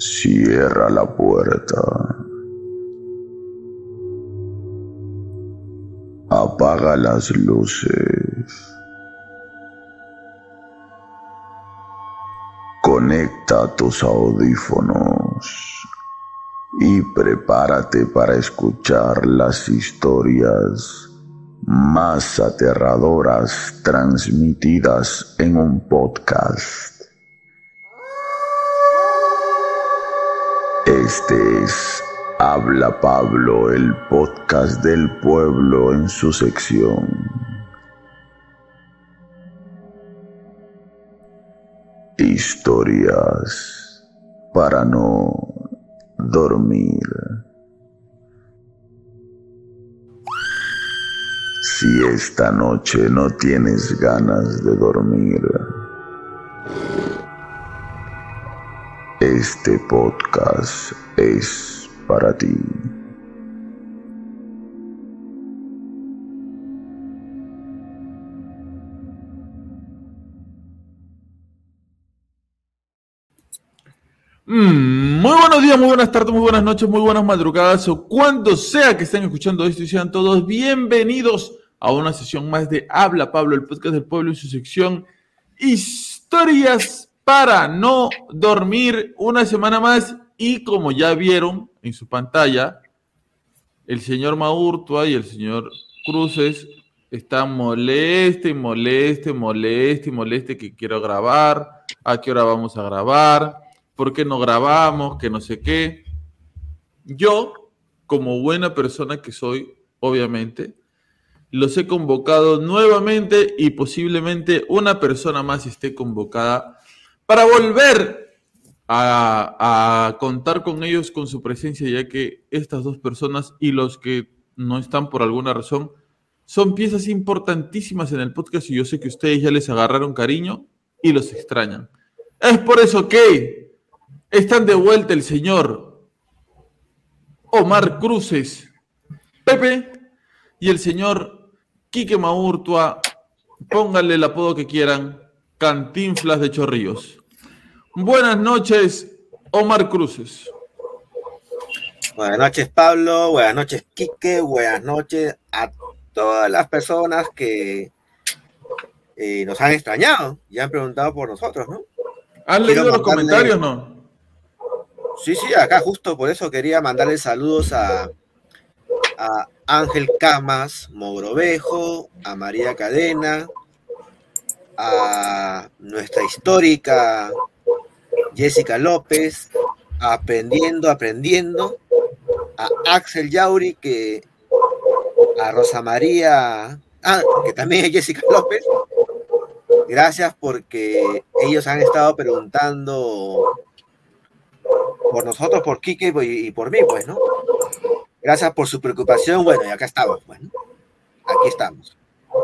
Cierra la puerta. Apaga las luces. Conecta tus audífonos y prepárate para escuchar las historias más aterradoras transmitidas en un podcast. Este es Habla Pablo, el podcast del pueblo en su sección Historias para no dormir. Si esta noche no tienes ganas de dormir, este podcast es para ti. Muy buenos días, muy buenas tardes, muy buenas noches, muy buenas madrugadas o cuando sea que estén escuchando esto y sean todos bienvenidos a una sesión más de Habla Pablo, el podcast del pueblo en su sección Historias para no dormir, una semana más. Y como ya vieron en su pantalla, el señor Maurtua y el señor Cruces están moleste que quiero grabar, a qué hora vamos a grabar, por qué no grabamos, que no sé qué. Yo, como buena persona que soy, obviamente, los he convocado nuevamente y posiblemente una persona más esté convocada para volver a contar con ellos, con su presencia, ya que estas dos personas y los que no están por alguna razón son piezas importantísimas en el podcast y yo sé que ustedes ya les agarraron cariño y los extrañan. Es por eso que están de vuelta el señor Omar Cruces, Pepe, y el señor Quique Maurtua, pónganle el apodo que quieran, Cantinflas de Chorrillos. Buenas noches, Omar Cruces. Buenas noches, Pablo. Buenas noches, Quique. Buenas noches a todas las personas que nos han extrañado y han preguntado por nosotros, ¿no? ¿Has leído los comentarios, no? Sí, acá justo por eso quería mandarle saludos a Ángel Camas Mogrovejo, a María Cadena, a nuestra histórica Jessica López, Aprendiendo, a Axel Yauri, a Rosa María, que también es Jessica López. Gracias porque ellos han estado preguntando por nosotros, por Quique y por mí, pues, ¿no? Gracias por su preocupación. Bueno, y acá estamos, pues, ¿no? Aquí estamos.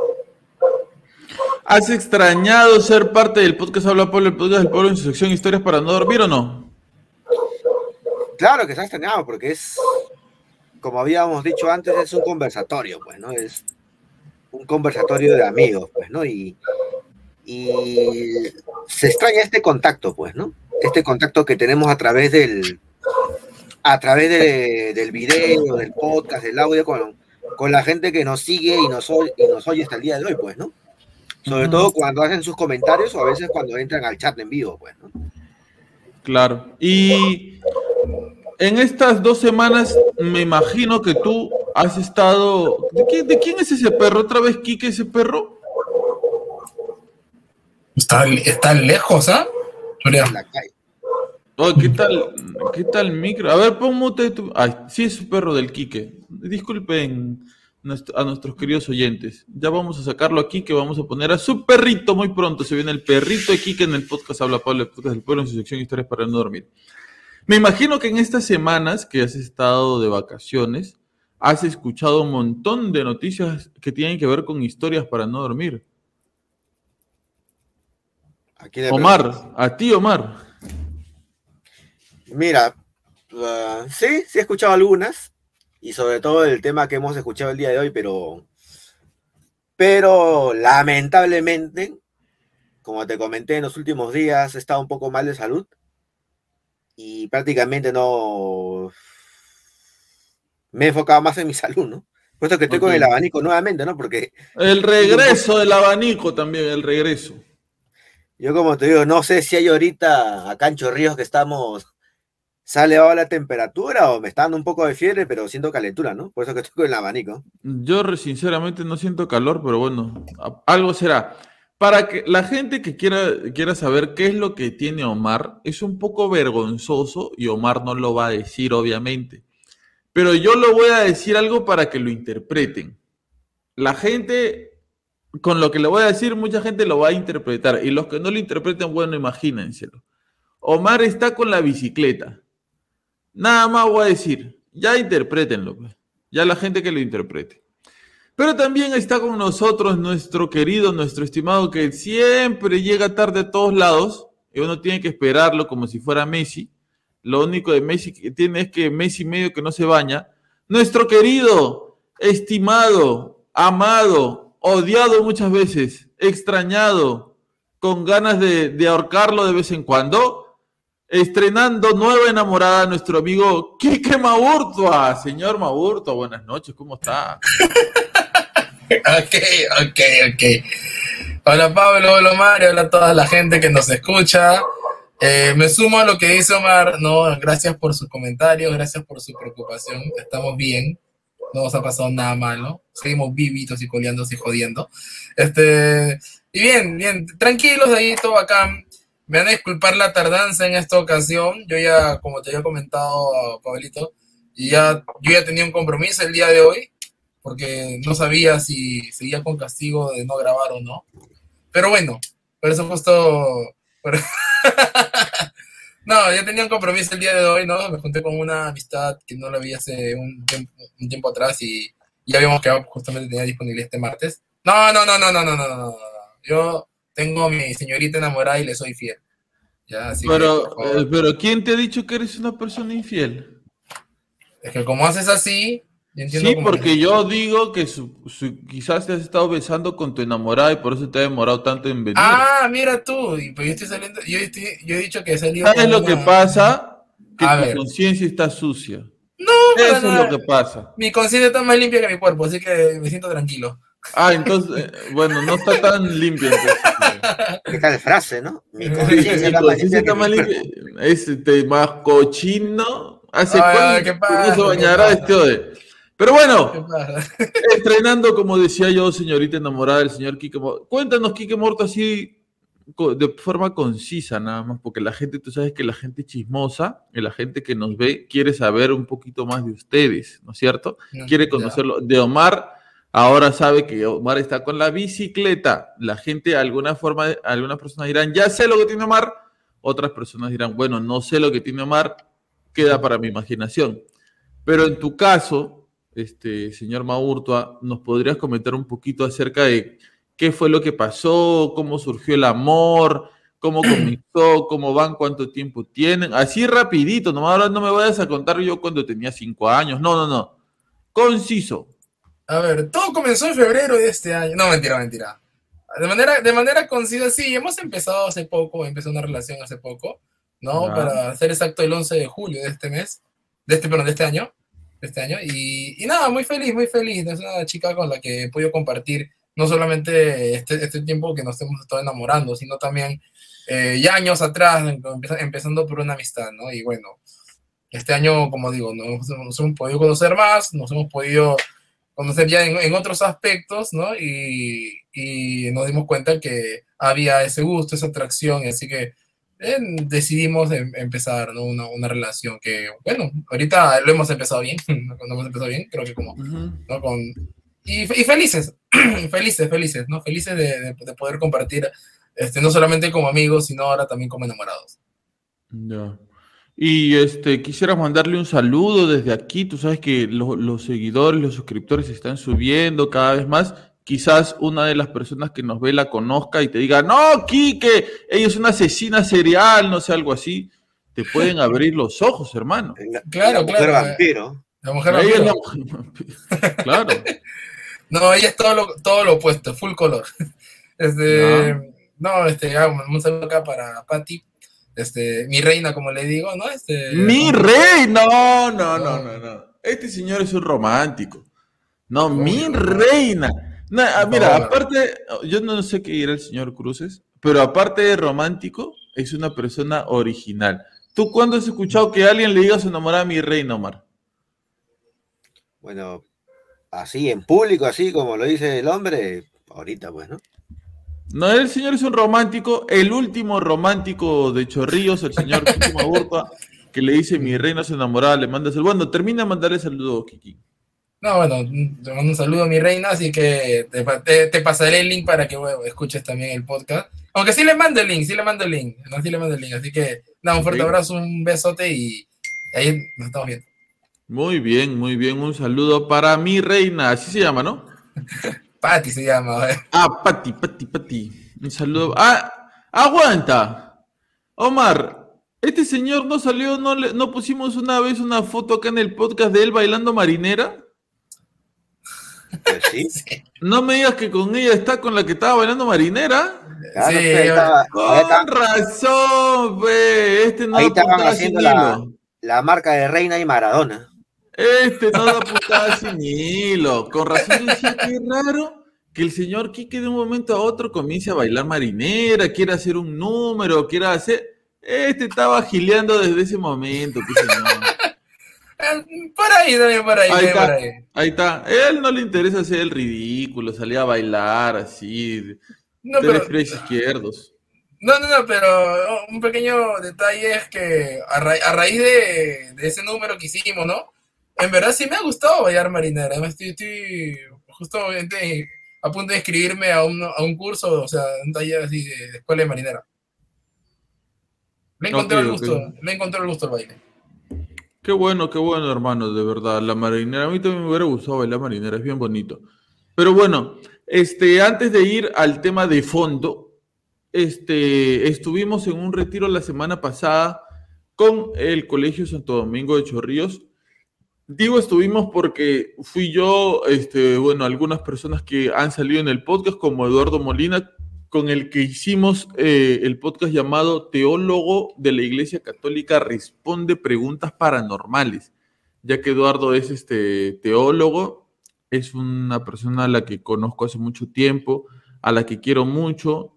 ¿Has extrañado ser parte del podcast Habla Pablo, el podcast del pueblo en su sección Historias para no dormir o no? Claro que se ha extrañado porque es, como habíamos dicho antes, es un conversatorio, pues, ¿no? Es un conversatorio de amigos, pues, ¿no? Y se extraña este contacto, pues, ¿no? Este contacto que tenemos a través del video, del podcast, del audio, con la gente que nos sigue y nos oye hasta el día de hoy, pues, ¿no? Sobre todo cuando hacen sus comentarios o a veces cuando entran al chat en vivo, pues, ¿no? Claro. Y en estas 2 semanas me imagino que tú has estado... ¿De quién es ese perro? ¿Otra vez Quique ese perro? Está lejos, ¿ah? En la calle. Oh, ¿qué tal micro? A ver, pon mute tu... Ay, sí es su perro del Quique. Disculpen a nuestros queridos oyentes. Ya vamos a sacarlo aquí, que vamos a poner a su perrito muy pronto. Se viene el perrito de Quique en el podcast Habla Pablo, el podcast del pueblo en su sección Historias para no dormir. Me imagino que en estas semanas que has estado de vacaciones, has escuchado un montón de noticias que tienen que ver con historias para no dormir. Omar, a ti, Omar. Mira, sí he escuchado algunas, y sobre todo el tema que hemos escuchado el día de hoy, pero lamentablemente, como te comenté en los últimos días, he estado un poco mal de salud y prácticamente no me he enfocado más en mi salud, ¿no? Puesto que estoy con el abanico nuevamente, ¿no? Porque el regreso del abanico también, el regreso. yo, como te digo, no sé si hay ahorita acá en Chorrillos que estamos, se ha elevado la temperatura o me está dando un poco de fiebre, pero siento calentura, ¿no? Por eso que estoy con el abanico. Yo sinceramente no siento calor, pero bueno, algo será. Para que la gente que quiera saber qué es lo que tiene Omar, es un poco vergonzoso y Omar no lo va a decir, obviamente. Pero yo lo voy a decir algo para que lo interpreten. La gente, con lo que le voy a decir, mucha gente lo va a interpretar. Y los que no lo interpreten, bueno, imagínenselo. Omar está con la bicicleta. Nada más voy a decir. Ya interprétenlo, pues. Ya la gente que lo interprete. Pero también está con nosotros nuestro querido, nuestro estimado, que siempre llega tarde a todos lados. Y uno tiene que esperarlo como si fuera Messi. Lo único de Messi que tiene es que Messi medio que no se baña. Nuestro querido, estimado, amado, odiado muchas veces, extrañado, con ganas de ahorcarlo de vez en cuando, estrenando nueva enamorada, nuestro amigo Quique Maurtua. Señor Maurtua, buenas noches, ¿cómo está? Ok. Hola Pablo, hola Mario, hola a toda la gente que nos escucha. Me sumo a lo que dice Omar, ¿no? Gracias por sus comentarios, gracias por su preocupación. Estamos bien, no nos ha pasado nada malo. Seguimos vivitos y coleándose y jodiendo. Y bien, tranquilos ahí, todo bacán. Me van a disculpar la tardanza en esta ocasión. Yo ya, como te había comentado, Pablito, yo ya tenía un compromiso el día de hoy, porque no sabía si seguía con castigo de no grabar o no. Pero bueno, por eso justo... No, yo tenía un compromiso el día de hoy, ¿no? Me junté con una amistad que no la vi hace un tiempo atrás y ya habíamos quedado, justamente tenía disponible este martes. No. Yo tengo a mi señorita enamorada y le soy fiel. Ya, así pero ¿quién te ha dicho que eres una persona infiel? es que como haces así, yo entiendo Sí, como porque yo digo que quizás te has estado besando con tu enamorada y por eso te ha demorado tanto en venir. Ah, mira tú, y pues yo estoy saliendo, yo he dicho que he salido ¿Sabes con lo que pasa? Que A tu ver. conciencia está sucia. No, para Eso es nada. lo que pasa. Mi conciencia está más limpia que mi cuerpo, así que me siento tranquilo. Ah, entonces, bueno, no está tan limpio entonces. ¿Qué tal frase, no? Mi Mi conciencia está más conciencia limpia que está mi más cuerpo. limpia. Es más cochino. ¿Hace Ay, ¿qué cuánto no se pasa? bañará este ode? Pero ¿Qué bueno, pasa? estrenando, como decía yo, señorita enamorada del señor Quique Morto. Cuéntanos, Quique Morto, así de forma concisa nada más, porque la gente, tú sabes que la gente chismosa, y la gente que nos ve, quiere saber un poquito más de ustedes, ¿no es cierto? Quiere conocerlo. De Omar, ahora sabe que Omar está con la bicicleta. La gente, algunas personas dirán, ya sé lo que tiene Omar. Otras personas dirán, bueno, no sé lo que tiene Omar, queda para mi imaginación. Pero en tu caso, señor Maurtua, ¿nos podrías comentar un poquito acerca de qué fue lo que pasó, cómo surgió el amor, cómo comenzó, cómo van, cuánto tiempo tienen? Así rapidito, nomás ahora no me vayas a contar yo cuando tenía 5 años. No. Conciso. A ver, todo comenzó en febrero de este año. No, mentira. De manera concisa, sí, hemos empezado hace poco, empezó una relación hace poco, ¿no? Ya. Para ser exacto, el 11 de julio de este mes, de este año. Y nada, muy feliz. Es una chica con la que he podido compartir no solamente este tiempo que nos hemos estado enamorando, sino también ya años atrás, empezando por una amistad, ¿no? Y bueno, este año, como digo, nos hemos podido conocer más, nos hemos podido conocer ya en otros aspectos, ¿no? Y nos dimos cuenta que había ese gusto, esa atracción, así que decidimos empezar, ¿no? Una relación que, bueno, ahorita lo hemos empezado bien, creo que como, ¿no? Y felices, felices, ¿no? Felices de poder compartir, no solamente como amigos, sino ahora también como enamorados. Ya. Y quisiera mandarle un saludo desde aquí. Tú sabes que los seguidores, los suscriptores se están subiendo cada vez más. Quizás una de las personas que nos ve la conozca y te diga, no, Quique, ella es una asesina serial, no sé, algo así. Te pueden abrir los ojos, hermano. Claro, la mujer vampiro. La mujer Ella es vampiro. la mujer vampiro. Claro. No, ella es todo lo opuesto, full color. Ya. Un saludo acá para Patti, mi reina, como le digo, ¿no? Mi rey, no. Este señor es un romántico. No, mi reina. No, mira, aparte, yo no sé qué dirá el señor Cruces, pero aparte de romántico, es una persona original. ¿Tú cuándo has escuchado que alguien le diga a su enamorada mi reina, Omar? Bueno, así en público, así como lo dice el hombre, ahorita pues, ¿no? No, el señor es un romántico, el último romántico de Chorrillos, el señor Kiki Maburta, que le dice mi reina a su enamorada, le manda saludos. Bueno, termina de mandarle saludos, Kiki. No, bueno, te mando un saludo a mi reina, así que te pasaré el link para que escuches también el podcast. Aunque sí le mando el link, así que nada, un fuerte abrazo, un besote y ahí nos estamos viendo. Muy bien, un saludo para mi reina, así se llama, ¿no? Pati se llama. Pati. Un saludo. Aguanta. Omar, este señor no salió, no pusimos una vez una foto acá en el podcast de él bailando marinera. Pues sí. No me digas que con ella está con la que estaba bailando marinera. Claro, sí, con razón, ve. Este no ahí da estaban puntada sin haciendo hilo. la marca de Reina y Maradona. Este no da puntada sin hilo. Con razón yo decía, qué raro que el señor Quique de un momento a otro comience a bailar marinera, quiera hacer un número, quiera hacer... Este estaba gileando desde ese momento, pues, señor. Por ahí. Ahí está. A él no le interesa hacer el ridículo, salir a bailar así, no, tres pero, pies izquierdos. No, pero un pequeño detalle es que a raíz de ese número que hicimos, ¿no? En verdad sí me ha gustado bailar marinera. Además estoy justamente a punto de inscribirme a un curso, o sea, un taller así de escuela de marinera. Le encontré el gusto al baile. Qué bueno, hermano, de verdad. La marinera, a mí también me hubiera gustado bailar marinera, es bien bonito. Pero bueno, antes de ir al tema de fondo, estuvimos en un retiro la semana pasada con el Colegio Santo Domingo de Chorrillos. Digo estuvimos porque fui yo, algunas personas que han salido en el podcast, como Eduardo Molina, con el que hicimos el podcast llamado Teólogo de la Iglesia Católica Responde Preguntas Paranormales, ya que Eduardo es teólogo, es una persona a la que conozco hace mucho tiempo, a la que quiero mucho,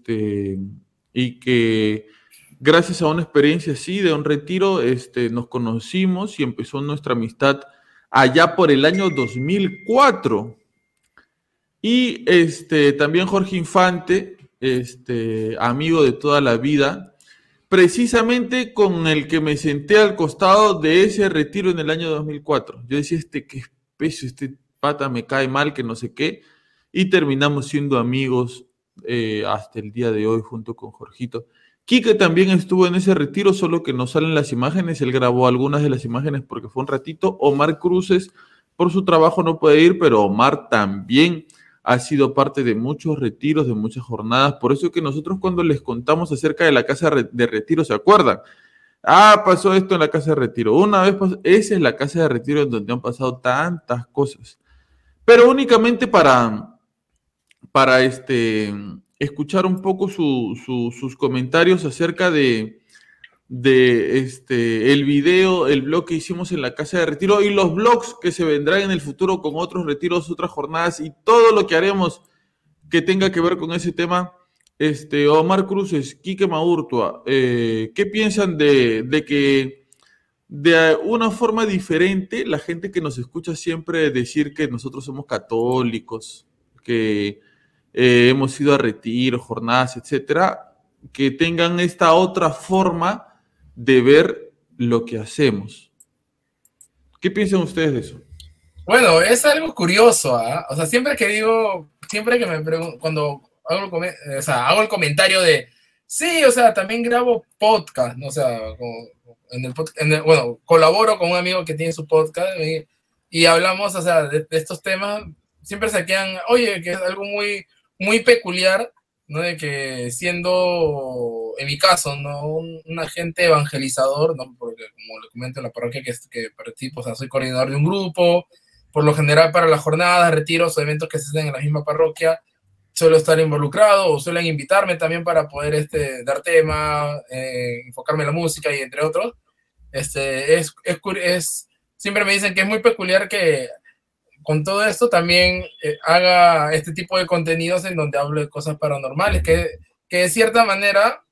y que gracias a una experiencia así, de un retiro, nos conocimos y empezó nuestra amistad allá por el año 2004. Y también Jorge Infante, amigo de toda la vida, precisamente con el que me senté al costado de ese retiro en el año 2004. Yo decía, qué espeso, pata me cae mal, que no sé qué, y terminamos siendo amigos hasta el día de hoy junto con Jorgito. Quique también estuvo en ese retiro, solo que no salen las imágenes, él grabó algunas de las imágenes porque fue un ratito. Omar Cruces, por su trabajo no puede ir, pero Omar también ha sido parte de muchos retiros, de muchas jornadas. Por eso es que nosotros cuando les contamos acerca de la casa de retiro, ¿se acuerdan? Pasó esto en la casa de retiro. Una vez pasó, esa es la casa de retiro en donde han pasado tantas cosas. Pero únicamente para escuchar un poco sus comentarios acerca de el video, el blog que hicimos en la casa de retiro y los blogs que se vendrán en el futuro con otros retiros, otras jornadas y todo lo que haremos que tenga que ver con ese tema. Omar Cruces, Quique Maurtua, ¿qué piensan de que de una forma diferente la gente que nos escucha siempre decir que nosotros somos católicos, que hemos ido a retiros, jornadas, etcétera, que tengan esta otra forma de ver lo que hacemos? ¿Qué piensan ustedes de eso? Bueno, es algo curioso, ¿ah? O sea, siempre que me pregunto, cuando hago el comentario de, sí, o sea, también grabo podcast, ¿no? O sea, colaboro con un amigo que tiene su podcast y hablamos, o sea, de estos temas, siempre se quedan, oye, que es algo muy, muy peculiar, ¿no? De que siendo, en mi caso, ¿no? Un agente evangelizador, ¿no? Porque como le comento en la parroquia que participo, o sea, soy coordinador de un grupo, por lo general para las jornadas, retiros o eventos que se hacen en la misma parroquia, suelo estar involucrado o suelen invitarme también para poder dar enfocarme en la música y entre otros. Siempre me dicen que es muy peculiar que con todo esto también haga este tipo de contenidos en donde hablo de cosas paranormales, que de cierta manera,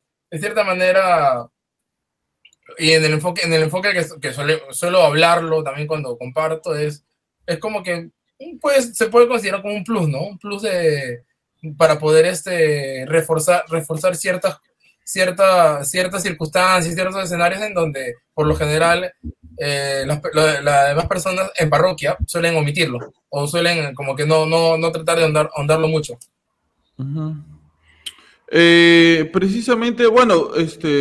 y en el enfoque que suelo hablarlo también cuando comparto, es como que pues, se puede considerar como un plus, ¿no? Un plus para poder reforzar ciertas circunstancias, ciertos escenarios en donde, por lo general, las demás personas en parroquia suelen omitirlo o suelen como que no tratar de ahondarlo mucho. Uh-huh. Precisamente, bueno,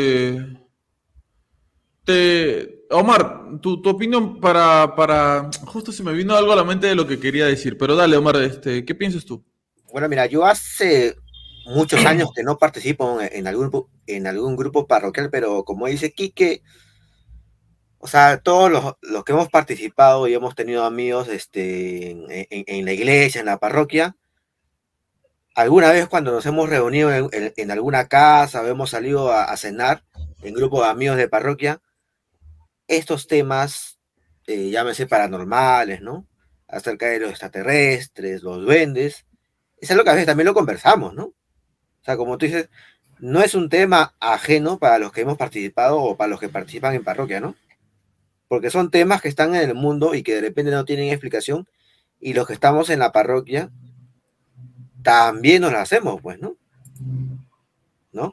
Omar, tu opinión para... Justo se me vino algo a la mente de lo que quería decir, pero dale, Omar, ¿qué piensas tú? Bueno, mira, yo hace muchos años que no participo en algún grupo parroquial, pero como dice Quique, o sea, todos los que hemos participado y hemos tenido amigos en la iglesia, en la parroquia, alguna vez cuando nos hemos reunido en alguna casa o hemos salido a cenar en grupo de amigos de parroquia, estos temas, llámese paranormales, ¿no? Acerca de los extraterrestres, los duendes, es algo que a veces también lo conversamos, ¿no? O sea, como tú dices, no es un tema ajeno para los que hemos participado o para los que participan en parroquia, ¿no? Porque son temas que están en el mundo y que de repente no tienen explicación, y los que estamos en la parroquia también nos la hacemos, pues, ¿no? ¿No?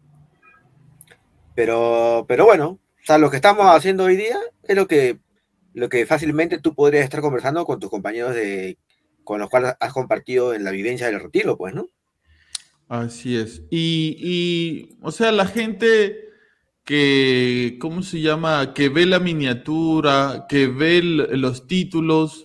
Pero bueno, o sea, lo que estamos haciendo hoy día es lo que fácilmente tú podrías estar conversando con tus compañeros con los cuales has compartido en la vivencia del retiro, pues, ¿no? Así es. Y o sea, la gente que, ¿cómo se llama? Que ve la miniatura, que ve los títulos,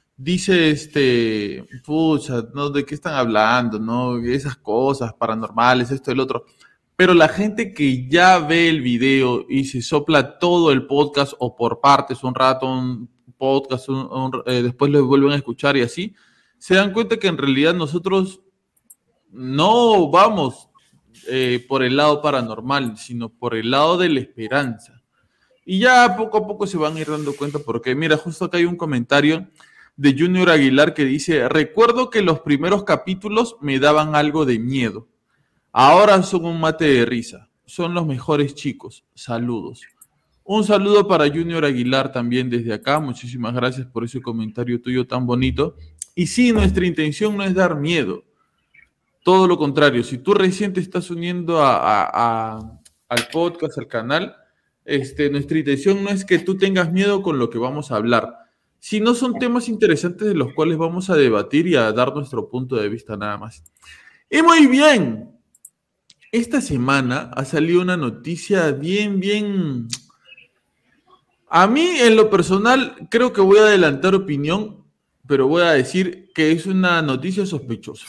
dice, pucha, ¿no? ¿De qué están hablando? ¿No? Esas cosas paranormales, esto, el otro. Pero la gente que ya ve el video y se sopla todo el podcast o por partes, un rato, un podcast, después lo vuelven a escuchar y así, se dan cuenta que en realidad nosotros no vamos por el lado paranormal, sino por el lado de la esperanza. Y ya poco a poco se van a ir dando cuenta porque, mira, justo acá hay un comentario de Junior Aguilar que dice: recuerdo que los primeros capítulos me daban algo de miedo. Ahora son un mate de risa. Son los mejores chicos. Saludos. Un saludo para Junior Aguilar también desde acá. Muchísimas gracias por ese comentario tuyo tan bonito. Y sí, nuestra intención no es dar miedo. Todo lo contrario. Si tú recién te estás uniendo al podcast, al canal, nuestra intención no es que tú tengas miedo con lo que vamos a hablar, sino son temas interesantes de los cuales vamos a debatir y a dar nuestro punto de vista nada más. Y muy bien. Esta semana ha salido una noticia bien... A mí, en lo personal, creo que voy a adelantar opinión, pero voy a decir que es una noticia sospechosa.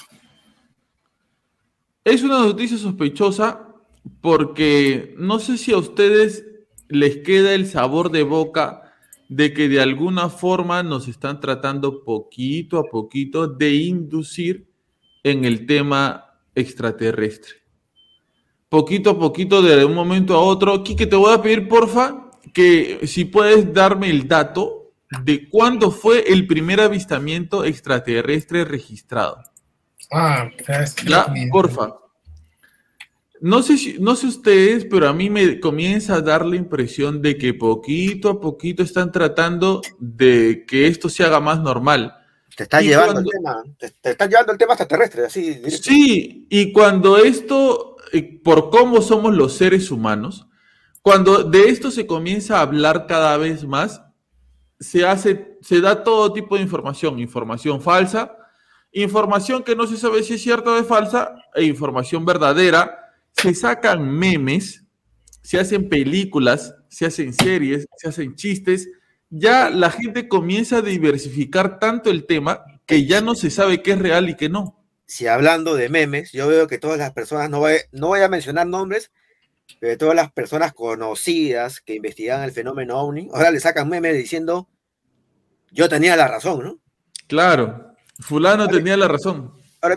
Es una noticia sospechosa porque no sé si a ustedes les queda el sabor de boca de que de alguna forma nos están tratando poquito a poquito de inducir en el tema extraterrestre. Poquito a poquito, de un momento a otro. Quique, te voy a pedir, porfa, que si puedes darme el dato de cuándo fue el primer avistamiento extraterrestre registrado. ¿Ya? Porfa. No sé ustedes, pero a mí me comienza a dar la impresión de que poquito a poquito están tratando de que esto se haga más normal. Te está llevando el tema, te está llevando el tema extraterrestre, así directo. Sí, y cuando esto, por cómo somos los seres humanos, cuando de esto se comienza a hablar cada vez más, se da todo tipo de información falsa, información que no se sabe si es cierta o es falsa, e información verdadera. Se sacan memes, se hacen películas, se hacen series, se hacen chistes. Ya la gente comienza a diversificar tanto el tema que ya no se sabe qué es real y qué no. Si hablando de memes, yo veo que todas las personas, no voy a mencionar nombres, pero todas las personas conocidas que investigan el fenómeno OVNI, ahora le sacan memes diciendo, yo tenía la razón, ¿no? Claro, fulano tenía la razón. Ahora mira,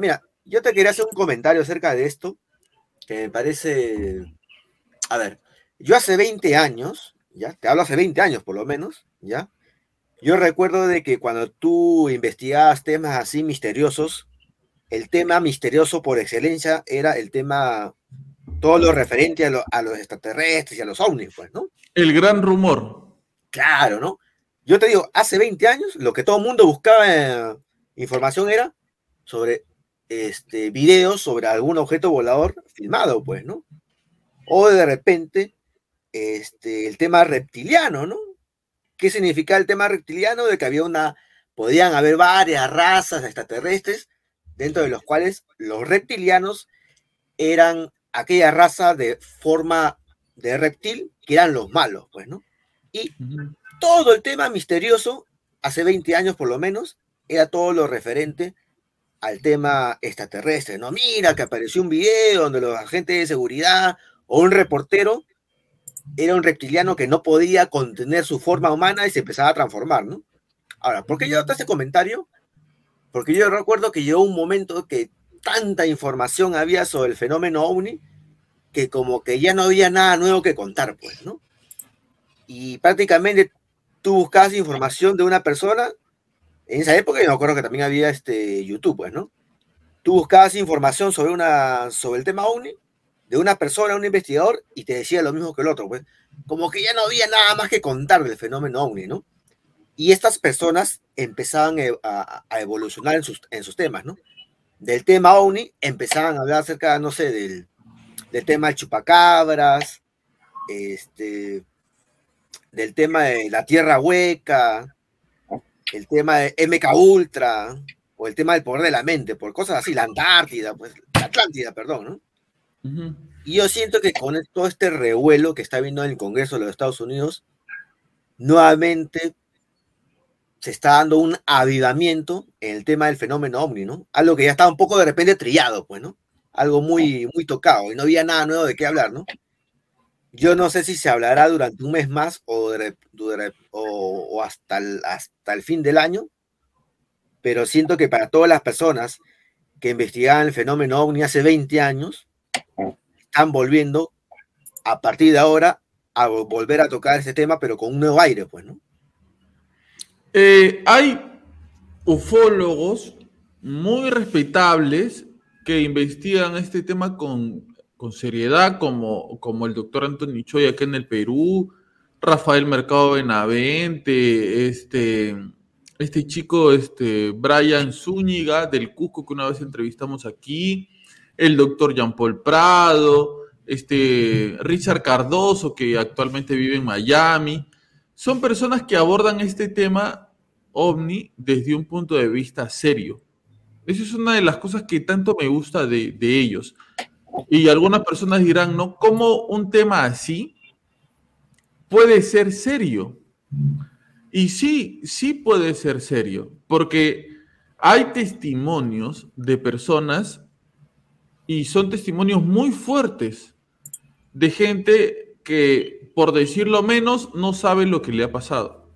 yo te quería hacer un comentario acerca de esto, que me parece... A ver, yo hace 20 años, ¿ya? Te hablo hace 20 años por lo menos, ¿ya? Yo recuerdo de que cuando tú investigabas temas así misteriosos, el tema misterioso por excelencia era el tema, todo lo referente a los extraterrestres y a los ovnis, pues, ¿no? El gran rumor. Claro, ¿no? Yo te digo, hace 20 años lo que todo el mundo buscaba información era sobre videos sobre algún objeto volador filmado, pues, ¿no? O de repente, el tema reptiliano, ¿no? ¿Qué significa el tema reptiliano? De que podían haber varias razas extraterrestres, dentro de los cuales los reptilianos eran aquella raza de forma de reptil, que eran los malos, pues, ¿no? Y todo el tema misterioso, hace 20 años por lo menos, era todo lo referente al tema extraterrestre, ¿no? Mira que apareció un video donde los agentes de seguridad o un reportero era un reptiliano que no podía contener su forma humana y se empezaba a transformar, ¿no? Ahora, ¿por qué yo hago este comentario? Porque yo recuerdo que llegó un momento que tanta información había sobre el fenómeno OVNI que como que ya no había nada nuevo que contar, pues, ¿no? Y prácticamente tú buscabas información de una persona, en esa época yo me acuerdo que también había YouTube, pues, ¿no? Tú buscabas información sobre el tema OVNI de una persona, un investigador, y te decía lo mismo que el otro, pues. Como que ya no había nada más que contar del fenómeno OVNI, ¿no? Y estas personas empezaban a evolucionar en sus temas, ¿no? Del tema OVNI empezaban a hablar acerca, no sé, del tema del chupacabras, del tema de la tierra hueca, el tema de MK Ultra, o el tema del poder de la mente, por cosas así, la Antártida, pues, la Atlántida, perdón, ¿no? Y yo siento que con todo este revuelo que está viendo en el Congreso de los Estados Unidos, nuevamente se está dando un avivamiento en el tema del fenómeno OVNI, ¿no? Algo que ya estaba un poco de repente trillado, pues, ¿no? Algo muy, muy tocado y no había nada nuevo de qué hablar, ¿no? Yo no sé si se hablará durante un mes más o hasta el fin del año, pero siento que para todas las personas que investigaban el fenómeno OVNI hace 20 años, están volviendo a partir de ahora a volver a tocar ese tema, pero con un nuevo aire, pues, ¿no? Hay ufólogos muy respetables que investigan este tema con seriedad, como el doctor Antonio Choy acá en el Perú, Rafael Mercado Benavente, este chico, Brian Zúñiga del Cusco, que una vez entrevistamos aquí, el doctor Jean Paul Prado, Richard Cardoso, que actualmente vive en Miami. Son personas que abordan este tema OVNI desde un punto de vista serio. Esa es una de las cosas que tanto me gusta de ellos. Y algunas personas dirán, ¿no? ¿Cómo un tema así puede ser serio? Y sí, sí puede ser serio, porque hay testimonios de personas, y son testimonios muy fuertes, de gente que, por decirlo menos, no sabe lo que le ha pasado.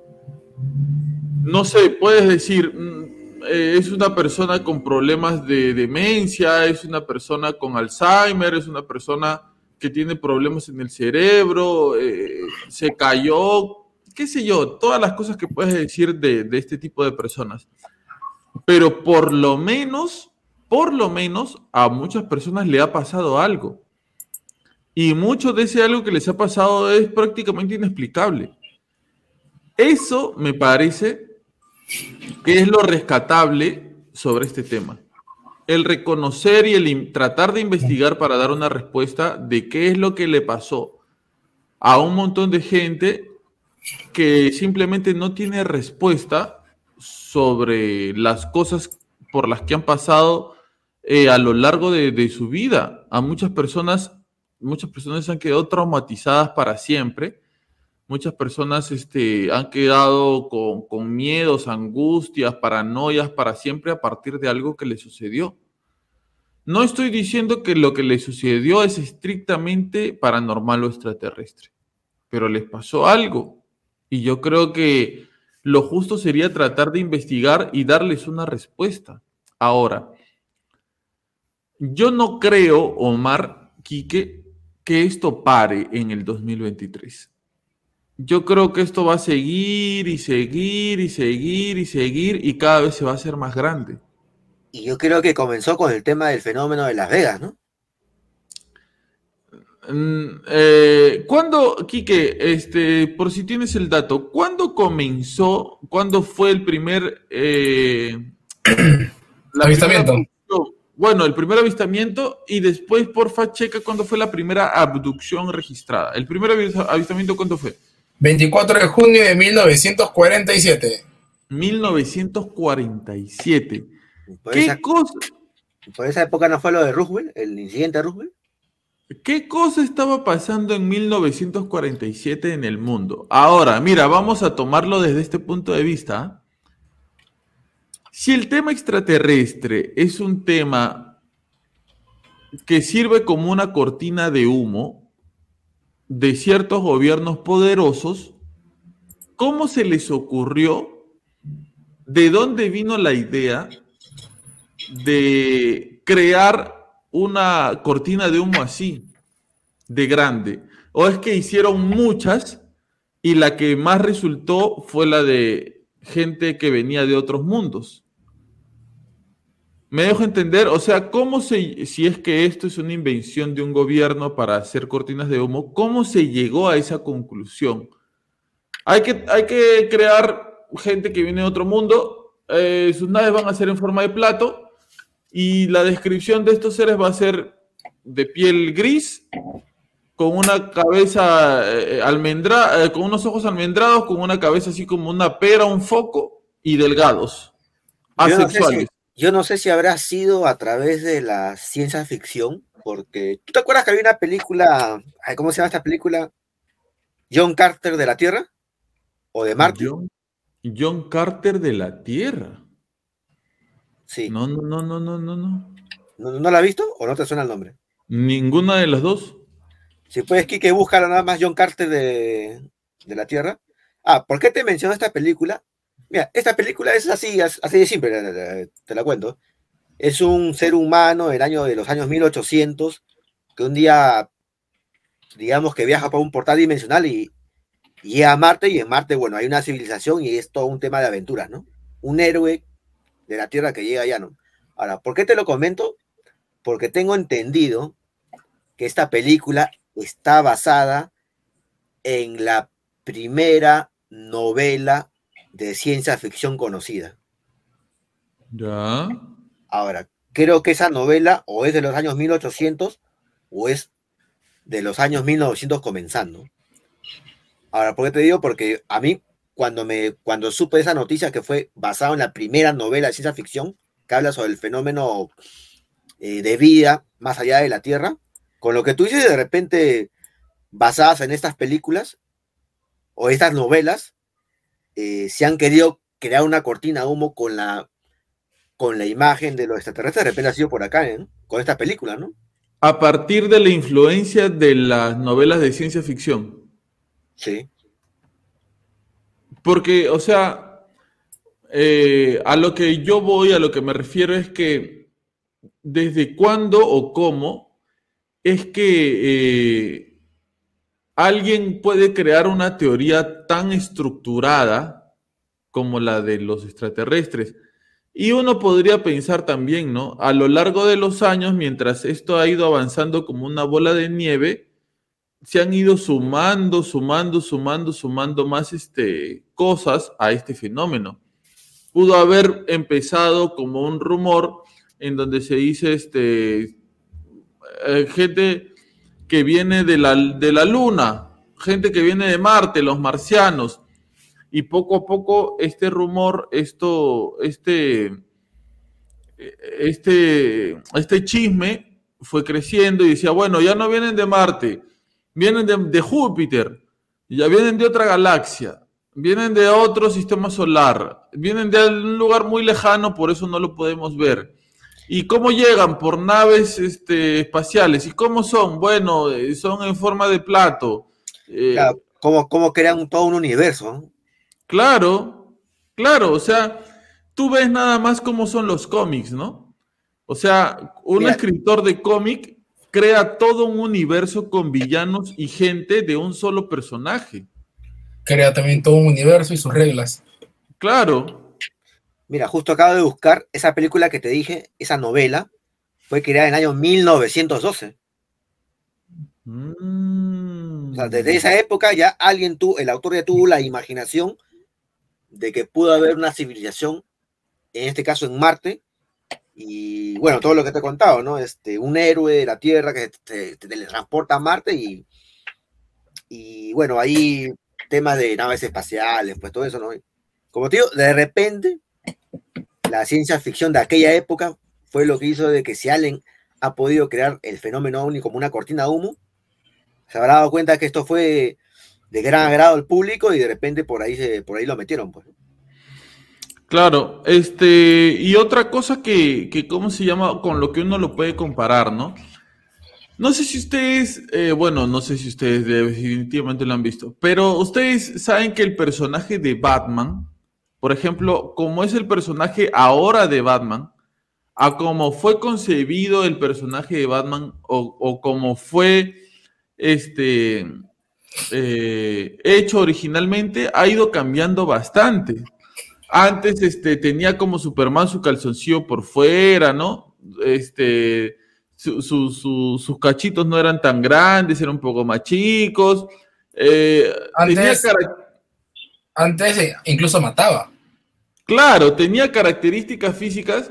No sé, puedes decir, es una persona con problemas de demencia, es una persona con Alzheimer, es una persona que tiene problemas en el cerebro, se cayó, qué sé yo, todas las cosas que puedes decir de este tipo de personas. Pero por lo menos, a muchas personas le ha pasado algo. Y mucho de ese algo que les ha pasado es prácticamente inexplicable. Eso me parece que es lo rescatable sobre este tema. El reconocer y el tratar de investigar para dar una respuesta de qué es lo que le pasó a un montón de gente que simplemente no tiene respuesta sobre las cosas por las que han pasado a lo largo de su vida. A muchas personas han quedado traumatizadas para siempre. Muchas personas han quedado con miedos, angustias, paranoias para siempre a partir de algo que les sucedió. No estoy diciendo que lo que les sucedió es estrictamente paranormal o extraterrestre, pero les pasó algo. Y yo creo que lo justo sería tratar de investigar y darles una respuesta. Ahora, Yo no creo, Omar, Quique, que esto pare en el 2023. Yo creo que esto va a seguir y seguir y seguir y seguir y cada vez se va a hacer más grande. Y yo creo que comenzó con el tema del fenómeno de Las Vegas, ¿no? ¿Cuándo, Quique, por si tienes el dato, cuándo fue el primer, la primera Avistamiento. abducción? Bueno, el primer avistamiento y después, porfa, checa cuándo fue la primera abducción registrada. ¿El primer avistamiento cuándo fue? 24 de junio de 1947. 1947. Por esa, ¿Qué cosa, por esa época no fue lo de Roosevelt, el incidente de Roosevelt. ¿Qué cosa estaba pasando en 1947 en el mundo? Ahora, mira, vamos a tomarlo desde este punto de vista. Si el tema extraterrestre es un tema que sirve como una cortina de humo de ciertos gobiernos poderosos, ¿cómo se les ocurrió? ¿De dónde vino la idea de crear una cortina de humo así, de grande? ¿O es que hicieron muchas y la que más resultó fue la de gente que venía de otros mundos? ¿Me dejo entender? O sea, si es que esto es una invención de un gobierno para hacer cortinas de humo, ¿cómo se llegó a esa conclusión? Hay que crear gente que viene de otro mundo, sus naves van a ser en forma de plato y la descripción de estos seres va a ser de piel gris, con una cabeza con unos ojos almendrados, con una cabeza así como una pera, un foco y delgados, Yo no sé asexuales. yo no sé si habrá sido a través de la ciencia ficción, porque ¿tú te acuerdas que había una película, ¿cómo se llama esta película? John Carter de la Tierra o de Marte? John Carter de la Tierra. Sí. No, no, no, no, no, no, no. ¿No la has visto o no te suena el nombre? Ninguna de las dos. Si puedes, Kike, búscala nada más John Carter de la Tierra. ¿Por qué te menciono esta película? Mira, esta película es así de simple, te la cuento. Es un ser humano de los años 1800 que un día, digamos que viaja por un portal dimensional y llega a Marte, y en Marte, bueno, hay una civilización y es todo un tema de aventuras, ¿no? Un héroe de la Tierra que llega allá, ¿no? Ahora, ¿por qué te lo comento? Porque tengo entendido que esta película está basada en la primera novela de ciencia ficción conocida. Ya. Ahora, creo que esa novela o es de los años 1800 o es de los años 1900 comenzando. Ahora, ¿por qué te digo? Porque a mí, cuando supe esa noticia que fue basada en la primera novela de ciencia ficción, que habla sobre el fenómeno de vida más allá de la Tierra, con lo que tú dices, de repente, basadas en estas películas o estas novelas, se han querido crear una cortina de humo con la imagen de los extraterrestres. De repente ha sido por acá, ¿eh? Con esta película, ¿no? A partir de la influencia de las novelas de ciencia ficción. Sí. Porque, o sea, a lo que yo voy, a lo que me refiero es que desde cuándo o cómo es que alguien puede crear una teoría tan estructurada como la de los extraterrestres. Y uno podría pensar también, ¿no? A lo largo de los años, mientras esto ha ido avanzando como una bola de nieve, se han ido sumando más cosas a este fenómeno. Pudo haber empezado como un rumor en donde se dice gente que viene de la Luna, gente que viene de Marte, los marcianos, y poco a poco este rumor, este chisme fue creciendo y decía, bueno, ya no vienen de Marte, vienen de Júpiter, ya vienen de otra galaxia, vienen de otro sistema solar, vienen de un lugar muy lejano, por eso no lo podemos ver. ¿Y cómo llegan? Por naves espaciales. ¿Y cómo son? Bueno, son en forma de plato. Claro, cómo crean todo un universo, ¿no? Claro, claro, o sea, tú ves nada más cómo son los cómics, ¿no? O sea, un Mira. escritor de cómic crea todo un universo con villanos y gente de un solo personaje. Crea también todo un universo y sus reglas. Claro. Mira, justo acabo de buscar esa película que te dije, esa novela, fue creada en el año 1912. O sea, desde esa época ya el autor ya tuvo la imaginación de que pudo haber una civilización, en este caso en Marte, y bueno, todo lo que te he contado, ¿no? Un héroe de la Tierra que te teletransporta a Marte y bueno, ahí temas de naves espaciales, pues todo eso, ¿no? Como te digo, de repente, la ciencia ficción de aquella época fue lo que hizo de que si Allen ha podido crear el fenómeno ovni como una cortina de humo, se habrá dado cuenta que esto fue de gran agrado al público y de repente por ahí lo metieron, pues. Claro, y otra cosa que, ¿cómo se llama? Con lo que uno lo puede comparar, ¿no? No sé si ustedes, bueno, no sé si ustedes definitivamente lo han visto, pero ustedes saben que el personaje de Batman, por ejemplo, como es el personaje ahora de Batman, a cómo fue concebido el personaje de Batman o cómo fue hecho originalmente, ha ido cambiando bastante. Antes tenía como Superman su calzoncillo por fuera, ¿no? Sus cachitos no eran tan grandes, eran un poco más chicos. Antes incluso mataba. Claro, tenía características físicas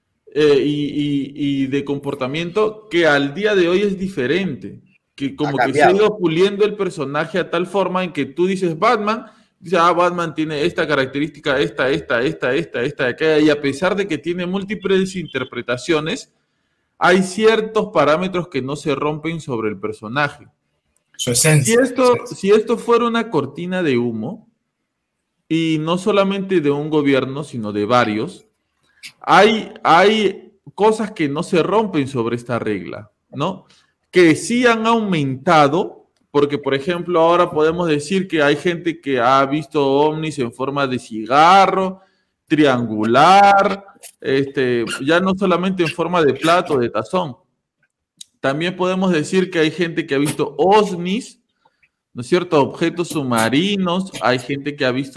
y de comportamiento que al día de hoy es diferente. Que como que se ha ido puliendo el personaje a tal forma en que tú dices Batman, dice, Batman tiene esta característica, esta, aquella, y a pesar de que tiene múltiples interpretaciones, hay ciertos parámetros que no se rompen sobre el personaje. Su esencia. Si esto fuera una cortina de humo, y no solamente de un gobierno, sino de varios, hay cosas que no se rompen sobre esta regla, ¿no? Que sí han aumentado, porque por ejemplo ahora podemos decir que hay gente que ha visto ovnis en forma de cigarro, triangular, ya no solamente en forma de plato, de tazón. También podemos decir que hay gente que ha visto ovnis, ¿no es cierto? Objetos submarinos, hay gente que ha visto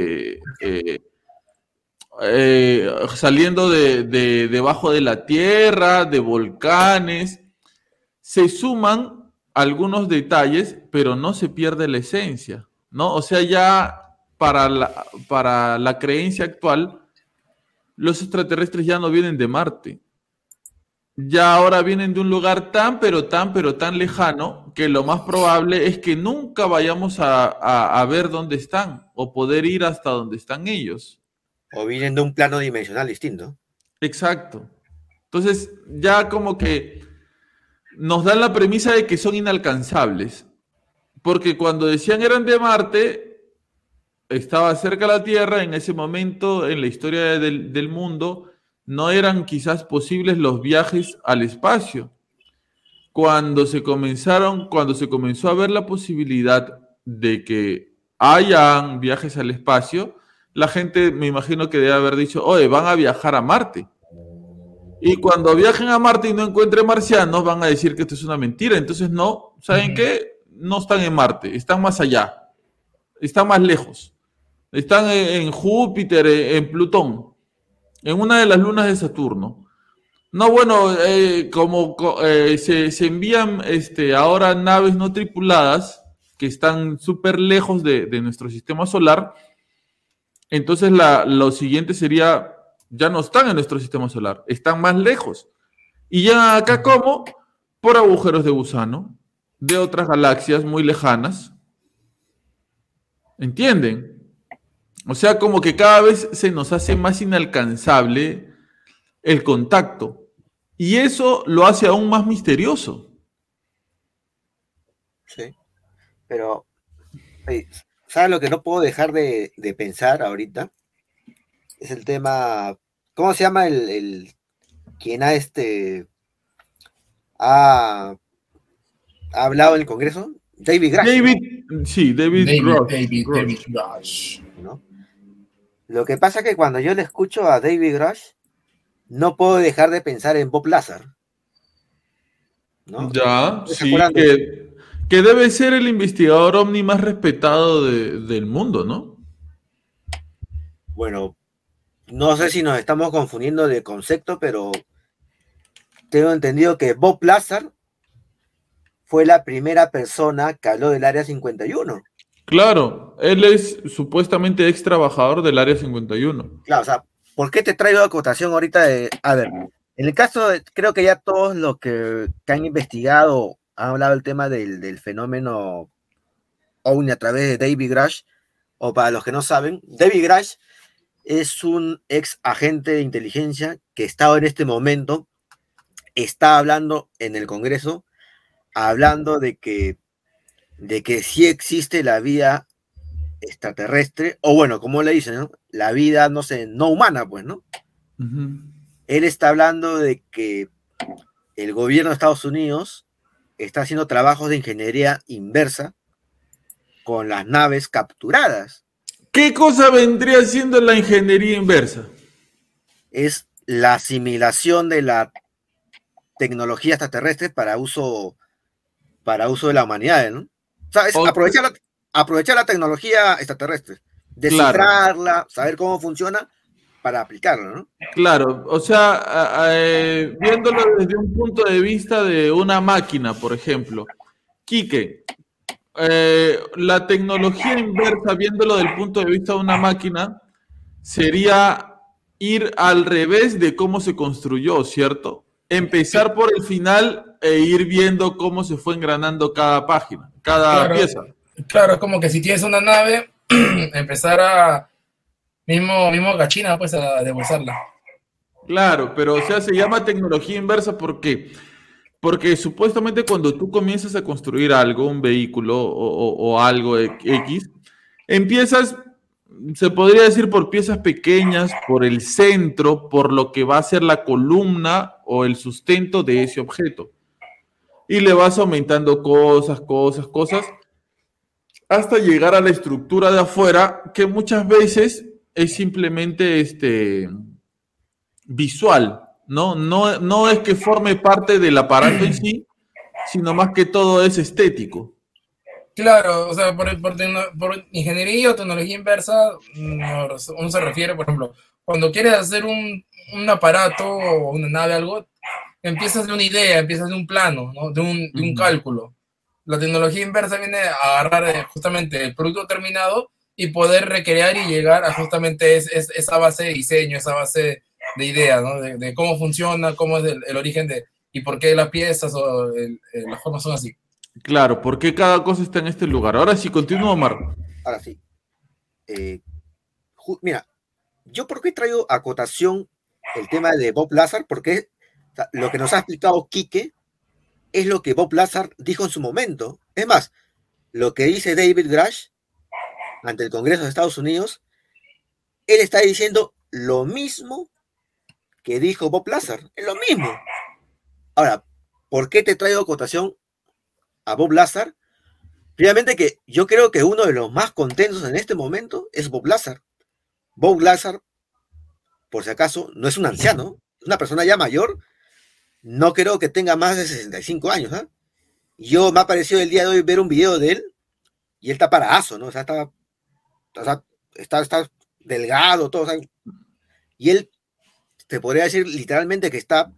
saliendo debajo de la tierra, de volcanes. Se suman algunos detalles, pero no se pierde la esencia, ¿no? O sea, ya para la creencia actual, los extraterrestres ya no vienen de Marte. Ya ahora vienen de un lugar tan, pero tan lejano que lo más probable es que nunca vayamos a ver dónde están o poder ir hasta donde están ellos. O vienen de un plano dimensional distinto. Exacto. Entonces, ya como que nos dan la premisa de que son inalcanzables. Porque cuando decían eran de Marte, estaba cerca de la Tierra, en ese momento, en la historia del mundo, no eran quizás posibles los viajes al espacio. Cuando se comenzó a ver la posibilidad de que hayan viajes al espacio, la gente me imagino que debe haber dicho, oye, van a viajar a Marte. Y cuando viajen a Marte y no encuentren marcianos, van a decir que esto es una mentira. Entonces, no, ¿saben qué? No están en Marte, están más allá, están más lejos. Están en Júpiter, en Plutón, en una de las lunas de Saturno. No, bueno, se envían ahora naves no tripuladas que están súper lejos de nuestro sistema solar, entonces lo siguiente sería, ya no están en nuestro sistema solar, están más lejos. Y ya acá, ¿cómo? Por agujeros de gusano, de otras galaxias muy lejanas. ¿Entienden? O sea, como que cada vez se nos hace más inalcanzable el contacto. Y eso lo hace aún más misterioso. Sí. Pero, ¿sabes lo que no puedo dejar de pensar ahorita? Es el tema. ¿Cómo se llama el quien ha hablado en el Congreso? David Grush. David Grush. ¿No? Lo que pasa es que cuando yo le escucho a David Grush, no puedo dejar de pensar en Bob Lazar, ¿no? Ya, ¿Se sí, acuerdan que debe ser el investigador ovni más respetado del mundo, ¿no? Bueno, no sé si nos estamos confundiendo de concepto, pero tengo entendido que Bob Lazar fue la primera persona que habló del Área 51. Claro, él es supuestamente ex trabajador del Área 51. Claro, o sea, ¿por qué te traigo a cotación ahorita a ver, en el caso creo que ya todos los que han investigado han hablado del tema del fenómeno OVNI a través de David Grush, o para los que no saben, David Grush es un ex agente de inteligencia que está en este momento, está hablando en el Congreso, hablando de que sí existe la vida extraterrestre, o bueno, como le dicen, ¿no? La vida, no sé, no humana, pues, ¿no? Ujú. Él está hablando de que el gobierno de Estados Unidos está haciendo trabajos de ingeniería inversa con las naves capturadas. ¿Qué cosa vendría siendo la ingeniería inversa? Es la asimilación de la tecnología extraterrestre para uso de la humanidad, ¿no? O sea, es O- aprovechar la tecnología extraterrestre, claro, descifrarla, saber cómo funciona para aplicarla, ¿no? claro. O sea, viéndolo desde un punto de vista de una máquina, por ejemplo. Quique, la tecnología inversa, viéndolo del punto de vista de una máquina, sería ir al revés de cómo se construyó, ¿cierto? Empezar por el final e ir viendo cómo se fue engranando cada página, cada Claro, pieza. claro, es como que si tienes una nave, empezar a mismo gachina, pues a degozarla. Claro, pero o sea, se llama tecnología inversa porque supuestamente cuando tú comienzas a construir algo, un vehículo o algo X, empiezas, se podría decir, por piezas pequeñas, por el centro, por lo que va a ser la columna o el sustento de ese objeto. Y le vas aumentando cosas, hasta llegar a la estructura de afuera, que muchas veces es simplemente visual, ¿no? No es que forme parte del aparato en sí, sino más que todo es estético. Claro, o sea, por ingeniería o tecnología inversa, uno se refiere, por ejemplo, cuando quieres hacer un aparato o una nave, algo, empiezas de una idea, empiezas de un plano, ¿no? De un Ujú. cálculo. La tecnología inversa viene a agarrar justamente el producto terminado y poder recrear y llegar a justamente esa base de diseño, esa base de idea, ¿no? De cómo funciona, cómo es el origen de y por qué las piezas o las formas son así. Claro, porque cada cosa está en este lugar. Ahora sí, continúo, Omar. Ahora sí. Eh, mira, yo por qué traigo a cotación el tema de Bob Lazar, porque o sea, lo que nos ha explicado Quique es lo que Bob Lazar dijo en su momento. Es más, lo que dice David Grush ante el Congreso de Estados Unidos, él está diciendo lo mismo que dijo Bob Lazar. Es lo mismo. Ahora, ¿por qué te traigo a cotación a Bob Lazar? Primeramente que yo creo que uno de los más contentos en este momento es Bob Lazar. Bob Lazar, por si acaso, no es un anciano, es una persona ya mayor. No creo que tenga más de 65 años. ¿eh? Yo me ha parecido el día de hoy ver un video de él y él está paradazo, ¿no? O sea, está delgado, todo. O sea, y él te podría decir literalmente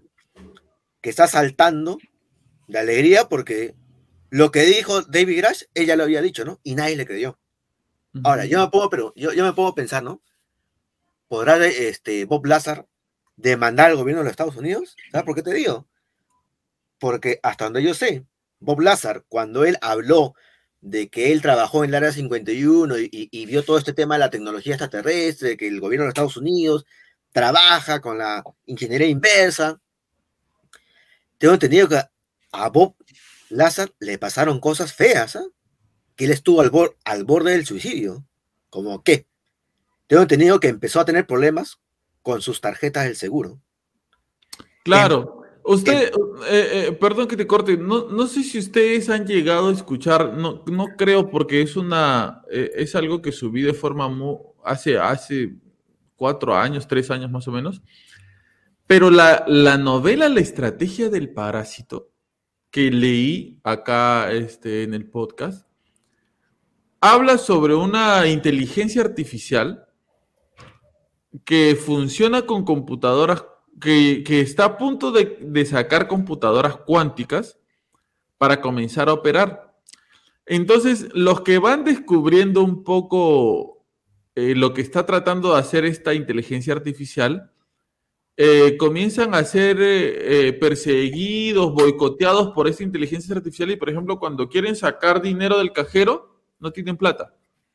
que está saltando de alegría porque lo que dijo David Grush, ella lo había dicho, ¿no? Y nadie le creyó. Ahora, Ujú. yo me pongo a pensar, ¿no? ¿Podrá Bob Lazar demandar al gobierno de los Estados Unidos? ¿Sabes por qué te digo? Porque hasta donde yo sé, Bob Lazar, cuando él habló de que él trabajó en el Área 51 y vio todo este tema de la tecnología extraterrestre, que el gobierno de los Estados Unidos trabaja con la ingeniería inversa, tengo entendido que a Bob Lazar le pasaron cosas feas, ¿eh? Que él estuvo al borde del suicidio. ¿Cómo qué? Tengo entendido que empezó a tener problemas con sus tarjetas del seguro. Em, Claro. em, Usted, perdón que te corte, no sé si ustedes han llegado a escuchar, no creo porque es algo que subí de forma hace 4 años, 3 años más o menos, Pero la novela La estrategia del parásito, que leí acá en el podcast, habla sobre una inteligencia artificial que funciona con computadoras, que está a punto de sacar computadoras cuánticas para comenzar a operar. Entonces, los que van descubriendo un poco lo que está tratando de hacer esta inteligencia artificial, comienzan a ser perseguidos, boicoteados por esta inteligencia artificial y, por ejemplo, cuando quieren sacar dinero del cajero, no tienen plata.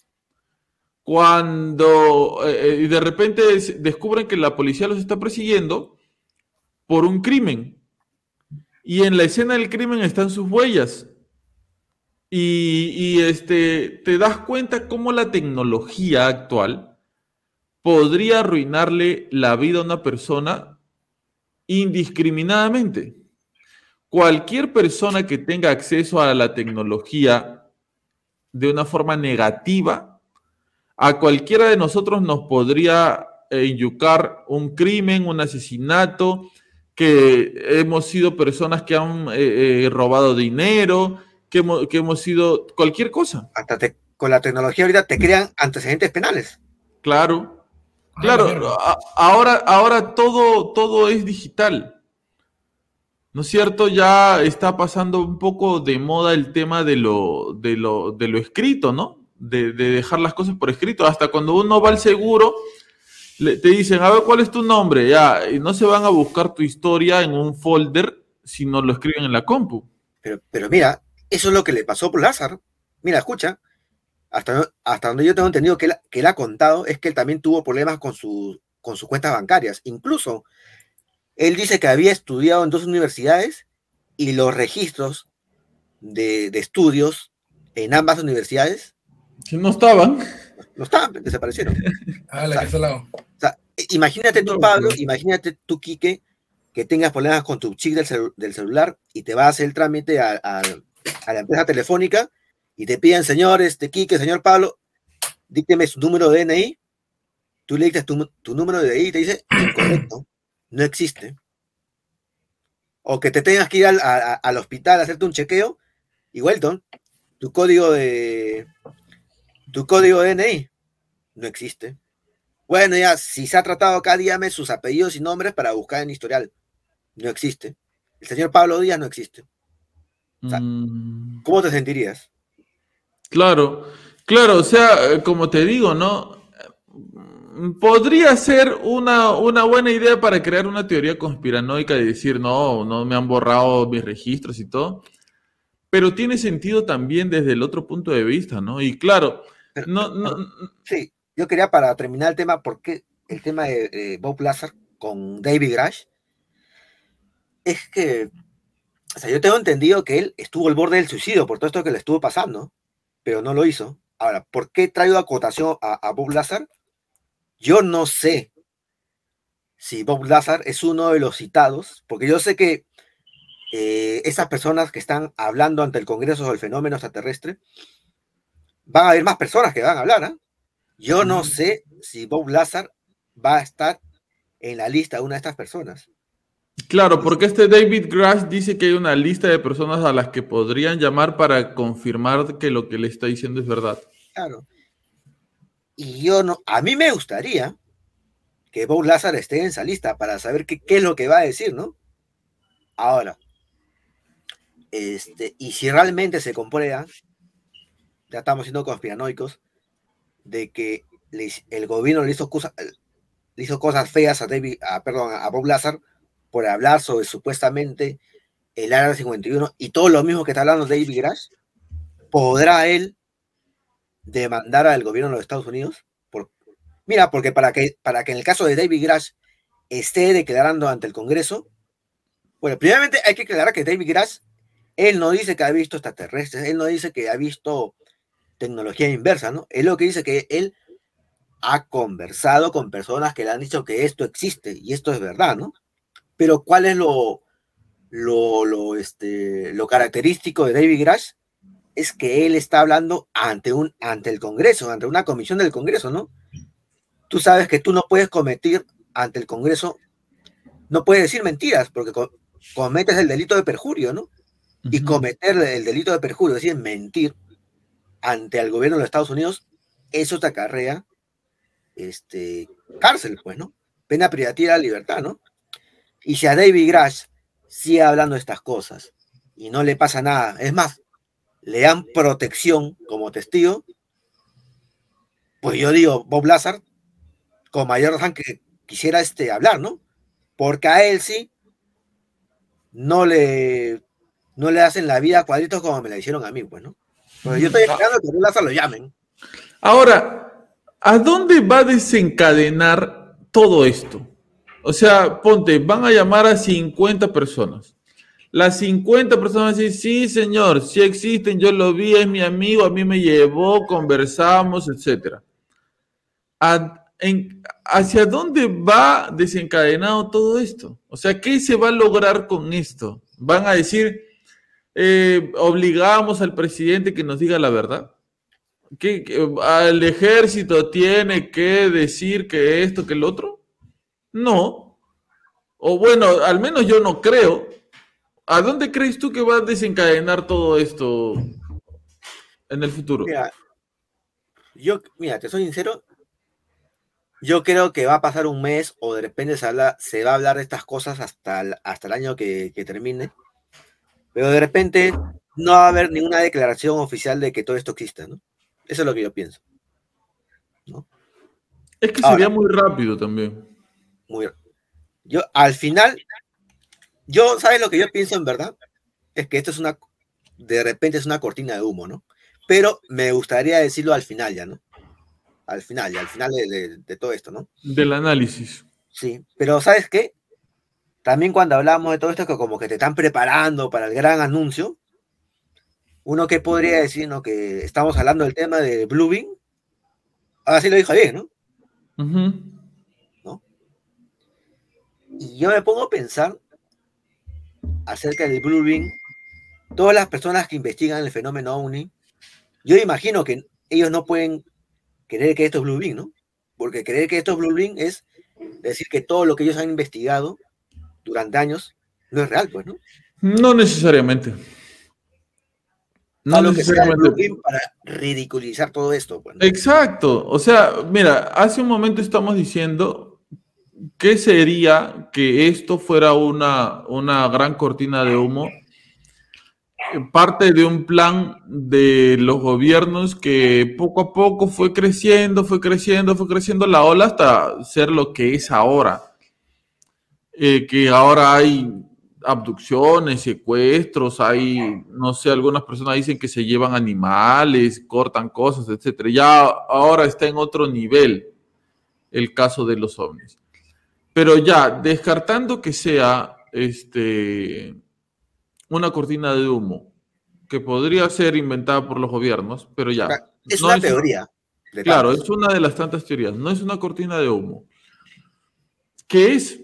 Cuando de repente descubren que la policía los está persiguiendo por un crimen y en la escena del crimen están sus huellas y te das cuenta cómo la tecnología actual podría arruinarle la vida a una persona indiscriminadamente. Cualquier persona que tenga acceso a la tecnología de una forma negativa, a cualquiera de nosotros nos podría inyucar un crimen, un asesinato, que hemos sido personas que han robado dinero, que hemos sido cualquier cosa. Hasta con la tecnología ahorita te crean antecedentes penales. Claro, claro. Ahora todo es digital. ¿No es cierto? Ya está pasando un poco de moda el tema de lo escrito, ¿no? De dejar las cosas por escrito. Hasta cuando uno va al seguro, te dicen, a ver, ¿cuál es tu nombre? Ya, y no se van a buscar tu historia en un folder si no lo escriben en la compu. Pero mira, eso es lo que le pasó por Lázaro. Mira, escucha, hasta donde yo tengo entendido que él ha contado, es que él también tuvo problemas con sus cuentas bancarias. Incluso, él dice que había estudiado en 2 universidades y los registros de estudios en ambas universidades Si no estaban. no estaban, desaparecieron. O sea, imagínate tú, Pablo, imagínate tú, Quique, que tengas problemas con tu chip del celular y te vas a hacer el trámite a la empresa telefónica y te piden, señor Quique, señor Pablo, dícteme su número de DNI. Tú le dictas tu número de DNI y te dice, incorrecto, no existe. O que te tengas que ir al hospital a hacerte un chequeo y Welton, tu código de DNI no existe. Bueno, ya, si se ha tratado acá, dígame sus apellidos y nombres para buscar en historial. No existe. El señor Pablo Díaz no existe. O sea, ¿cómo te sentirías? Claro, o sea, como te digo, ¿no? Podría ser una buena idea para crear una teoría conspiranoica de decir, no me han borrado mis registros y todo, pero tiene sentido también desde el otro punto de vista, ¿no? Y claro, sí, yo quería para terminar el tema, porque el tema de Bob Lazar con David Grush, es que, o sea, yo tengo entendido que él estuvo al borde del suicidio por todo esto que le estuvo pasando, pero no lo hizo. Ahora, ¿por qué traigo a cotación a Bob Lazar? Yo no sé si Bob Lazar es uno de los citados, porque yo sé que esas personas que están hablando ante el Congreso del fenómeno extraterrestre, van a haber más personas que van a hablar, ¿eh? Yo no sé si Bob Lazar va a estar en la lista de una de estas personas. Claro, porque David Grush dice que hay una lista de personas a las que podrían llamar para confirmar que lo que le está diciendo es verdad. Claro. Y a mí me gustaría que Bob Lazar esté en esa lista para saber qué es lo que va a decir, ¿no? Ahora, y si realmente se comprueba, ya estamos siendo conspiranoicos, de que el gobierno le hizo cosas feas a Bob Lazar por hablar sobre supuestamente el Área 51 y todo lo mismo que está hablando David Grush, ¿podrá él demandar al gobierno de los Estados Unidos? Mira, porque para que en el caso de David Grush esté declarando ante el Congreso, bueno, primeramente hay que aclarar que David Grush, él no dice que ha visto extraterrestres, él no dice que ha visto tecnología inversa, ¿no? Él lo que dice que él ha conversado con personas que le han dicho que esto existe y esto es verdad, ¿no? Pero ¿cuál es lo característico de David Grush? Es que él está hablando ante el Congreso, ante una comisión del Congreso, ¿no? Tú sabes que tú no puedes cometer ante el Congreso, no puedes decir mentiras porque cometes el delito de perjurio, ¿no? Y cometer el delito de perjurio, es decir, mentir ante el gobierno de los Estados Unidos, eso te acarrea cárcel, pues, ¿no? Pena privativa de la libertad, ¿no? Y si a David Grush sigue hablando estas cosas y no le pasa nada, es más, le dan protección como testigo, pues yo digo, Bob Lazar, con mayor razón que quisiera hablar, ¿no? Porque a él sí no le hacen la vida a cuadritos como me la hicieron a mí, pues, ¿no? Porque yo estoy esperando que Bob Lazar lo llamen. Ahora, ¿a dónde va a desencadenar todo esto? O sea, ponte, van a llamar a 50 personas. Las 50 personas van a decir, sí, señor, sí existen, yo lo vi, es mi amigo, a mí me llevó, conversamos, etc. ¿Hacia dónde va desencadenado todo esto? O sea, ¿qué se va a lograr con esto? ¿Van a decir, obligamos al presidente que nos diga la verdad? ¿Que el ejército tiene que decir que esto, que el otro? No. O bueno, al menos yo no creo. ¿A dónde crees tú que va a desencadenar todo esto en el futuro? Mira, te soy sincero, yo creo que va a pasar un mes o de repente se va a hablar de estas cosas hasta el año que termine, pero de repente no va a haber ninguna declaración oficial de que todo esto exista, ¿no? Eso es lo que yo pienso, ¿no? Es que sería muy rápido también. Yo, al final, ¿sabes lo que yo pienso en verdad? Es que esto de repente es una cortina de humo, ¿no? Pero me gustaría decirlo al final ya, ¿no? Al final de todo esto, ¿no? Del análisis. Sí, pero ¿sabes qué? También cuando hablamos de todo esto, que como que te están preparando para el gran anuncio, uno que podría decir, ¿no? Que estamos hablando del tema de Bluebeam, ahora sí lo dijo bien, ¿no? ¿No? Y yo me pongo a pensar acerca del Bluebeam, todas las personas que investigan el fenómeno OVNI, yo imagino que ellos no pueden creer que esto es Bluebeam, ¿no? Porque creer que esto es Bluebeam es decir que todo lo que ellos han investigado durante años no es real, pues, ¿no? No necesariamente. No necesariamente. Para ridiculizar todo esto, pues, ¿no? Exacto. O sea, mira, hace un momento estamos diciendo ¿qué sería que esto fuera una gran cortina de humo? Parte de un plan de los gobiernos que poco a poco fue creciendo la ola hasta ser lo que es ahora. Que ahora hay abducciones, secuestros, no sé, algunas personas dicen que se llevan animales, cortan cosas, etcétera. Ya ahora está en otro nivel el caso de los ovnis. Pero ya, descartando que sea una cortina de humo que podría ser inventada por los gobiernos, pero ya. Es una teoría. Claro, es una de las tantas teorías. No es una cortina de humo. ¿Qué es?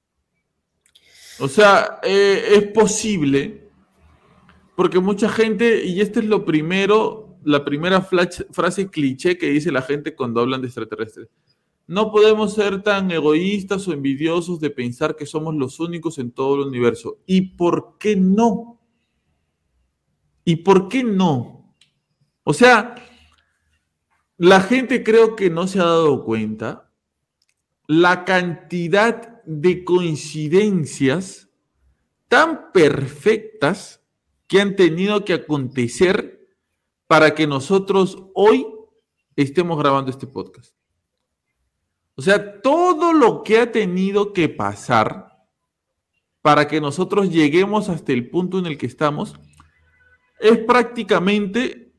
O sea, es posible, porque mucha gente, y esto es lo primero, la primera frase cliché que dice la gente cuando hablan de extraterrestres. No podemos ser tan egoístas o envidiosos de pensar que somos los únicos en todo el universo. ¿Y por qué no? ¿Y por qué no? O sea, la gente creo que no se ha dado cuenta la cantidad de coincidencias tan perfectas que han tenido que acontecer para que nosotros hoy estemos grabando este podcast. O sea, todo lo que ha tenido que pasar para que nosotros lleguemos hasta el punto en el que estamos es prácticamente,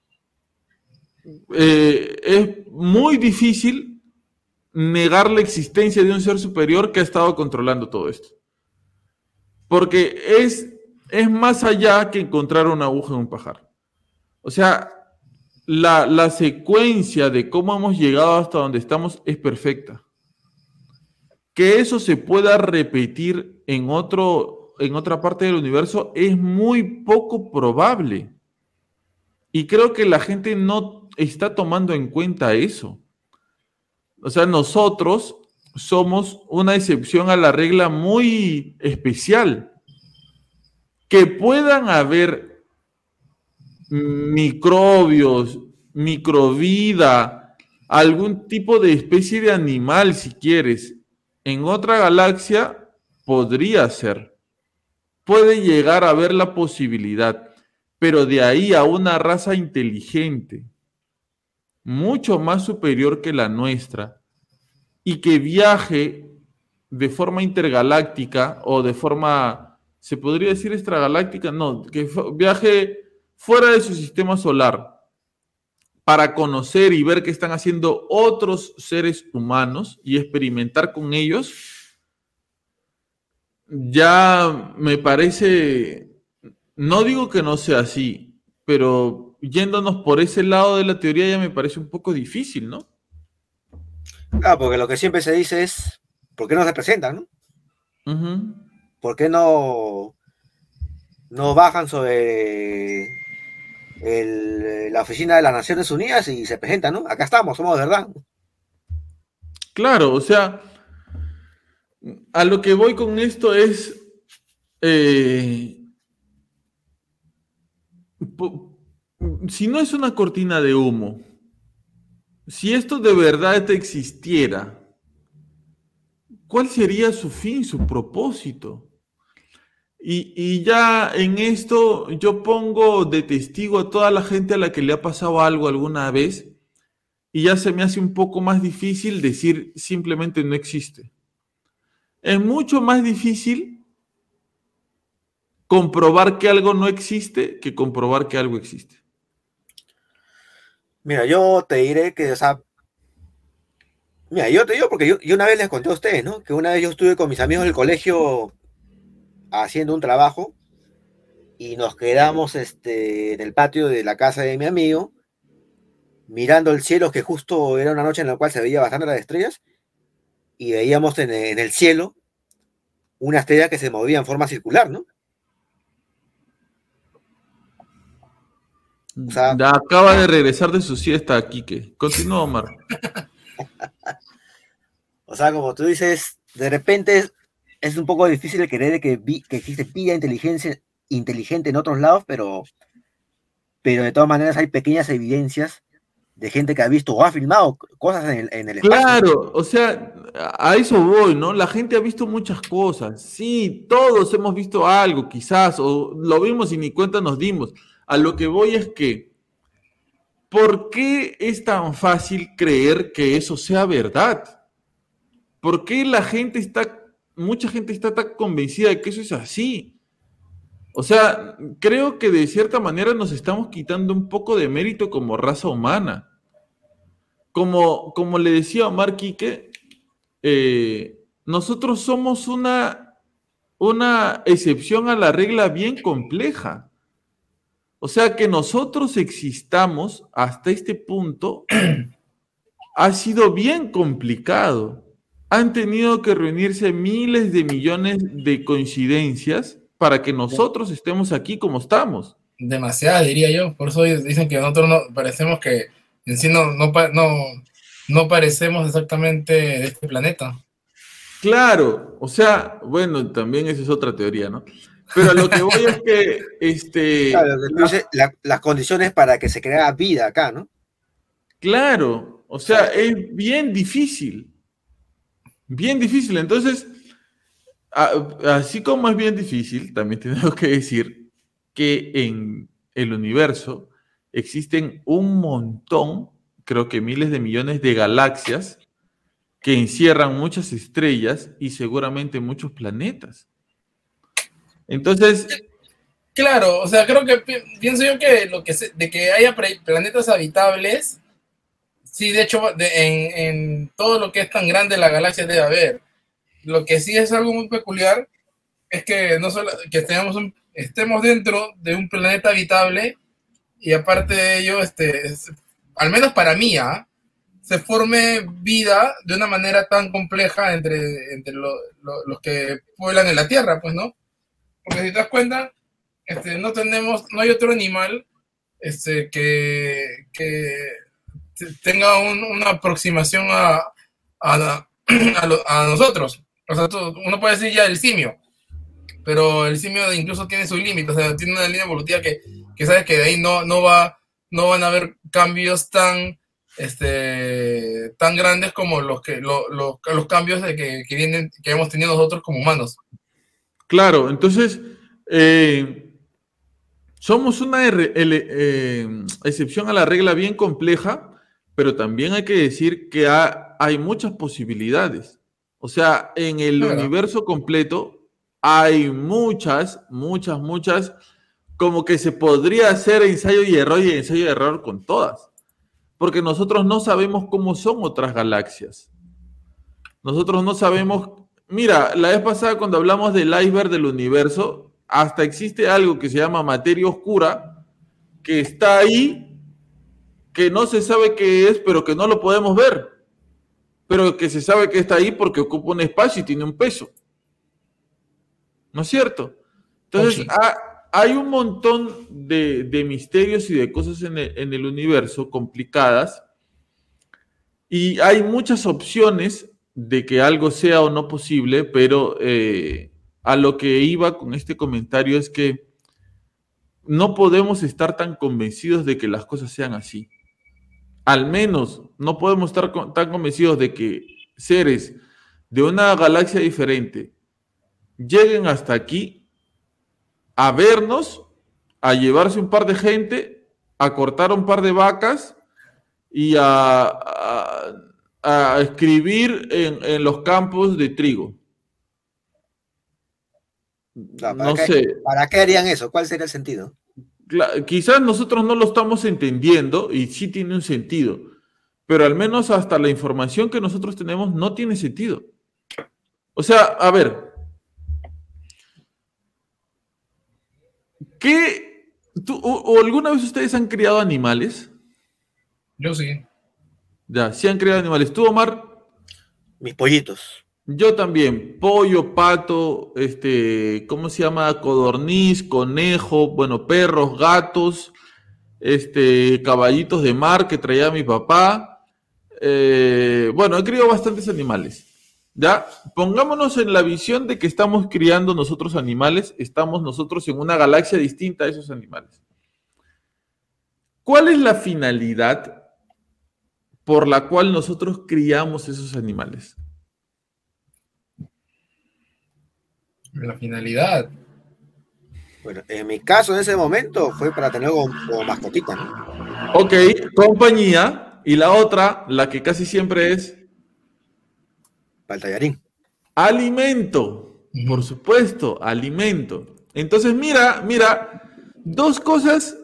es muy difícil negar la existencia de un ser superior que ha estado controlando todo esto. Porque es más allá que encontrar una aguja en un pajar. O sea, la secuencia de cómo hemos llegado hasta donde estamos es perfecta. Que eso se pueda repetir en otra parte del universo es muy poco probable. Y creo que la gente no está tomando en cuenta eso. O sea, nosotros somos una excepción a la regla muy especial. Que puedan haber microbios, microvida, algún tipo de especie de animal, si quieres, en otra galaxia, podría ser. Puede llegar a haber la posibilidad, pero de ahí a una raza inteligente, mucho más superior que la nuestra, y que viaje de forma intergaláctica o de forma, ¿se podría decir extragaláctica? No, que viaje fuera de su sistema solar para conocer y ver qué están haciendo otros seres humanos y experimentar con ellos, ya me parece, no digo que no sea así, pero yéndonos por ese lado de la teoría ya me parece un poco difícil, ¿no? Claro, porque lo que siempre se dice es, ¿por qué no se presentan, no? Uh-huh. ¿Por qué no bajan sobre la oficina de las Naciones Unidas y se presentan, ¿no? Acá estamos, somos de verdad. Claro, o sea, a lo que voy con esto es, si no es una cortina de humo, si esto de verdad existiera, ¿cuál sería su fin, su propósito? Y ya en esto yo pongo de testigo a toda la gente a la que le ha pasado algo alguna vez y ya se me hace un poco más difícil decir simplemente no existe. Es mucho más difícil comprobar que algo no existe que comprobar que algo existe. Mira, yo te diré que, o sea, mira, yo te digo porque yo una vez les conté a ustedes, ¿no? Que una vez yo estuve con mis amigos del colegio haciendo un trabajo y nos quedamos en el patio de la casa de mi amigo mirando el cielo, que justo era una noche en la cual se veía bastante las estrellas y veíamos en el cielo una estrella que se movía en forma circular, ¿no? O sea, Acaba de regresar de su siesta, Quique. Continúa, Omar. o sea, como tú dices, de repente es un poco difícil creer que existe vida inteligente en otros lados, pero de todas maneras hay pequeñas evidencias de gente que ha visto o ha filmado cosas en el espacio. Claro, o sea, a eso voy, ¿no? La gente ha visto muchas cosas. Sí, todos hemos visto algo, quizás, o lo vimos y ni cuenta nos dimos. A lo que voy es que, ¿por qué es tan fácil creer que eso sea verdad? ¿Por qué mucha gente está tan convencida de que eso es así? O sea, creo que de cierta manera nos estamos quitando un poco de mérito como raza humana. Como le decía Omar Quique, nosotros somos una excepción a la regla bien compleja. O sea, que nosotros existamos hasta este punto ha sido bien complicado. Han tenido que reunirse miles de millones de coincidencias para que nosotros estemos aquí como estamos. Demasiadas, diría yo. Por eso dicen que nosotros no parecemos que en sí no parecemos exactamente de este planeta. Claro, o sea, bueno, también esa es otra teoría, ¿no? Pero a lo que voy es que Claro, entonces, las condiciones para que se crea vida acá, ¿no? claro, o sea, es bien difícil, bien difícil. Entonces, así como es bien difícil, también tenemos que decir que en el universo existen un montón, creo que miles de millones de galaxias que encierran muchas estrellas y seguramente muchos planetas. Entonces, claro, o sea, creo que pienso yo que de que haya planetas habitables, sí, de hecho, en todo lo que es tan grande la galaxia debe haber. Lo que sí es algo muy peculiar es que no solo que estemos dentro de un planeta habitable y aparte de ello, al menos para mí, se forme vida de una manera tan compleja entre los que pueblan en la Tierra, pues, ¿no? Porque si te das cuenta, no hay otro animal que tenga una aproximación a nosotros. O sea, uno puede decir ya el simio, pero el simio incluso tiene sus límites, o sea, tiene una línea evolutiva que sabes que de ahí no van a haber cambios tan grandes como los cambios que hemos tenido nosotros como humanos. Claro, entonces somos una excepción a la regla bien compleja, pero también hay que decir que hay muchas posibilidades. O sea, en el universo completo hay muchas, como que se podría hacer ensayo y error con todas. Porque nosotros no sabemos cómo son otras galaxias. Nosotros no sabemos. Mira, la vez pasada cuando hablamos del iceberg del universo, hasta existe algo que se llama materia oscura, que está ahí, que no se sabe qué es, pero que no lo podemos ver. Pero que se sabe que está ahí porque ocupa un espacio y tiene un peso. ¿No es cierto? Entonces, hay un montón de misterios y de cosas en el universo complicadas, y hay muchas opciones de que algo sea o no posible, pero a lo que iba con este comentario es que no podemos estar tan convencidos de que las cosas sean así. Al menos no podemos estar tan convencidos de que seres de una galaxia diferente lleguen hasta aquí a vernos, a llevarse un par de gente, a cortar un par de vacas y a escribir en los campos de trigo. No sé. ¿Para qué harían eso? ¿Cuál sería el sentido? Quizás nosotros no lo estamos entendiendo y sí tiene un sentido, pero al menos hasta la información que nosotros tenemos no tiene sentido. O sea, a ver, ¿o alguna vez ustedes han criado animales? Yo sí. Ya, sí han criado animales. ¿Tú, Omar? Mis pollitos. Yo también, pollo, pato, ¿cómo se llama? Codorniz, conejo, bueno, perros, gatos, caballitos de mar que traía mi papá. Bueno, he criado bastantes animales. ¿Ya? Pongámonos en la visión de que estamos criando nosotros animales, estamos nosotros en una galaxia distinta a esos animales. ¿Cuál es la finalidad por la cual nosotros criamos esos animales? La finalidad. Bueno, en mi caso en ese momento fue para tener como mascotita, ¿no? Ok, compañía. Y la otra, la que casi siempre es... Para el tallarín. Alimento. Por supuesto, alimento. Entonces, mira, dos cosas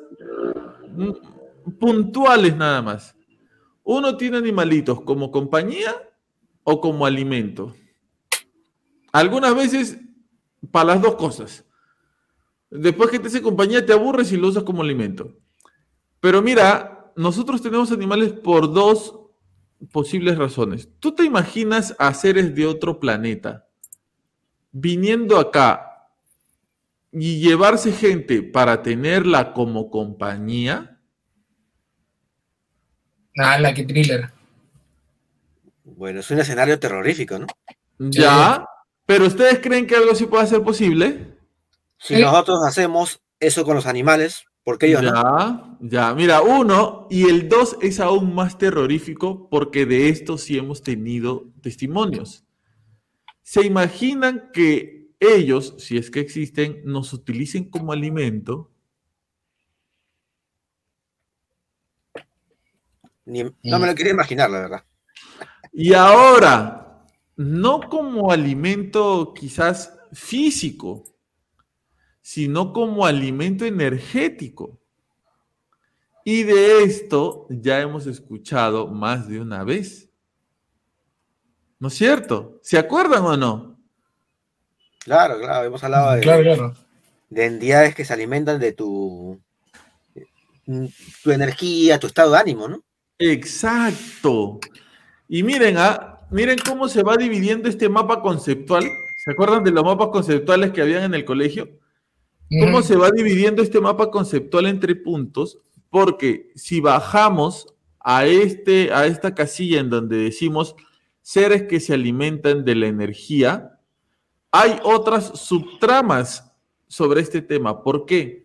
puntuales nada más. Uno tiene animalitos como compañía o como alimento. Algunas veces para las dos cosas. Después que te hace compañía te aburres y lo usas como alimento. Pero mira, nosotros tenemos animales por dos posibles razones. ¿Tú te imaginas a seres de otro planeta viniendo acá y llevarse gente para tenerla como compañía? La que thriller. Bueno, es un escenario terrorífico, ¿no? Ya, pero ¿ustedes creen que algo así pueda ser posible? Si nosotros hacemos eso con los animales, ¿por qué ellos no? Ya, mira, 1 y el 2 es aún más terrorífico porque de esto sí hemos tenido testimonios. ¿Se imaginan que ellos, si es que existen, nos utilicen como alimento? No me lo quería imaginar, la verdad. Y ahora, no como alimento quizás físico, sino como alimento energético. Y de esto ya hemos escuchado más de una vez. ¿No es cierto? ¿Se acuerdan o no? Claro, hemos hablado de entidades que se alimentan de tu energía, tu estado de ánimo, ¿no? Exacto. Y miren cómo se va dividiendo este mapa conceptual. ¿Se acuerdan de los mapas conceptuales que habían en el colegio? ¿Cómo se va dividiendo este mapa conceptual entre puntos? Porque si bajamos a esta casilla en donde decimos seres que se alimentan de la energía. Hay otras subtramas sobre este tema. ¿Por qué?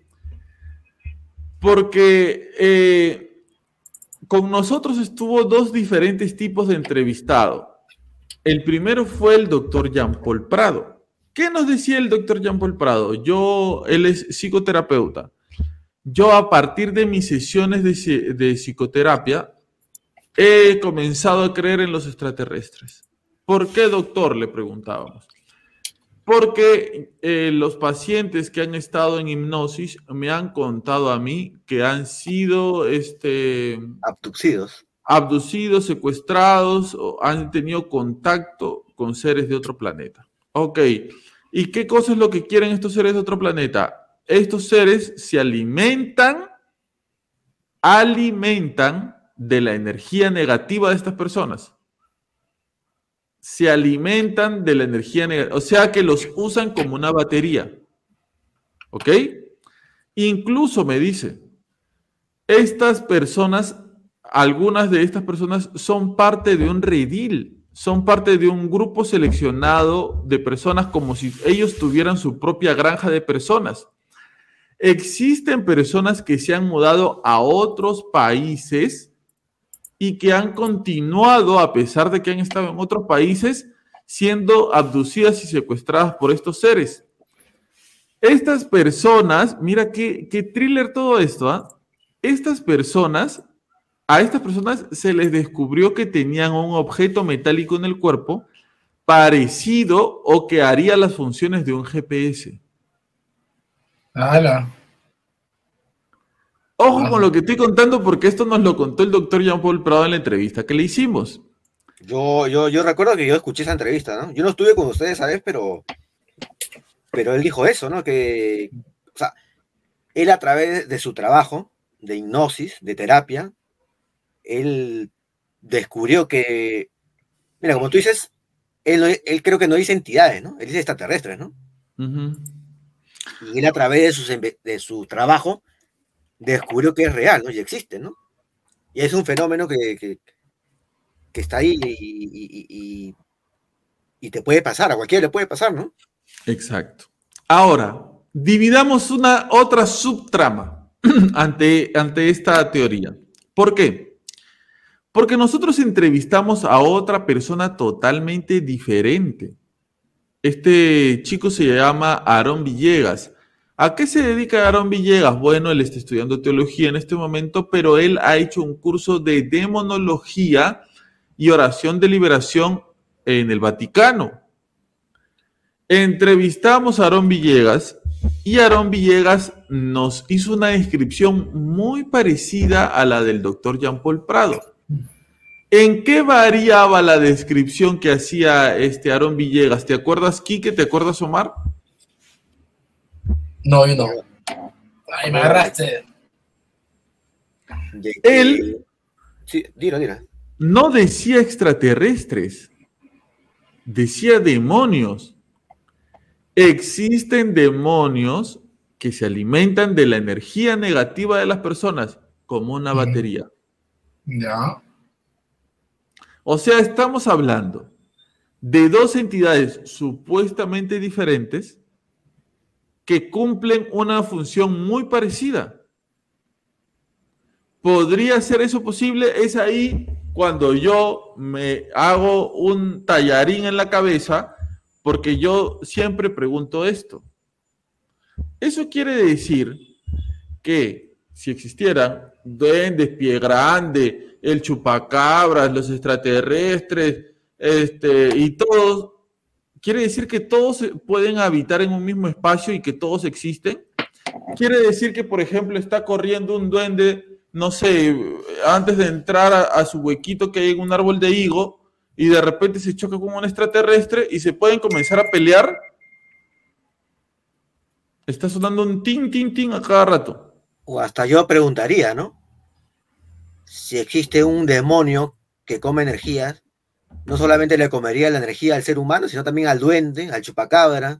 Porque con nosotros estuvo dos diferentes tipos de entrevistado. El primero fue el doctor Jean-Paul Prado. ¿Qué nos decía el doctor Jean-Paul Prado? Él es psicoterapeuta. Yo, a partir de mis sesiones de psicoterapia, he comenzado a creer en los extraterrestres. ¿Por qué, doctor?, le preguntábamos. Porque los pacientes que han estado en hipnosis me han contado a mí que han sido abducidos, secuestrados, o han tenido contacto con seres de otro planeta. Ok, ¿y qué cosa es lo que quieren estos seres de otro planeta? Estos seres se alimentan de la energía negativa de estas personas. Se alimentan de la energía negativa, o sea que los usan como una batería. ¿Ok? Incluso me dice, algunas de estas personas son parte de un redil, son parte de un grupo seleccionado de personas como si ellos tuvieran su propia granja de personas. Existen personas que se han mudado a otros países y que han continuado, a pesar de que han estado en otros países, siendo abducidas y secuestradas por estos seres. Estas personas, mira qué thriller todo esto, ¿ah? A estas personas se les descubrió que tenían un objeto metálico en el cuerpo parecido o que haría las funciones de un GPS. ¡Hala! Ojo con lo que estoy contando, porque esto nos lo contó el doctor Jean-Paul Prado en la entrevista que le hicimos. Yo recuerdo que yo escuché esa entrevista, ¿no? Yo no estuve con ustedes, ¿sabes? Pero él dijo eso, ¿no? Que, o sea, él, a través de su trabajo de hipnosis, de terapia, él descubrió que, mira, como tú dices, él creo que no dice entidades, ¿no? Él dice extraterrestres, ¿no? Uh-huh. Y él, a través de su trabajo, descubrió que es real, ¿no? Y existe, ¿no? Y es un fenómeno que está ahí y te puede pasar, a cualquiera le puede pasar, ¿no? Exacto. Ahora, dividamos otra subtrama ante esta teoría. ¿Por qué? Porque nosotros entrevistamos a otra persona totalmente diferente. Este chico se llama Aarón Villegas. ¿A qué se dedica Aarón Villegas? Bueno, él está estudiando teología en este momento, pero él ha hecho un curso de demonología y oración de liberación en el Vaticano. Entrevistamos a Aarón Villegas y Aarón Villegas nos hizo una descripción muy parecida a la del doctor Jean-Paul Prado. ¿En qué variaba la descripción que hacía Aarón Villegas? ¿Te acuerdas, Quique? ¿Te acuerdas, Omar? No, yo no. Ay, me agarraste. Él sí, dilo. No decía extraterrestres, decía demonios. Existen demonios que se alimentan de la energía negativa de las personas como una batería. Ya. O sea, estamos hablando de dos entidades supuestamente diferentes que cumplen una función muy parecida. ¿Podría ser eso posible? Es ahí cuando yo me hago un tallarín en la cabeza, porque yo siempre pregunto esto. Eso quiere decir que si existieran duendes, pie grande, el chupacabras, los extraterrestres, y todos, quiere decir que todos pueden habitar en un mismo espacio y que todos existen. Quiere decir que, por ejemplo, está corriendo un duende, no sé, antes de entrar a su huequito que hay en un árbol de higo, y de repente se choca con un extraterrestre y se pueden comenzar a pelear. Está sonando un tin, tin, tin a cada rato. O hasta yo preguntaría, ¿no? Si existe un demonio que come energías, no solamente le comería la energía al ser humano, sino también al duende, al chupacabra,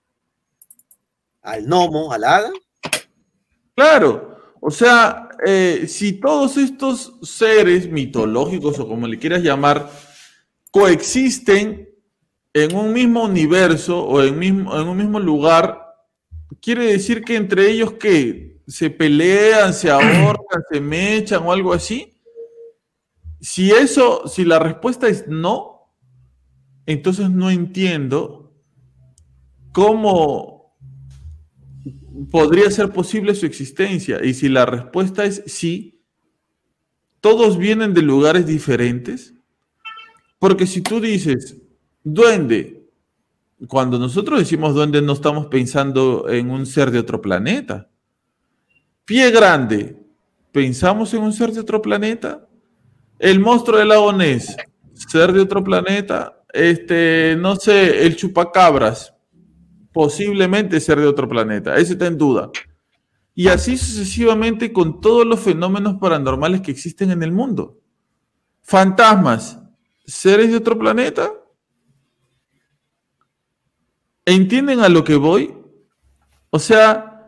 al gnomo, al hada. Claro, o sea, si todos estos seres mitológicos o como le quieras llamar, coexisten en un mismo universo o en un mismo lugar, quiere decir que entre ellos, ¿qué? ¿Se pelean, se ahorcan, se mechan o algo así? Si la respuesta es no, entonces no entiendo cómo podría ser posible su existencia. Y si la respuesta es sí, todos vienen de lugares diferentes. Porque si tú dices duende, cuando nosotros decimos duende no estamos pensando en un ser de otro planeta. Pie grande, ¿pensamos en un ser de otro planeta? El monstruo del lago Ness, ser de otro planeta. No sé, el chupacabras, posiblemente ser de otro planeta. Ese está en duda. Y así sucesivamente con todos los fenómenos paranormales que existen en el mundo. Fantasmas, seres de otro planeta. ¿Entienden a lo que voy? O sea,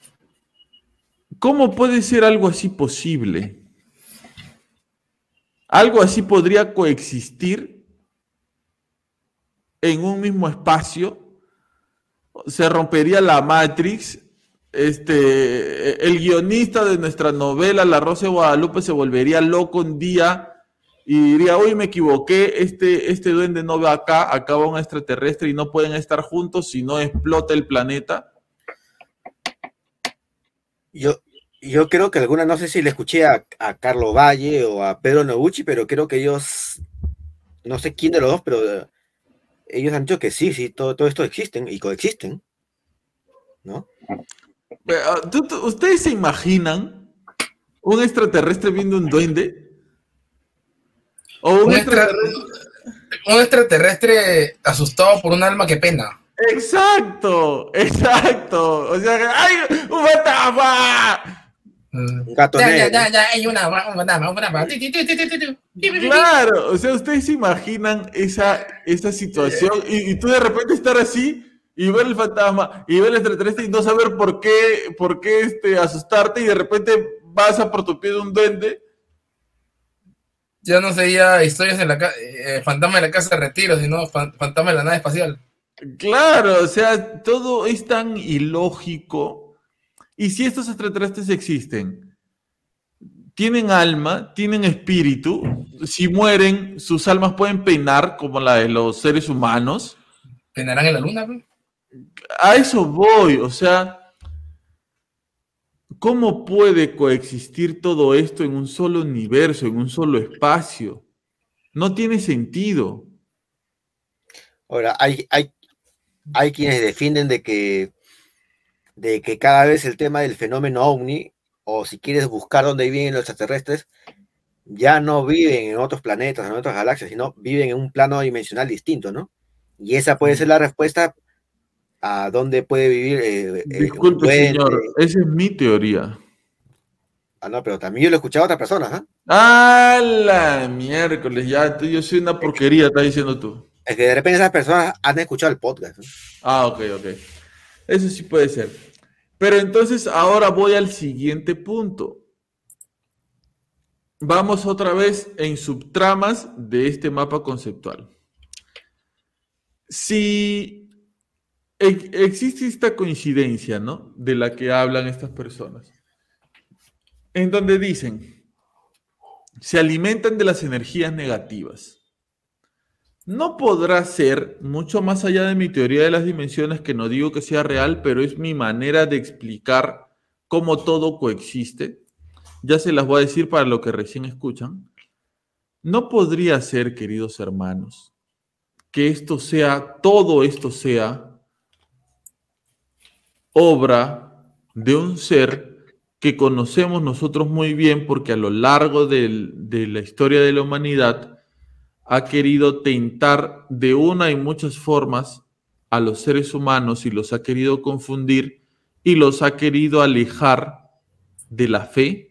¿cómo puede ser algo así posible? Algo así podría coexistir en un mismo espacio. Se rompería la Matrix. El guionista de nuestra novela La Rosa de Guadalupe se volvería loco un día y diría, uy, me equivoqué, este duende no va acá va un extraterrestre y no pueden estar juntos si no explota el planeta. Yo creo que no sé si le escuché a Carlos Valle o a Pedro Noguchi, pero creo que ellos, no sé quién de los dos, pero ellos han dicho que sí, todo esto existen y coexisten, ¿no? ¿Ustedes se imaginan un extraterrestre viendo un duende? ¿O un extraterrestre asustado por un alma que pena? Exacto. O sea, ¡ay, un fantasma! Un gato negro. Hay un fantasma. Claro, o sea, ustedes se imaginan esa situación y tú de repente estar así y ver el fantasma y ver el extraterrestre y no saber por qué asustarte y de repente vas a por tu pie de un duende. Ya no sería historias en fantasma de la casa de retiro, sino fantasma de la nave espacial. Claro, o sea, todo es tan ilógico. Y si estos extraterrestres existen, tienen alma, tienen espíritu, si mueren, sus almas pueden penar como la de los seres humanos. ¿Penarán en la luna, bro? A eso voy, o sea, ¿cómo puede coexistir todo esto en un solo universo, en un solo espacio? No tiene sentido. Ahora, hay quienes defienden de que cada vez el tema del fenómeno ovni, o si quieres buscar dónde viven los extraterrestres, ya no viven en otros planetas, en otras galaxias, sino viven en un plano dimensional distinto, ¿no? Y esa puede ser la respuesta a dónde puede vivir. Disculpe, señor, esa es mi teoría. Ah, no, pero también yo lo he escuchado a otras personas, ¿eh? ¡Ah, la miércoles! Ya, yo soy una porquería, estás diciendo tú. Es que de repente esas personas han escuchado el podcast, ¿no? Ah, ok. Eso sí puede ser. Pero entonces ahora voy al siguiente punto. Vamos otra vez en subtramas de este mapa conceptual. Si existe esta coincidencia, ¿no? De la que hablan estas personas, en donde dicen, se alimentan de las energías negativas. No podrá ser, mucho más allá de mi teoría de las dimensiones, que no digo que sea real, pero es mi manera de explicar cómo todo coexiste. Ya se las voy a decir para lo que recién escuchan. No podría ser, queridos hermanos, que todo esto sea obra de un ser que conocemos nosotros muy bien, porque a lo largo de la historia de la humanidad ha querido tentar de una y muchas formas a los seres humanos y los ha querido confundir y los ha querido alejar de la fe.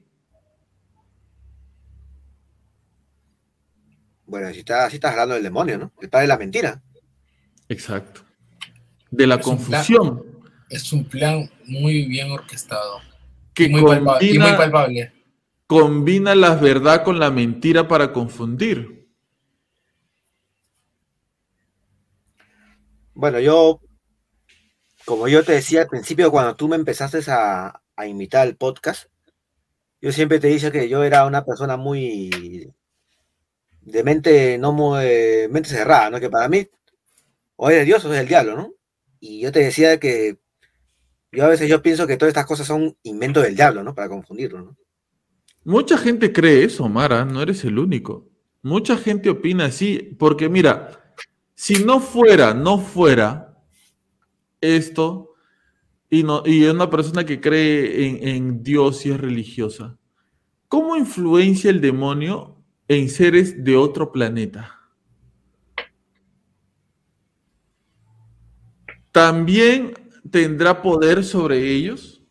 Bueno, si estás hablando del demonio, ¿no? El padre de la mentira. Exacto. De la confusión. Es un plan muy bien orquestado. Que y muy palpable. Combina la verdad con la mentira para confundir. Bueno, como yo te decía al principio, cuando tú me empezaste a invitar al podcast, yo siempre te dije que yo era una persona muy de mente, no muy, mente cerrada, ¿no? Que para mí, o eres Dios o eres el diablo, ¿no? Y yo te decía que yo a veces yo pienso que todas estas cosas son inventos del diablo, ¿no? Para confundirlo, ¿no? Mucha gente cree eso, Mara, no eres el único. Mucha gente opina así, porque mira, si no fuera esto, y una persona que cree en Dios y es religiosa, ¿cómo influencia el demonio en seres de otro planeta? ¿También tendrá poder sobre ellos?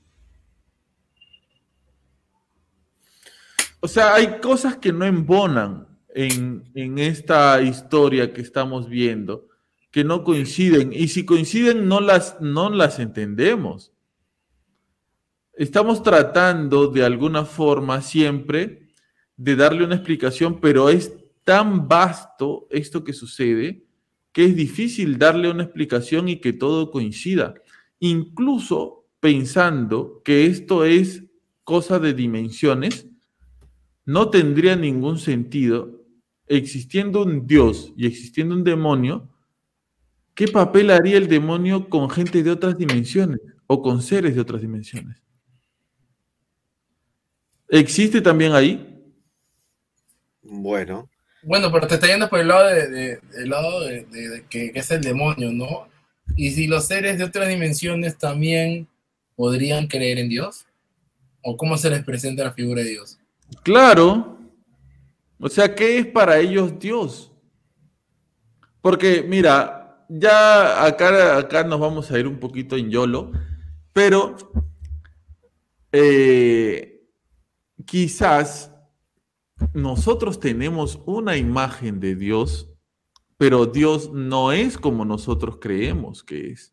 O sea, hay cosas que no embonan en esta historia que estamos viendo, que no coinciden. Y si coinciden, no las entendemos. Estamos tratando de alguna forma siempre de darle una explicación, pero es tan vasto esto que sucede que es difícil darle una explicación y que todo coincida. Incluso pensando que esto es cosa de dimensiones, no tendría ningún sentido existiendo un Dios y existiendo un demonio. ¿Qué papel haría el demonio con gente de otras dimensiones o con seres de otras dimensiones? ¿Existe también ahí? Bueno, Bueno, pero te está yendo por el lado de que es el demonio, ¿no? Y si los seres de otras dimensiones también podrían creer en Dios, o cómo se les presenta la figura de Dios. Claro. O sea, ¿qué es para ellos Dios? Porque, mira, ya acá nos vamos a ir un poquito en YOLO, pero eh, quizás nosotros tenemos una imagen de Dios, pero Dios no es como nosotros creemos que es.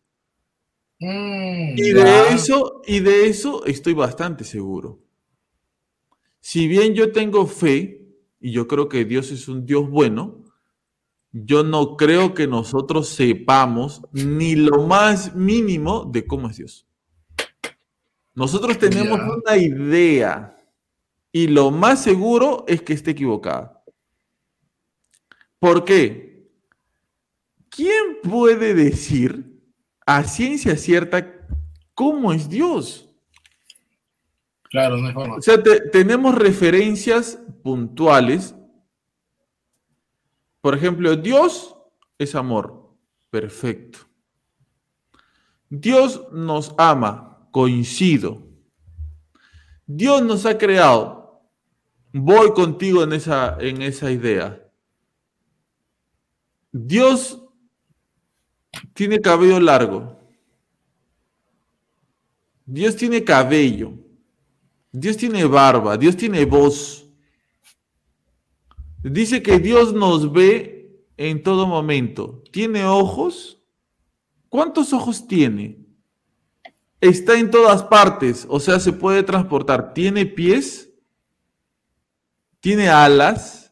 Ya, Y de eso estoy bastante seguro. Si bien yo tengo fe, y yo creo que Dios es un Dios bueno, yo no creo que nosotros sepamos ni lo más mínimo de cómo es Dios. Nosotros tenemos ya. una idea y lo más seguro es que esté equivocada. ¿Por qué? ¿Quién puede decir a ciencia cierta cómo es Dios? Claro, no hay O forma. sea, tenemos referencias puntuales. Por ejemplo, Dios es amor. Perfecto. Dios nos ama. Coincido. Dios nos ha creado. Voy contigo en esa idea. Dios tiene cabello largo. Dios tiene cabello. Dios tiene barba. Dios tiene voz. Dice que Dios nos ve en todo momento. ¿Tiene ojos? ¿Cuántos ojos tiene? Está en todas partes, o sea, se puede transportar. ¿Tiene pies? ¿Tiene alas?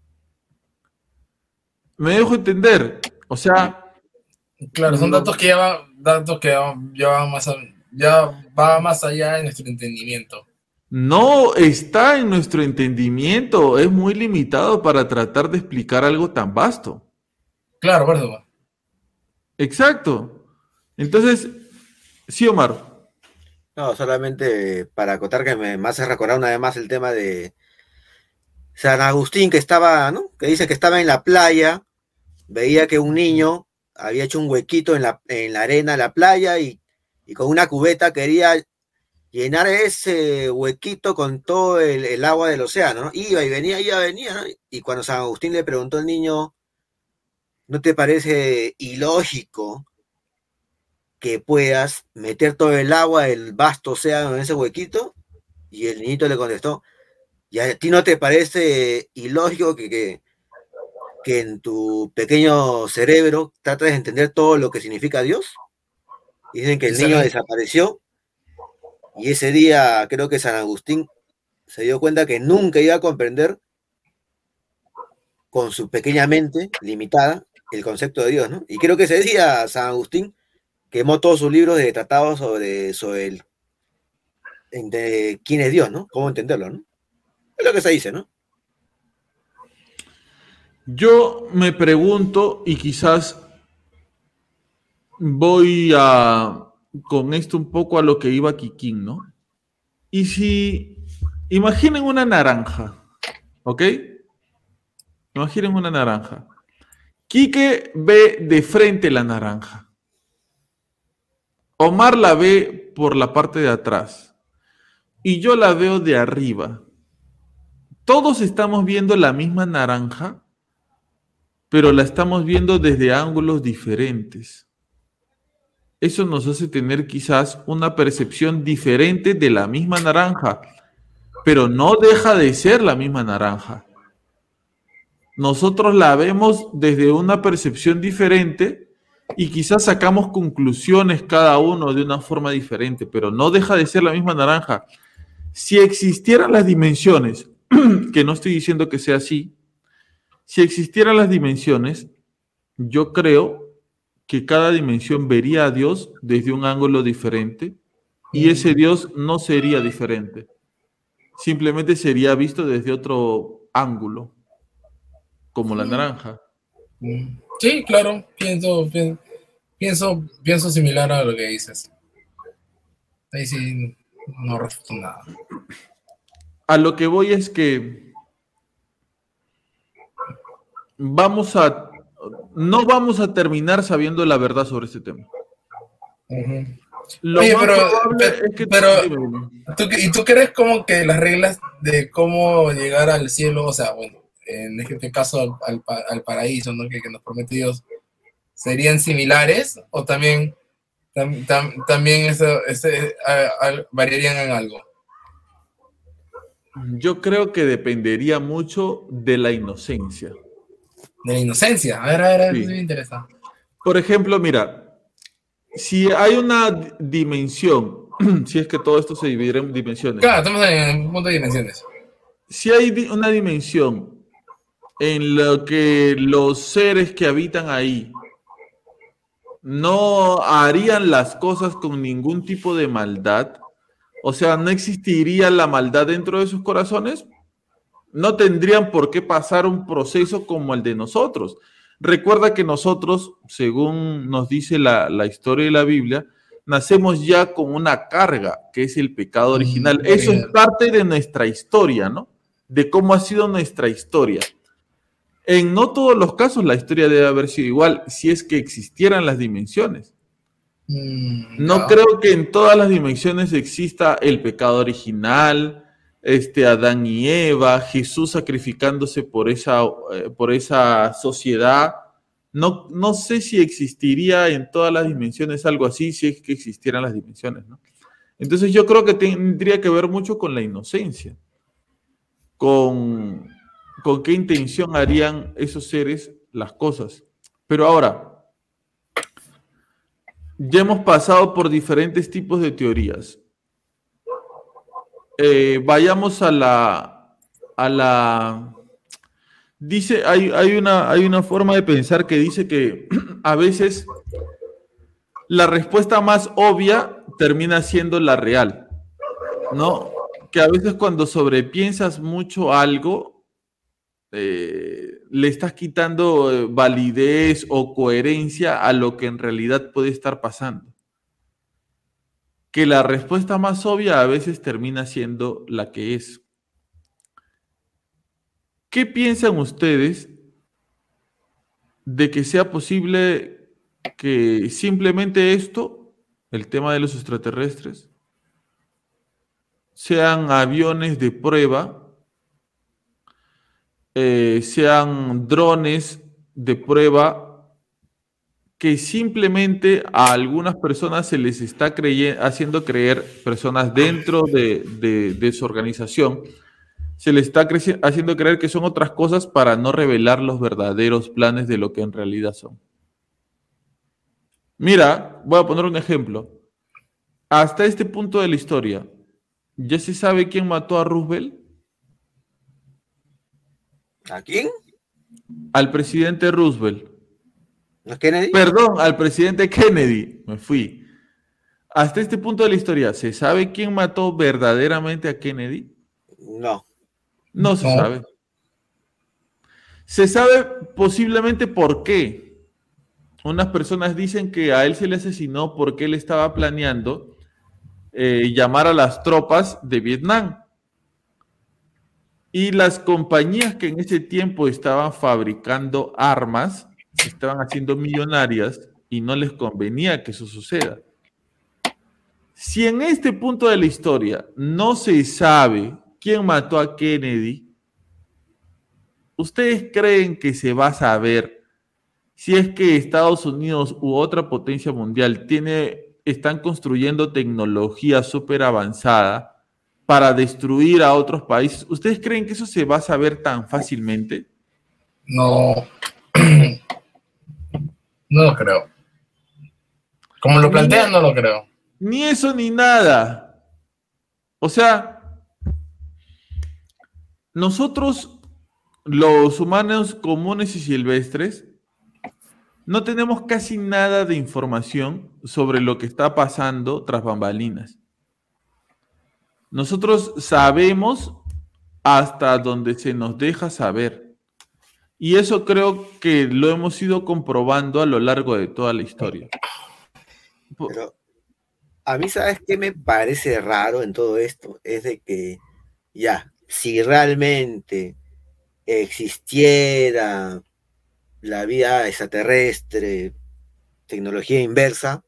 ¿Me dejo entender? O sea, Claro, son no, datos que ya va más allá de nuestro entendimiento. no está en nuestro entendimiento, es muy limitado para tratar de explicar algo tan vasto. Claro, por eso. Exacto. Entonces, sí, Omar. no, solamente para acotar que me hace recordar una vez más el tema de San Agustín que estaba, ¿no? Que dice que estaba en la playa, veía que un niño había hecho un huequito en la arena de la playa y con una cubeta quería llenar ese huequito con todo el agua del océano, ¿no? Iba y venía, ¿no? Y cuando San Agustín le preguntó al niño, ¿no te parece ilógico que puedas meter todo el agua del vasto océano en ese huequito? Y el niñito le contestó, ¿y a ti no te parece ilógico que en tu pequeño cerebro trates de entender todo lo que significa Dios? Y dicen que Y el niño salen, desapareció y ese día creo que San Agustín se dio cuenta que nunca iba a comprender con su pequeña mente limitada el concepto de Dios, ¿no? Y creo que se decía San Agustín, quemó todos sus libros de tratados sobre de quién es Dios, ¿no? Cómo entenderlo, ¿no? Es lo que se dice, ¿no? Yo me pregunto, y quizás con esto un poco a lo que iba Kikín, ¿no? Y si, imaginen una naranja, ¿ok? Imaginen una naranja. Quique ve de frente la naranja. Omar la ve por la parte de atrás. Y yo la veo de arriba. Todos estamos viendo la misma naranja, pero la estamos viendo desde ángulos diferentes. Eso nos hace tener quizás una percepción diferente de la misma naranja, pero no deja de ser la misma naranja. Nosotros la vemos desde una percepción diferente y quizás sacamos conclusiones cada uno de una forma diferente, pero no deja de ser la misma naranja. Si existieran las dimensiones, que no estoy diciendo que sea así, si existieran las dimensiones, yo creo que cada dimensión vería a Dios desde un ángulo diferente y ese Dios no sería diferente. Simplemente sería visto desde otro ángulo, como la naranja. Sí, claro, pienso similar a lo que dices. Ahí sí no refuto nada. A lo que voy es que no vamos a terminar sabiendo la verdad sobre este tema. Uh-huh. Lo Oye, más probable es que... ¿tú crees como que las reglas de cómo llegar al cielo, o sea, bueno, en este caso al paraíso, ¿no? que nos promete Dios, serían similares o también variarían en algo? Yo creo que dependería mucho de la inocencia. De la inocencia. A ver, Sí. eso me interesa. Por ejemplo, mira, si hay una dimensión, si es que todo esto se divide en dimensiones. Claro, estamos en un punto de dimensiones. Si hay una dimensión en la que los seres que habitan ahí no harían las cosas con ningún tipo de maldad, o sea, no existiría la maldad dentro de sus corazones, no tendrían por qué pasar un proceso como el de nosotros. Recuerda que nosotros, según nos dice la historia de la Biblia, nacemos ya con una carga, que es el pecado original. Eso es parte de nuestra historia, ¿no? De cómo ha sido nuestra historia. En no todos los casos la historia debe haber sido igual, si es que existieran las dimensiones. No creo que en todas las dimensiones exista el pecado original, Adán y Eva, Jesús sacrificándose por esa sociedad. No sé si existiría en todas las dimensiones algo así, si es que existieran las dimensiones, ¿no? Entonces yo creo que tendría que ver mucho con la inocencia, con qué intención harían esos seres las cosas. Pero ahora, ya hemos pasado por diferentes tipos de teorías. Vayamos a la dice, hay una forma de pensar que dice que a veces la respuesta más obvia termina siendo la real, ¿no? Que a veces cuando sobrepiensas mucho algo, le estás quitando validez o coherencia a lo que en realidad puede estar pasando. Que la respuesta más obvia a veces termina siendo la que es. ¿Qué piensan ustedes de que sea posible que simplemente esto, el tema de los extraterrestres, sean aviones de prueba, sean drones de prueba, que simplemente a algunas personas se les está haciendo creer, personas dentro de su organización, se les está haciendo creer que son otras cosas para no revelar los verdaderos planes de lo que en realidad son? Mira, voy a poner un ejemplo. Hasta este punto de la historia, ¿ya se sabe quién mató a Roosevelt? ¿A quién? Al presidente Roosevelt. ¿No es Kennedy? Perdón, al presidente Kennedy. Me fui. Hasta este punto de la historia, ¿se sabe quién mató verdaderamente a Kennedy? No. No se No. sabe. Se sabe posiblemente por qué. Unas personas dicen que a él se le asesinó porque él estaba planeando llamar a las tropas de Vietnam. Y las compañías que en ese tiempo estaban fabricando armas se estaban haciendo millonarias y no les convenía que eso suceda. Si en este punto de la historia no se sabe quién mató a Kennedy, ¿ustedes creen que se va a saber si es que Estados Unidos u otra potencia mundial están construyendo tecnología súper avanzada para destruir a otros países? ¿Ustedes creen que eso se va a saber tan fácilmente? No. No lo creo. Como lo plantean, no lo creo. Ni eso ni nada. O sea, nosotros, los humanos comunes y silvestres, no tenemos casi nada de información sobre lo que está pasando tras bambalinas. Nosotros sabemos hasta donde se nos deja saber. Y eso creo que lo hemos ido comprobando a lo largo de toda la historia. Pero a mí, ¿sabes qué me parece raro en todo esto? Es de que, ya, si realmente existiera la vida extraterrestre, tecnología inversa,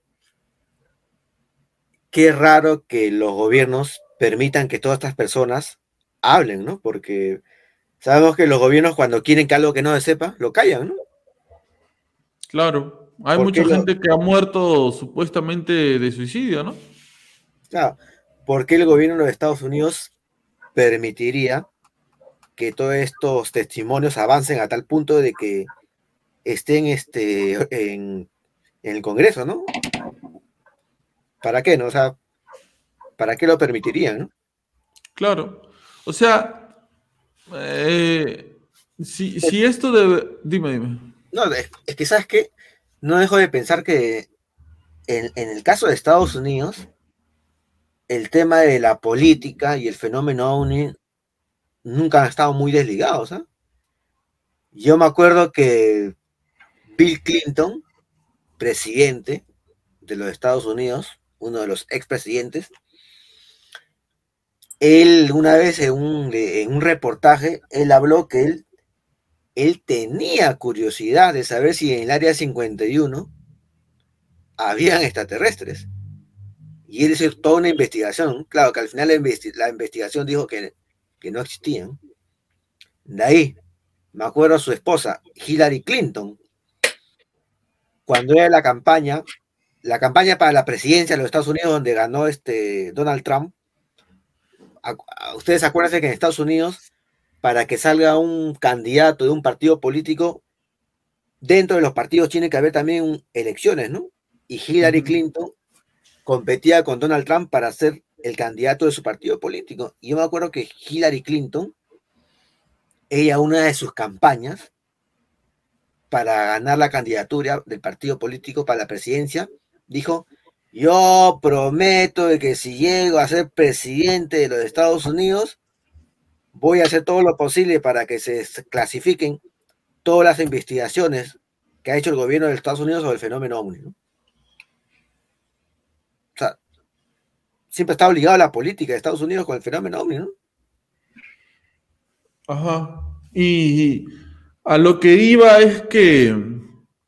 qué raro que los gobiernos permitan que todas estas personas hablen, ¿no? Porque sabemos que los gobiernos cuando quieren que algo que no se sepa, lo callan, ¿no? Claro, hay ¿Por mucha qué gente que ha muerto supuestamente de suicidio, ¿no? Claro, ¿por qué el gobierno de los Estados Unidos permitiría que todos estos testimonios avancen a tal punto de que estén en el Congreso, ¿no? ¿Para qué, no? O sea, ¿para qué lo permitirían, no? Claro. O sea, si esto debe... Dime. No, es que, ¿sabes qué? No dejo de pensar que en el caso de Estados Unidos, el tema de la política y el fenómeno OVNI nunca han estado muy desligados, ¿ah? Yo me acuerdo que Bill Clinton, presidente de los Estados Unidos, uno de los expresidentes, él una vez en un reportaje, él habló que él tenía curiosidad de saber si en el área 51 habían extraterrestres. Y él hizo toda una investigación. Claro que al final la investigación dijo que no existían. De ahí, me acuerdo a su esposa, Hillary Clinton, cuando era la campaña para la presidencia de los Estados Unidos, donde ganó Donald Trump. Ustedes acuérdense que en Estados Unidos, para que salga un candidato de un partido político, dentro de los partidos tiene que haber también elecciones, ¿no? Y Hillary Clinton competía con Donald Trump para ser el candidato de su partido político. Y yo me acuerdo que Hillary Clinton, ella, una de sus campañas para ganar la candidatura del partido político para la presidencia, dijo: yo prometo de que si llego a ser presidente de los Estados Unidos, voy a hacer todo lo posible para que se clasifiquen todas las investigaciones que ha hecho el gobierno de Estados Unidos sobre el fenómeno OVNI, ¿no? O sea, siempre está obligado a la política de Estados Unidos con el fenómeno OVNI, ¿no? Ajá. Y a lo que iba es que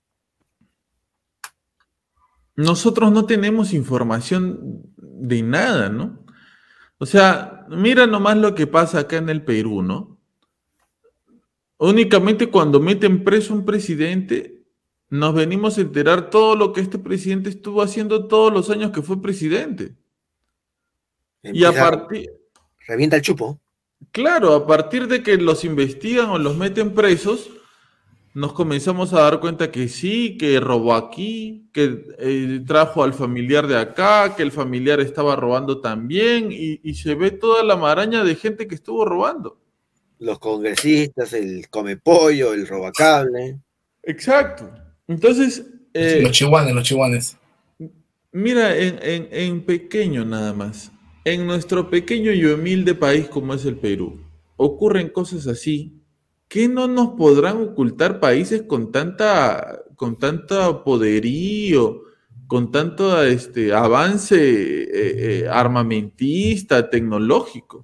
nosotros no tenemos información de nada, ¿no? O sea, mira nomás lo que pasa acá en el Perú, ¿no? Únicamente cuando meten preso a un presidente, nos venimos a enterar todo lo que este presidente estuvo haciendo todos los años que fue presidente. Y a partir... Revienta el chupo. Claro, a partir de que los investigan o los meten presos, nos comenzamos a dar cuenta que sí, que robó aquí, que trajo al familiar de acá, que el familiar estaba robando también, y se ve toda la maraña de gente que estuvo robando. Los congresistas, el come pollo, el robacable. Exacto. Entonces, Los chihuanes. mira, en pequeño nada más. En nuestro pequeño y humilde país como es el Perú, ocurren cosas así que no nos podrán ocultar países con tanta poderío, con tanto avance armamentista, tecnológico.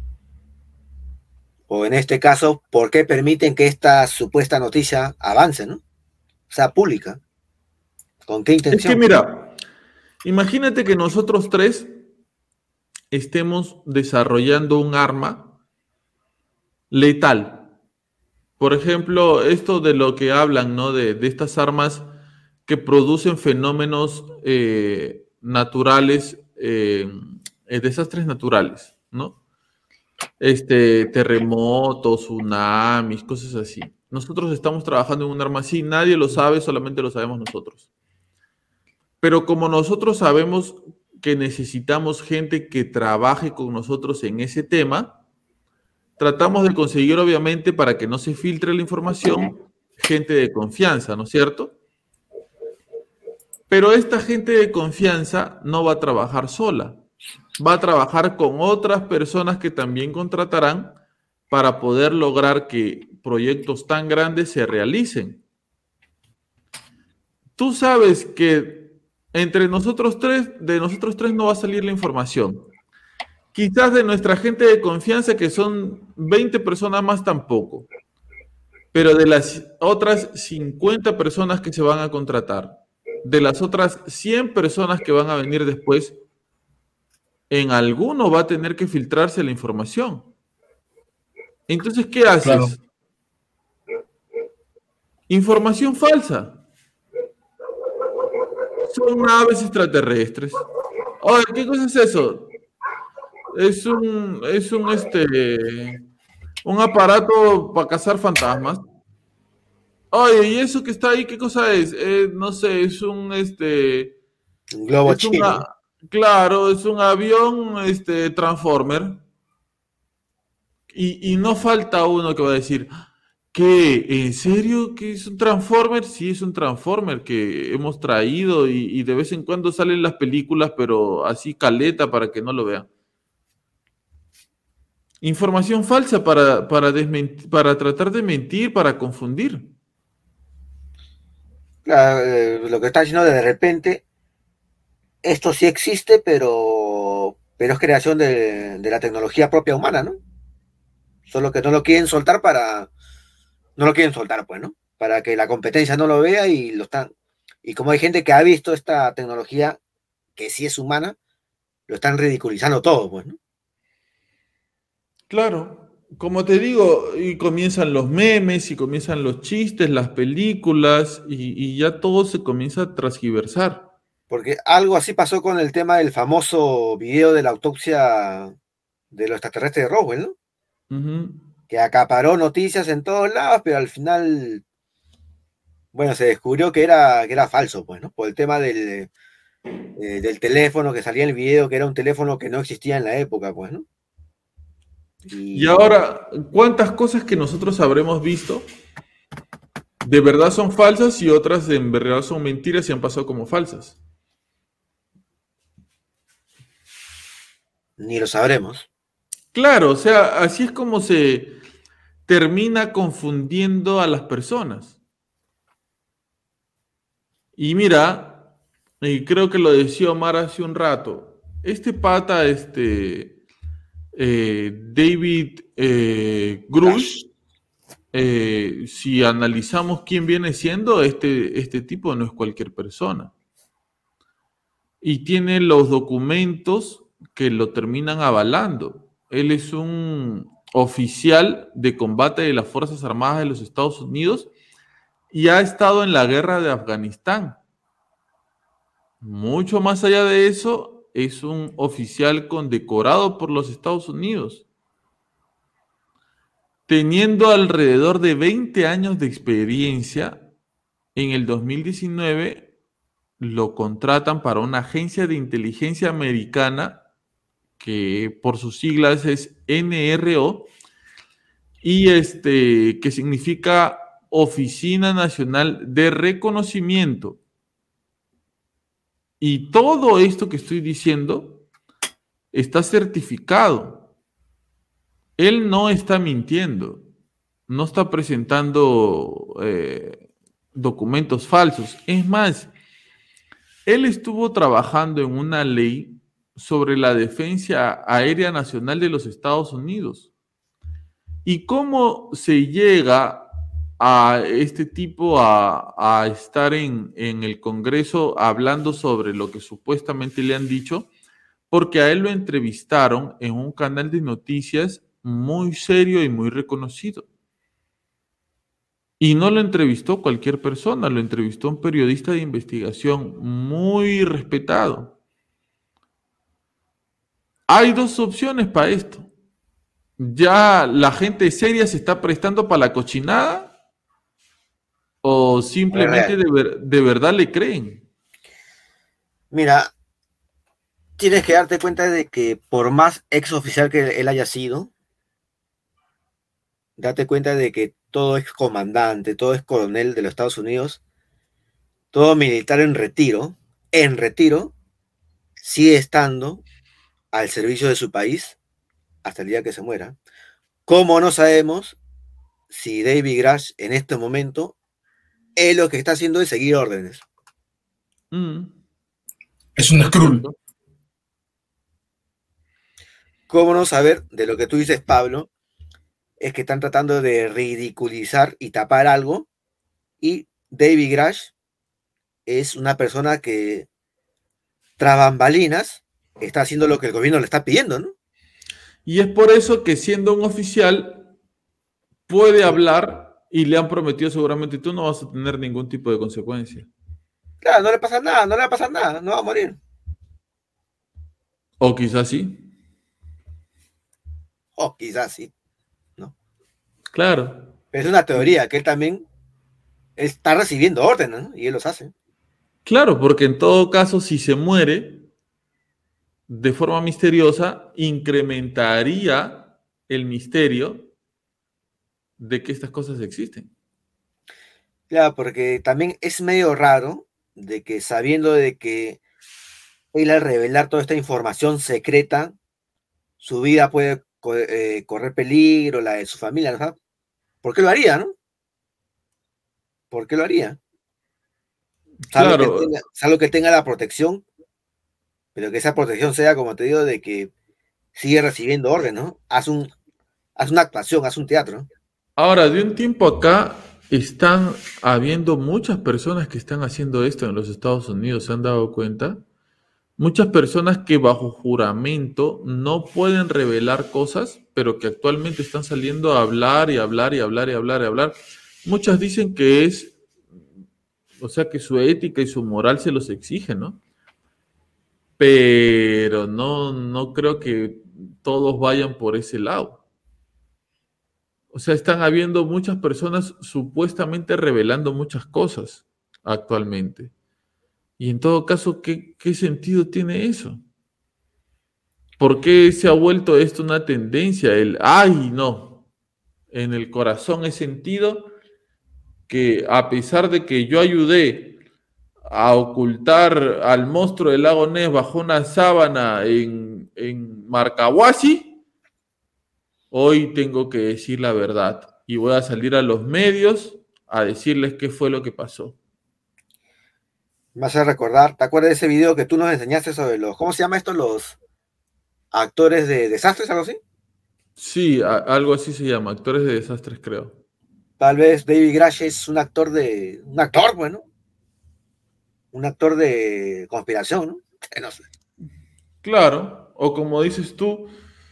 O en este caso, ¿por qué permiten que esta supuesta noticia avance, ¿no? O sea, pública. ¿Con qué Es que intención? mira, imagínate que nosotros tres estemos desarrollando un arma letal. Por ejemplo, esto de lo que hablan, ¿no? De estas armas que producen fenómenos naturales, desastres naturales, ¿no? Terremotos, tsunamis, cosas así. Nosotros estamos trabajando en un arma así, nadie lo sabe, solamente lo sabemos nosotros. Pero como nosotros sabemos que necesitamos gente que trabaje con nosotros en ese tema, tratamos de conseguir, obviamente, para que no se filtre la información, gente de confianza, ¿no es cierto? Pero esta gente de confianza no va a trabajar sola, va a trabajar con otras personas que también contratarán para poder lograr que proyectos tan grandes se realicen. Tú sabes que entre nosotros tres, de nosotros tres no va a salir la información. Quizás de nuestra gente de confianza, que son 20 personas más, tampoco. Pero de las otras 50 personas que se van a contratar, de las otras 100 personas que van a venir después, en alguno va a tener que filtrarse la información. Entonces, ¿qué haces? Claro. Información falsa. Son naves extraterrestres. Oye, ¿qué cosa es eso? Es un aparato para cazar fantasmas. Oye, ¿y eso que está ahí, qué cosa es? No sé, Un globo chino. Claro, es un avión, Transformer. Y no falta uno que va a decir, ¿qué? ¿En serio que es un Transformer? Sí, es un Transformer que hemos traído y de vez en cuando salen las películas, pero así caleta para que no lo vean. Información falsa para tratar de mentir, para confundir. Claro, lo que está diciendo de repente, esto sí existe, pero es creación de la tecnología propia humana, ¿no? Solo que no lo quieren soltar no lo quieren soltar, pues, ¿no? Para que la competencia no lo vea y lo están. Y como hay gente que ha visto esta tecnología que sí es humana, lo están ridiculizando todo, pues, ¿no? Claro, como te digo, y comienzan los memes, y comienzan los chistes, las películas, y ya todo se comienza a transgiversar. Porque algo así pasó con el tema del famoso video de la autopsia de los extraterrestres de Roswell, ¿no? Ujú. Que acaparó noticias en todos lados, pero al final, bueno, se descubrió que era falso, pues, ¿no? Por el tema del teléfono que salía en el video, que era un teléfono que no existía en la época, pues, ¿no? Y ahora, ¿cuántas cosas que nosotros habremos visto de verdad son falsas y otras en verdad son mentiras y han pasado como falsas? Ni lo sabremos. Claro, o sea, así es como se termina confundiendo a las personas. Y mira, y creo que lo decía Omar hace un rato, este pata, David Grush, si analizamos quién viene siendo, este tipo no es cualquier persona. Y tiene los documentos que lo terminan avalando. Él es un oficial de combate de las Fuerzas Armadas de los Estados Unidos y ha estado en la guerra de Afganistán. Mucho más allá de eso, es un oficial condecorado por los Estados Unidos. Teniendo alrededor de 20 años de experiencia, en el 2019 lo contratan para una agencia de inteligencia americana que por sus siglas es NRO y que significa Oficina Nacional de Reconocimiento. Y todo esto que estoy diciendo está certificado. Él no está mintiendo, no está presentando documentos falsos. Es más, él estuvo trabajando en una ley sobre la defensa aérea nacional de los Estados Unidos. ¿Y cómo se llega a este tipo a estar en el Congreso hablando sobre lo que supuestamente le han dicho? Porque a él lo entrevistaron en un canal de noticias muy serio y muy reconocido. Y no lo entrevistó cualquier persona, lo entrevistó un periodista de investigación muy respetado. Hay dos opciones para esto. ¿Ya la gente seria se está prestando para la cochinada? ¿O simplemente de verdad le creen? Mira, tienes que darte cuenta de que por más ex oficial que él haya sido, date cuenta de que todo ex comandante, todo ex coronel de los Estados Unidos, todo militar en retiro, sigue estando al servicio de su país hasta el día que se muera. ¿Cómo no sabemos si David Grush en este momento él lo que está haciendo es seguir órdenes? Es un Skrull. ¿Cómo no saber de lo que tú dices, Pablo? Es que están tratando de ridiculizar y tapar algo, y David Grush es una persona que tras bambalinas está haciendo lo que el gobierno le está pidiendo, ¿no? Y es por eso que siendo un oficial puede hablar y le han prometido seguramente tú no vas a tener ningún tipo de consecuencia. Claro, no le pasa nada, no le va a pasar nada, no va a morir. O quizás sí. O quizás sí, ¿no? Claro. Pero es una teoría que él también está recibiendo órdenes, ¿no? Y él los hace. Claro, porque en todo caso, si se muere de forma misteriosa, incrementaría el misterio de que estas cosas existen. Claro, porque también es medio raro de que sabiendo de que él al revelar toda esta información secreta, su vida puede correr peligro, la de su familia, ¿no? ¿Por qué lo haría, no? ¿Por qué lo haría? Claro, Salvo que tenga la protección, pero que esa protección sea, como te digo, de que sigue recibiendo órdenes, ¿no? Haz una actuación, haz un teatro. ahora de un tiempo acá están habiendo muchas personas que están haciendo esto en los Estados Unidos, ¿se han dado cuenta? Muchas personas que bajo juramento no pueden revelar cosas, pero que actualmente están saliendo a hablar y hablar y hablar y hablar y hablar. Muchas dicen que es, o sea, que su ética y su moral se los exige, ¿no? Pero no creo que todos vayan por ese lado. O sea, están habiendo muchas personas supuestamente revelando muchas cosas actualmente. Y en todo caso, ¿qué sentido tiene eso? ¿Por qué se ha vuelto esto una tendencia? Ay, no. En el corazón he sentido que a pesar de que yo ayudé a ocultar al monstruo del lago Ness bajo una sábana en Marcahuasi, hoy tengo que decir la verdad y voy a salir a los medios a decirles qué fue lo que pasó. Me hace recordar, ¿te acuerdas de ese video que tú nos enseñaste sobre ¿cómo se llama esto? Los actores de desastres, algo así. Sí, algo así se llama, actores de desastres, creo. Tal vez David Grush es un actor, bueno, un actor de conspiración, ¿no? No sé. Claro, o como dices tú,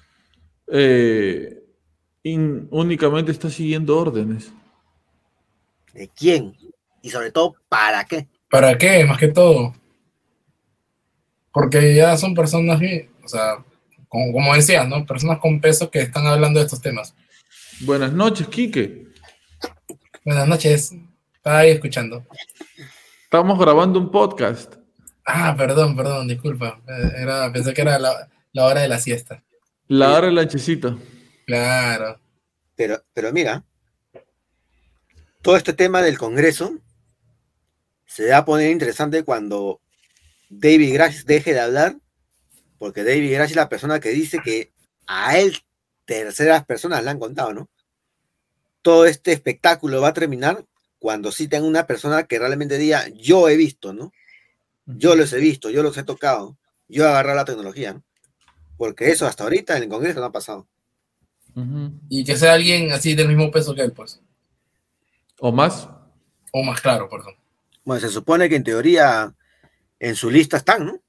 únicamente está siguiendo órdenes. ¿De quién? Y sobre todo, ¿para qué? ¿Para qué? Más que todo. Porque ya son personas, o sea, como decías, ¿no? Personas con peso que están hablando de estos temas. Buenas noches, Quique. Buenas noches. Estaba ahí escuchando. Estamos grabando un podcast. Ah, perdón, disculpa. Pensé que era la hora de la siesta. La hora del lanchecito. Claro. Pero mira, todo este tema del Congreso se va a poner interesante cuando David Grush deje de hablar, porque David Grush es la persona que dice que a él terceras personas le han contado, ¿no? Todo este espectáculo va a terminar cuando citen una persona que realmente diga, yo he visto, ¿no? Yo los he visto, yo los he tocado, yo he agarrado la tecnología, ¿no? Porque eso hasta ahorita en el Congreso no ha pasado. Y que sea alguien así del mismo peso que él, pues. ¿O más? O más claro, perdón. Bueno, se supone que en teoría en su lista están, ¿no?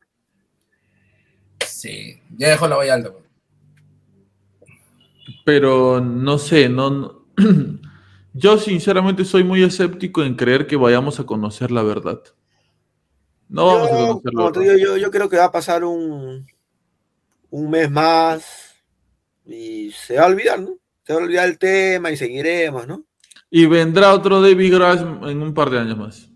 Sí, ya dejó la valla alta, pues. Pero no sé, no. Yo sinceramente soy muy escéptico en creer que vayamos a conocer la verdad. No vamos a conocer la Como te verdad. digo, yo creo que va a pasar un mes más y se va a olvidar, ¿no? Se va a olvidar el tema y seguiremos, ¿no? Y vendrá otro David Grush en un par de años más.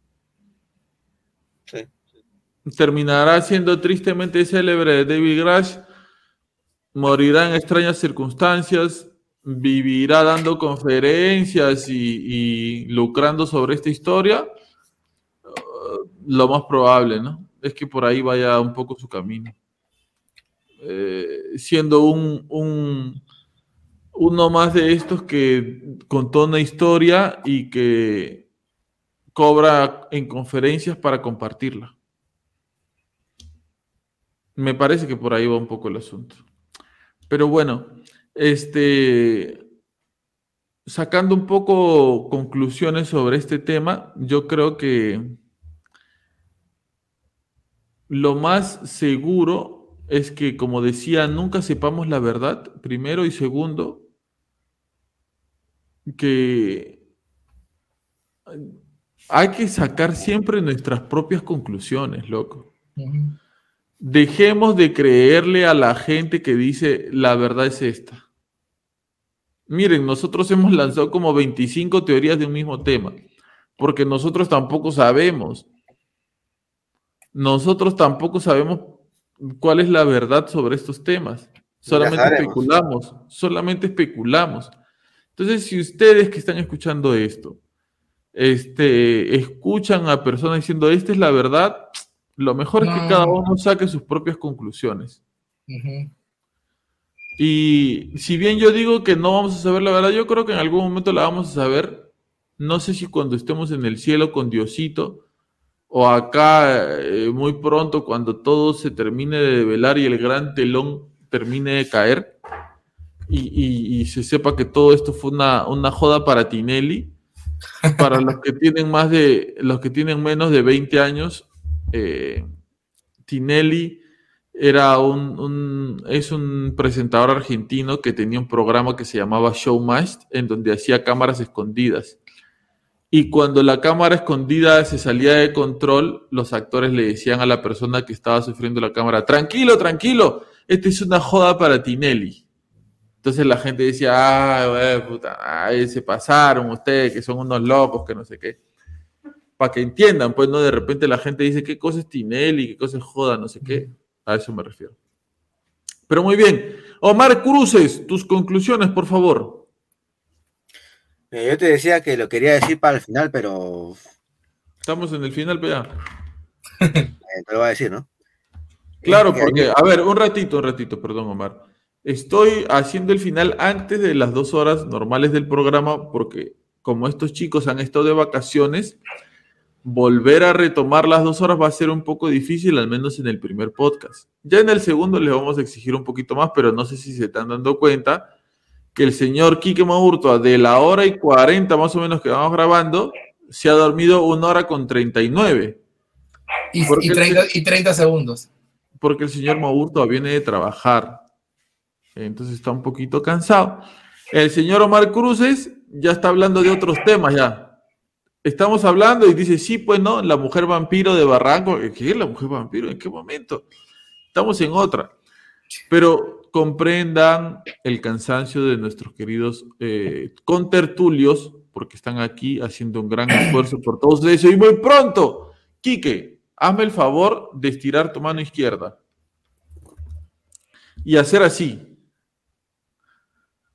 Sí. Terminará siendo tristemente célebre David Grush, morirá en extrañas circunstancias, vivirá dando conferencias y lucrando sobre esta historia. Lo más probable, ¿no? Es que por ahí vaya un poco su camino. Siendo uno más de estos que contó una historia y que cobra en conferencias para compartirla. Me parece que por ahí va un poco el asunto. Pero bueno, sacando un poco conclusiones sobre este tema, yo creo que lo más seguro es que, como decía, nunca sepamos la verdad, primero, y segundo, que hay que sacar siempre nuestras propias conclusiones, loco. Dejemos de creerle a la gente que dice la verdad es esta. Miren, nosotros hemos lanzado como 25 teorías de un mismo tema, porque nosotros tampoco sabemos. Nosotros tampoco sabemos cuál es la verdad sobre estos temas. Solamente especulamos. Entonces, si ustedes que están escuchando esto, escuchan a personas diciendo esta es la verdad, lo mejor es que cada uno saque sus propias conclusiones. Y si bien yo digo que no vamos a saber la verdad, yo creo que en algún momento la vamos a saber. No sé si cuando estemos en el cielo con Diosito o acá muy pronto cuando todo se termine de develar y el gran telón termine de caer y se sepa que todo esto fue una joda para Tinelli. Para los que tienen menos de 20 años, Tinelli era es un presentador argentino que tenía un programa que se llamaba Showmatch, en donde hacía cámaras escondidas. Y cuando la cámara escondida se salía de control, los actores le decían a la persona que estaba sufriendo la cámara, tranquilo, tranquilo, esta es una joda para Tinelli. Entonces la gente decía, puta, se pasaron ustedes, que son unos locos, que no sé qué. Para que entiendan, pues, ¿no? De repente la gente dice, ¿qué cosa es Tinelli? ¿Qué cosa es joda? No sé qué. A eso me refiero. Pero muy bien. Omar Cruces, tus conclusiones, por favor. Yo te decía que lo quería decir para el final, pero... Estamos en el final, pero ya. te lo voy a decir, ¿no? Claro, porque, a ver, un ratito, perdón, Omar. Estoy haciendo el final antes de las 2 horas normales del programa porque como estos chicos han estado de vacaciones, volver a retomar las 2 horas va a ser un poco difícil, al menos en el primer podcast. Ya en el segundo les vamos a exigir un poquito más, pero no sé si se están dando cuenta que el señor Quique Maurtua, de la 1:40 más o menos que vamos grabando, se ha dormido 1:39. Y 30 segundos. Porque el señor Maurtua viene de trabajar. Entonces está un poquito cansado. El señor Omar Cruces ya está hablando de otros temas ya. Estamos hablando y dice, sí, pues no, la mujer vampiro de Barranco. ¿Qué es la mujer vampiro? ¿En qué momento? Estamos en otra. Pero comprendan el cansancio de nuestros queridos contertulios, porque están aquí haciendo un gran esfuerzo por todos eso. Y muy pronto, Quique, hazme el favor de estirar tu mano izquierda. Y hacer así.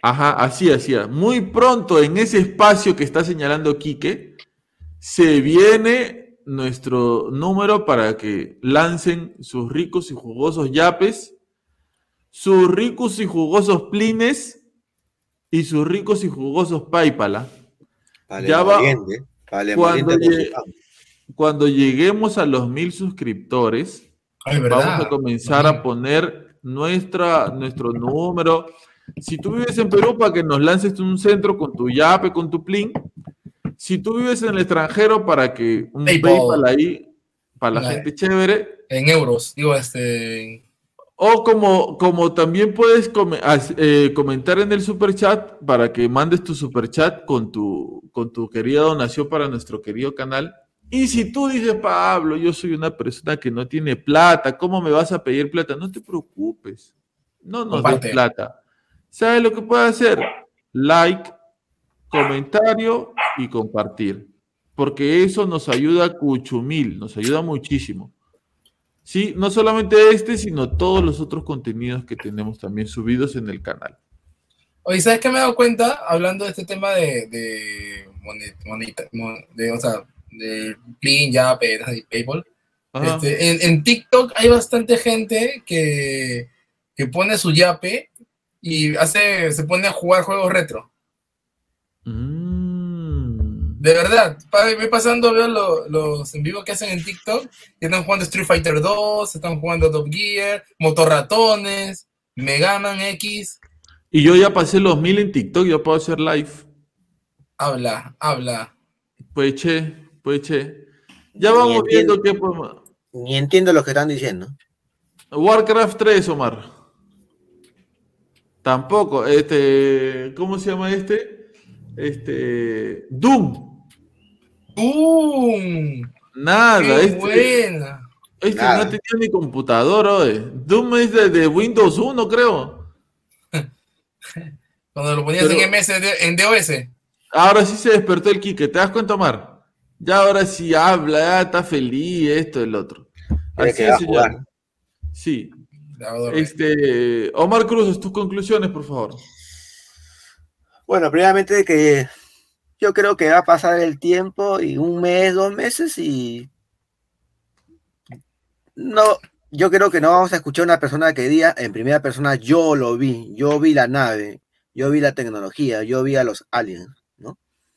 Ajá, así hacía. Muy pronto en ese espacio que está señalando Quique, se viene nuestro número para que lancen sus ricos y jugosos yapes, sus ricos y jugosos plines y sus ricos y jugosos PayPal. Ya va, Para el cuando, emoliente por su pan. cuando lleguemos a los 1000 suscriptores, Ay, vamos a ¿verdad? comenzar a poner nuestro número. Si tú vives en Perú, para que nos lances un centro con tu yape, con tu plin. Si tú vives en el extranjero, para que un PayPal PayPal. ahí, para la gente chévere. En euros, digo, O como también puedes comentar en el superchat para que mandes tu superchat con tu querida donación para nuestro querido canal. Y si tú dices, Pablo, yo soy una persona que no tiene plata, ¿cómo me vas a pedir plata? No te preocupes, no nos des comparte. plata. ¿Sabes lo que puedes hacer? Like, comentario y compartir. Porque eso nos ayuda cuchumil, nos ayuda muchísimo. Sí, no solamente este, sino todos los otros contenidos que tenemos también subidos en el canal. Oye, ¿sabes qué me he dado cuenta? Hablando de este tema o sea, de Plin, Yape, y PayPal. Ajá. En TikTok hay bastante gente que pone su Yape y se pone a jugar juegos retro. De verdad, voy pasando, veo los en vivo que hacen en TikTok, y están jugando Street Fighter 2, están jugando Top Gear, Motorratones, Mega Man X. Y yo ya pasé los 1000 en TikTok, yo puedo hacer live. Habla. Pues che. Ya vamos viendo qué podemos. Ni entiendo lo que están diciendo. Warcraft 3, Omar. Tampoco. ¿Cómo se llama este? Doom. Nada. ¡Qué buena! No tenía ni computadora, Doom es de Windows 1, creo. Cuando lo ponías en MS, en DOS. Ahora sí se despertó el Quique, ¿te das cuenta, Omar? Ya ahora sí habla, ya está feliz, esto, el otro. Así es, señor. Sí. Omar Cruz, tus conclusiones, por favor. Bueno, primeramente que yo creo que va a pasar el tiempo y 1 mes, 2 meses y no, yo creo que no vamos a escuchar a una persona que diga en primera persona, yo lo vi, yo vi la nave, yo vi la tecnología, yo vi a los aliens, ¿no?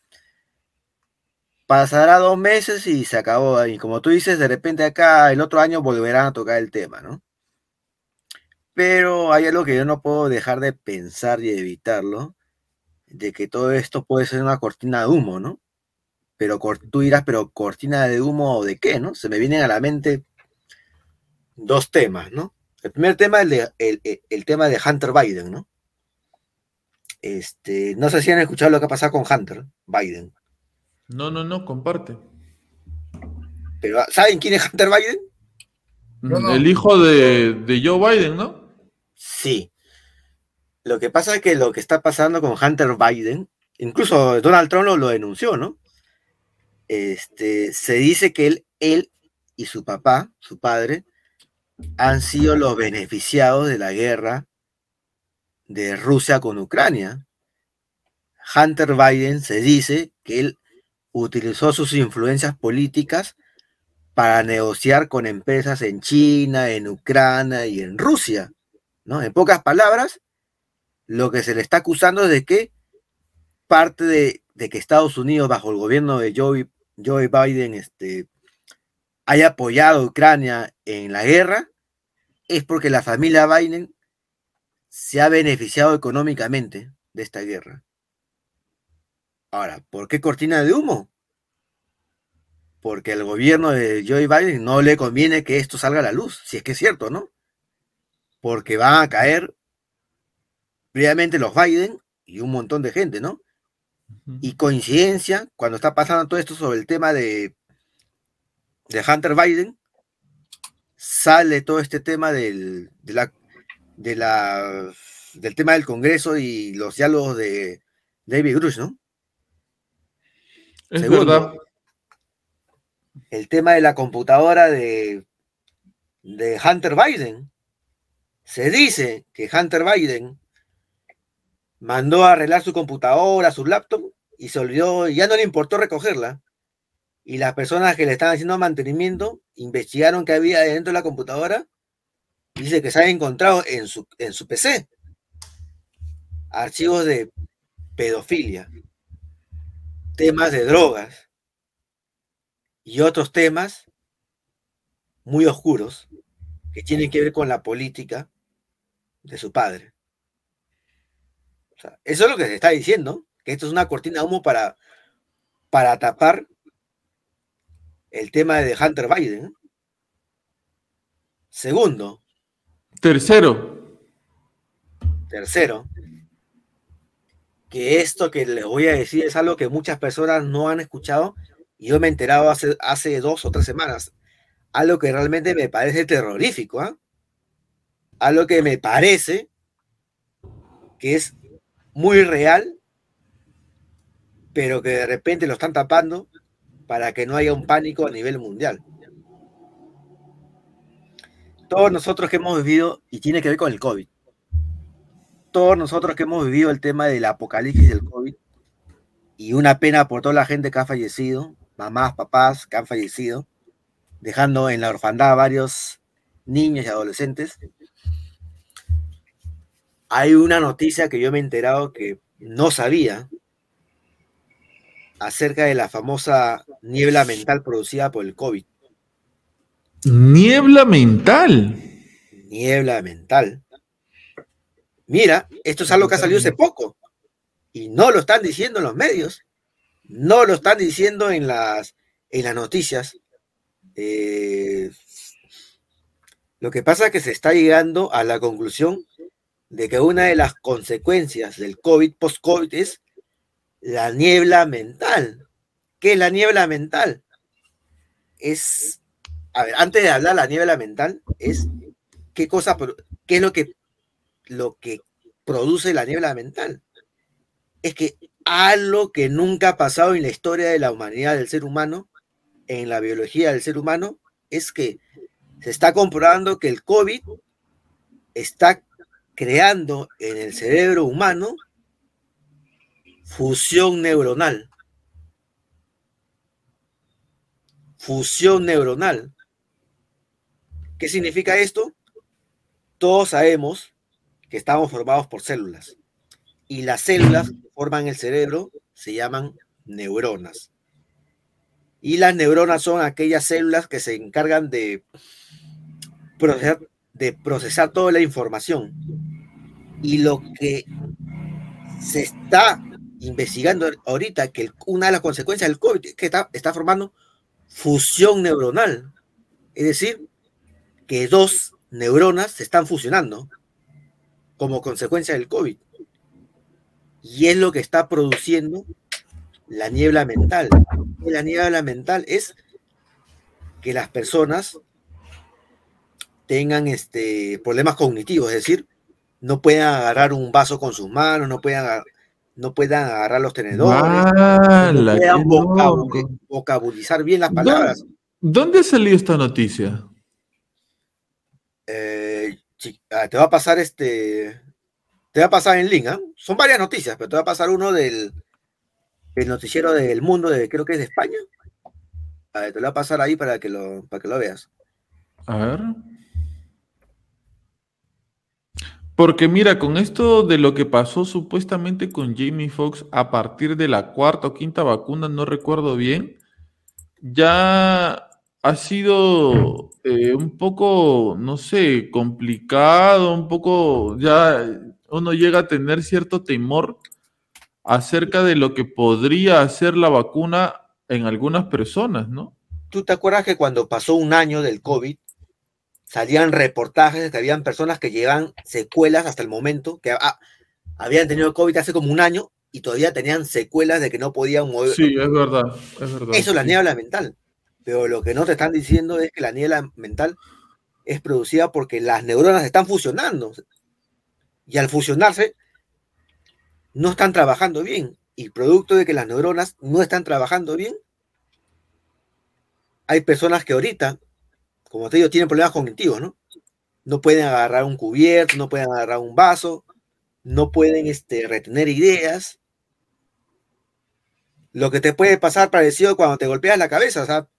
Pasará 2 meses y se acabó ahí. Como tú dices, de repente acá el otro año volverán a tocar el tema, ¿no? Pero hay algo que yo no puedo dejar de pensar y evitarlo, de que todo esto puede ser una cortina de humo, ¿no? Pero tú dirás, pero cortina de humo ¿de qué, no? Se me vienen a la mente 2 temas, ¿no? El primer tema es el tema de Hunter Biden, ¿no? No sé si han escuchado lo que ha pasado con Hunter Biden. No, comparte. Pero ¿saben quién es Hunter Biden? No. El hijo de Joe Biden, ¿no? Sí. Lo que pasa es que lo que está pasando con Hunter Biden, incluso Donald Trump lo denunció, ¿no? Se dice que él y su papá, su padre, han sido los beneficiados de la guerra de Rusia con Ucrania. Hunter Biden se dice que él utilizó sus influencias políticas para negociar con empresas en China, en Ucrania y en Rusia, ¿no? En pocas palabras, lo que se le está acusando es de que parte de que Estados Unidos, bajo el gobierno de Joe Biden, haya apoyado a Ucrania en la guerra, es porque la familia Biden se ha beneficiado económicamente de esta guerra. Ahora, ¿por qué cortina de humo? Porque al gobierno de Joe Biden no le conviene que esto salga a la luz, si es que es cierto, ¿no? Porque van a caer previamente los Biden y un montón de gente, ¿no? Y coincidencia, cuando está pasando todo esto sobre el tema de Hunter Biden, sale todo este tema del tema del Congreso y los diálogos de David Grush, ¿no? Es Segundo, verdad. el tema de la computadora de Hunter Biden. Se dice que Hunter Biden mandó a arreglar su computadora, su laptop, y se olvidó, y ya no le importó recogerla. Y las personas que le estaban haciendo mantenimiento investigaron qué había dentro de la computadora y dice que se ha encontrado en su PC archivos de pedofilia, temas de drogas y otros temas muy oscuros que tienen que ver con la política de su padre. O sea, eso es lo que se está diciendo, que esto es una cortina de humo para tapar el tema de Hunter Biden. Segundo. Tercero, que esto que les voy a decir es algo que muchas personas no han escuchado y yo me he enterado hace 2 o 3 semanas. Algo que realmente me parece terrorífico, ¿eh? Algo que me parece que es muy real, pero que de repente lo están tapando para que no haya un pánico a nivel mundial. Todos nosotros que hemos vivido, y tiene que ver con el COVID, todos nosotros que hemos vivido el tema del apocalipsis del COVID, y una pena por toda la gente que ha fallecido, mamás, papás que han fallecido, dejando en la orfandad a varios niños y adolescentes. Hay una noticia que yo me he enterado que no sabía acerca de la famosa niebla mental producida por el COVID. Niebla mental. Niebla mental. Mira, esto es algo que ha salido hace poco y no lo están diciendo en los medios, no lo están diciendo en las noticias. Lo que pasa es que se está llegando a la conclusión de que una de las consecuencias del COVID, post-COVID, es la niebla mental. ¿Qué es la niebla mental? A ver, antes de hablar de la niebla mental, es qué es lo que produce la niebla mental. Es que algo que nunca ha pasado en la historia de la humanidad del ser humano, en la biología del ser humano, es que se está comprobando que el COVID está creando en el cerebro humano fusión neuronal. Fusión neuronal. ¿Qué significa esto? Todos sabemos que estamos formados por células y las células que forman el cerebro se llaman neuronas. Y las neuronas son aquellas células que se encargan de procesar toda la información. Y lo que se está investigando ahorita, que una de las consecuencias del COVID es que está formando fusión neuronal. Es decir, que 2 neuronas se están fusionando como consecuencia del COVID. Y es lo que está produciendo la niebla mental. Y la niebla mental es que las personas tengan problemas cognitivos, es decir, no puedan agarrar un vaso con sus manos, no puedan agarrar los tenedores, no puedan vocabulizar bien las palabras. ¿Dónde ha salido esta noticia? Te va a pasar en link, ¿eh? Son varias noticias, pero te va a pasar uno del noticiero del Mundo, creo que es de España. A ver, te lo voy a pasar ahí para que lo veas. A ver. Porque mira, con esto de lo que pasó supuestamente con Jamie Foxx a partir de la 4ª o 5ª vacuna, no recuerdo bien, ya ha sido un poco, no sé, complicado, un poco, ya uno llega a tener cierto temor acerca de lo que podría hacer la vacuna en algunas personas, ¿no? ¿Tú te acuerdas que cuando pasó un año del COVID, salían reportajes de que habían personas que llevan secuelas hasta el momento, que habían tenido COVID hace como un año y todavía tenían secuelas de que no podían mover? Sí, es verdad. Eso es la sí. niebla mental. Pero lo que no te están diciendo es que la niebla mental es producida porque las neuronas están fusionando. Y al fusionarse, no están trabajando bien. Y producto de que las neuronas no están trabajando bien, hay personas que ahorita, como te digo, tienen problemas cognitivos, ¿no? No pueden agarrar un cubierto, no pueden agarrar un vaso, no pueden retener ideas. Lo que te puede pasar parecido cuando te golpeas la cabeza, o sea,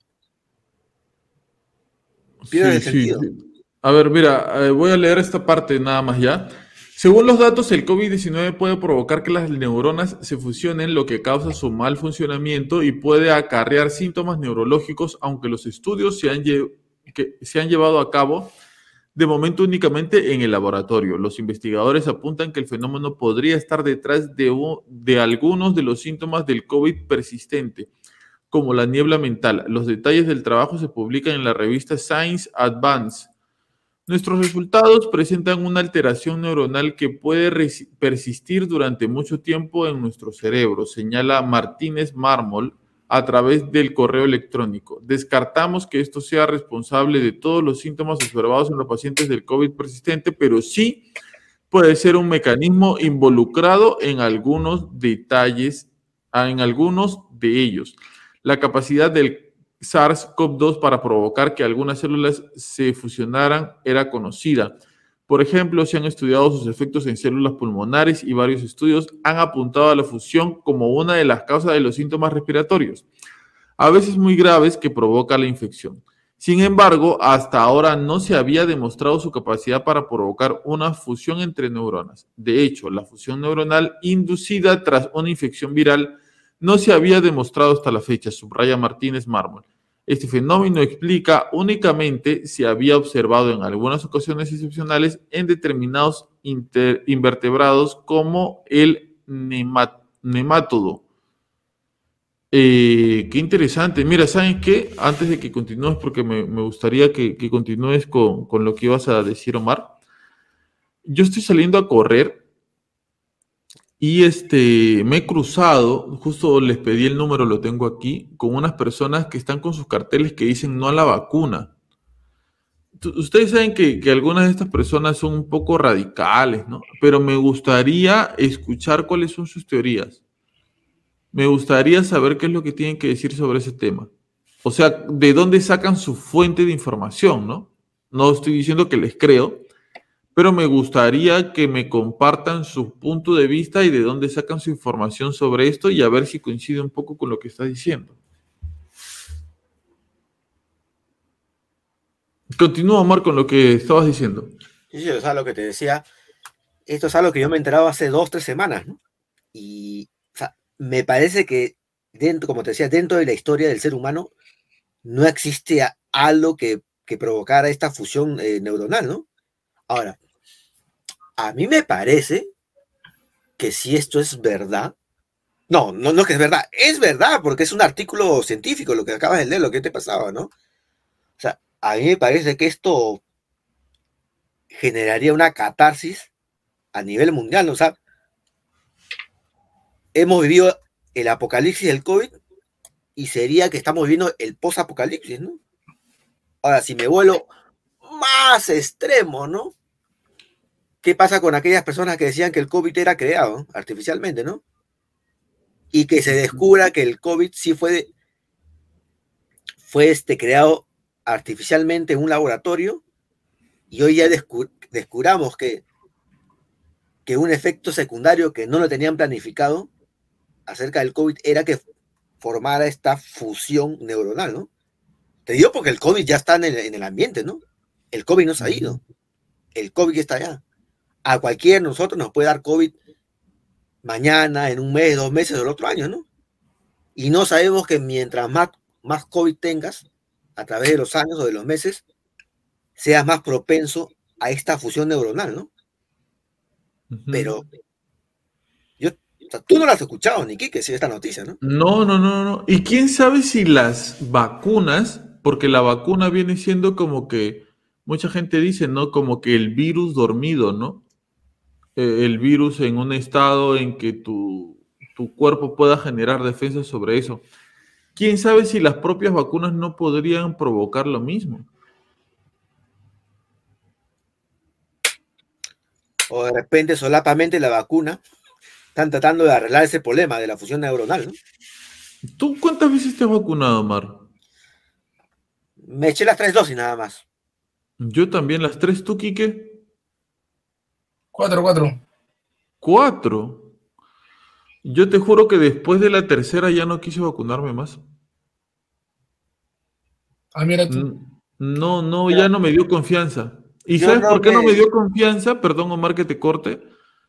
pierdes el sentido. Sí. A ver, mira, voy a leer esta parte nada más ya. Según los datos, el COVID-19 puede provocar que las neuronas se fusionen, lo que causa su mal funcionamiento y puede acarrear síntomas neurológicos, aunque los estudios que se han llevado a cabo de momento únicamente en el laboratorio. Los investigadores apuntan que el fenómeno podría estar detrás de algunos de los síntomas del COVID persistente, como la niebla mental. Los detalles del trabajo se publican en la revista Science Advance. Nuestros resultados presentan una alteración neuronal que puede persistir durante mucho tiempo en nuestro cerebro, señala Martínez Mármol a través del correo electrónico. Descartamos que esto sea responsable de todos los síntomas observados en los pacientes del COVID persistente, pero sí puede ser un mecanismo involucrado en algunos detalles, en algunos de ellos. La capacidad del SARS-CoV-2 para provocar que algunas células se fusionaran era conocida. Por ejemplo, se han estudiado sus efectos en células pulmonares y varios estudios han apuntado a la fusión como una de las causas de los síntomas respiratorios, a veces muy graves, que provoca la infección. Sin embargo, hasta ahora no se había demostrado su capacidad para provocar una fusión entre neuronas. De hecho, la fusión neuronal inducida tras una infección viral no se había demostrado hasta la fecha, subraya Martínez Mármol. Este fenómeno explica únicamente se había observado en algunas ocasiones excepcionales en determinados invertebrados como el nemátodo. Qué interesante. Mira, ¿saben qué? Antes de que continúes, porque me gustaría que continúes con lo que ibas a decir, Omar. Yo estoy saliendo a correr y me he cruzado, justo les pedí el número, lo tengo aquí, con unas personas que están con sus carteles que dicen no a la vacuna. Ustedes saben que algunas de estas personas son un poco radicales, ¿no? Pero me gustaría escuchar cuáles son sus teorías. Me gustaría saber qué es lo que tienen que decir sobre ese tema. O sea, de dónde sacan su fuente de información, ¿no? No estoy diciendo que les creo, pero me gustaría que me compartan su punto de vista y de dónde sacan su información sobre esto y a ver si coincide un poco con lo que está diciendo. Continúa, Omar, con lo que estabas diciendo. Sí, o sea, lo que te decía, esto es algo que yo me he enterado hace 2-3 semanas, ¿no? Y, o sea, me parece que dentro, como te decía, dentro de la historia del ser humano, no existe algo que provocara esta fusión neuronal, ¿no? Ahora, a mí me parece que si esto es verdad, no es que es verdad, porque es un artículo científico lo que acabas de leer, lo que te pasaba, ¿no? O sea, a mí me parece que esto generaría una catarsis a nivel mundial, ¿no? O sea, hemos vivido el apocalipsis del COVID y sería que estamos viviendo el post-apocalipsis, ¿no? Ahora, si me vuelo más extremo, ¿no? ¿Qué pasa con aquellas personas que decían que el COVID era creado artificialmente, ¿no? Y que se descubra que el COVID sí fue creado artificialmente en un laboratorio y hoy ya descubramos que un efecto secundario que no lo tenían planificado acerca del COVID era que formara esta fusión neuronal, ¿no? Te digo porque el COVID ya está en el ambiente, ¿no? El COVID no se ha ido. El COVID ya está allá. A cualquiera de nosotros nos puede dar COVID mañana, en un mes, 2 meses o el otro año, ¿no? Y no sabemos que mientras más COVID tengas, a través de los años o de los meses, seas más propenso a esta fusión neuronal, ¿no? Pero o sea, tú no lo has escuchado, ni Quique, si esta noticia, ¿no? No. ¿Y quién sabe si las vacunas, porque la vacuna viene siendo como que, mucha gente dice, ¿no? Como que el virus dormido, ¿no? El virus en un estado en que tu cuerpo pueda generar defensas sobre eso. ¿Quién sabe si las propias vacunas no podrían provocar lo mismo? O de repente, solapamente, la vacuna están tratando de arreglar ese problema de la fusión neuronal, ¿no? ¿Tú cuántas veces te has vacunado, Omar? Me eché las 3 dosis nada más. Yo también, las 3. ¿Tú, Quique? 4. 4. Yo te juro que después de la tercera ya no quise vacunarme más. Ah, mira tú. No, ya no me dio confianza. ¿Y Yo sabes no por qué no me me... dio confianza? Perdón, Omar, que te corte.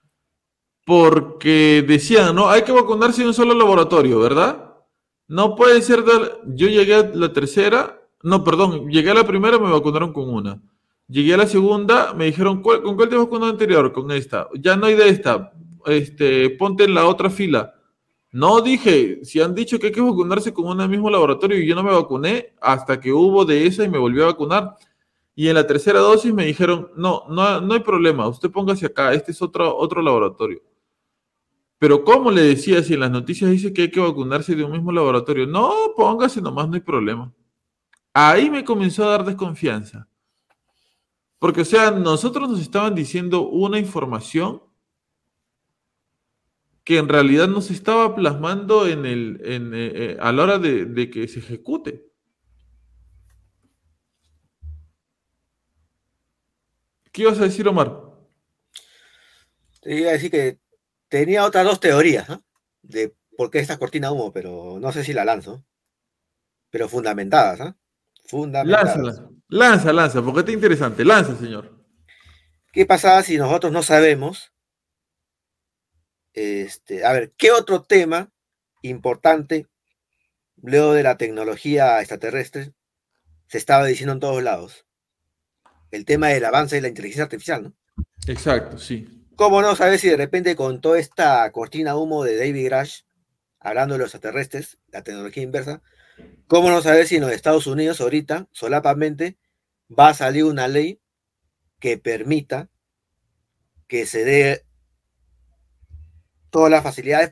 Porque decían, no, hay que vacunarse en un solo laboratorio, ¿verdad? No puede ser. Yo llegué a la tercera, no, perdón, llegué a la primera, me vacunaron con una. Llegué a la segunda, me dijeron, ¿con cuál te vacunó anterior? Con esta. Ya no hay de esta. Ponte en la otra fila. No dije, si han dicho que hay que vacunarse con un mismo laboratorio y yo no me vacuné hasta que hubo de esa y me volví a vacunar. Y en la tercera dosis me dijeron, no hay problema, usted póngase acá, este es otro laboratorio. Pero ¿cómo le decía si en las noticias dice que hay que vacunarse de un mismo laboratorio? No, póngase nomás, no hay problema. Ahí me comenzó a dar desconfianza. Porque, o sea, nosotros nos estaban diciendo una información que en realidad no se estaba plasmando a la hora de que se ejecute. ¿Qué ibas a decir, Omar? Te iba a decir que tenía otras dos teorías, ¿no? De por qué esta cortina de humo, pero no sé si la lanzo. Pero fundamentadas, ¿ah? Fundamentadas. Lanza, porque está interesante. Lanza, señor. ¿Qué pasaba si nosotros no sabemos? A ver, ¿qué otro tema importante, luego de la tecnología extraterrestre, se estaba diciendo en todos lados? El tema del avance de la inteligencia artificial, ¿no? Exacto, sí. ¿Cómo no saber si de repente con toda esta cortina de humo de David Grush, hablando de los extraterrestres, la tecnología inversa, cómo no saber si en los Estados Unidos ahorita, solapamente, va a salir una ley que permita que se dé todas las facilidades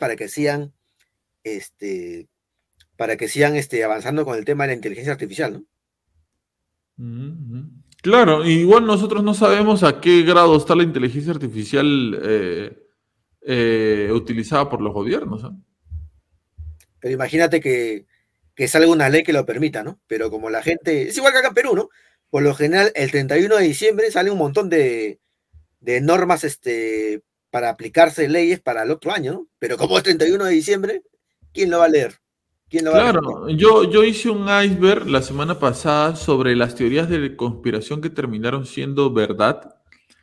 este, para que sigan avanzando con el tema de la inteligencia artificial, ¿no? Ujú. Claro, igual nosotros no sabemos a qué grado está la inteligencia artificial utilizada por los gobiernos, ¿eh? Pero imagínate que salga una ley que lo permita, ¿no? Pero como la gente, es igual que acá en Perú, ¿no? Por lo general, el 31 de diciembre sale un montón de normas para aplicarse leyes para el otro año, ¿no? Pero como es 31 de diciembre, ¿quién lo va a leer? ¿Quién lo va a respetar? Claro, yo hice un iceberg la semana pasada sobre las teorías de conspiración que terminaron siendo verdad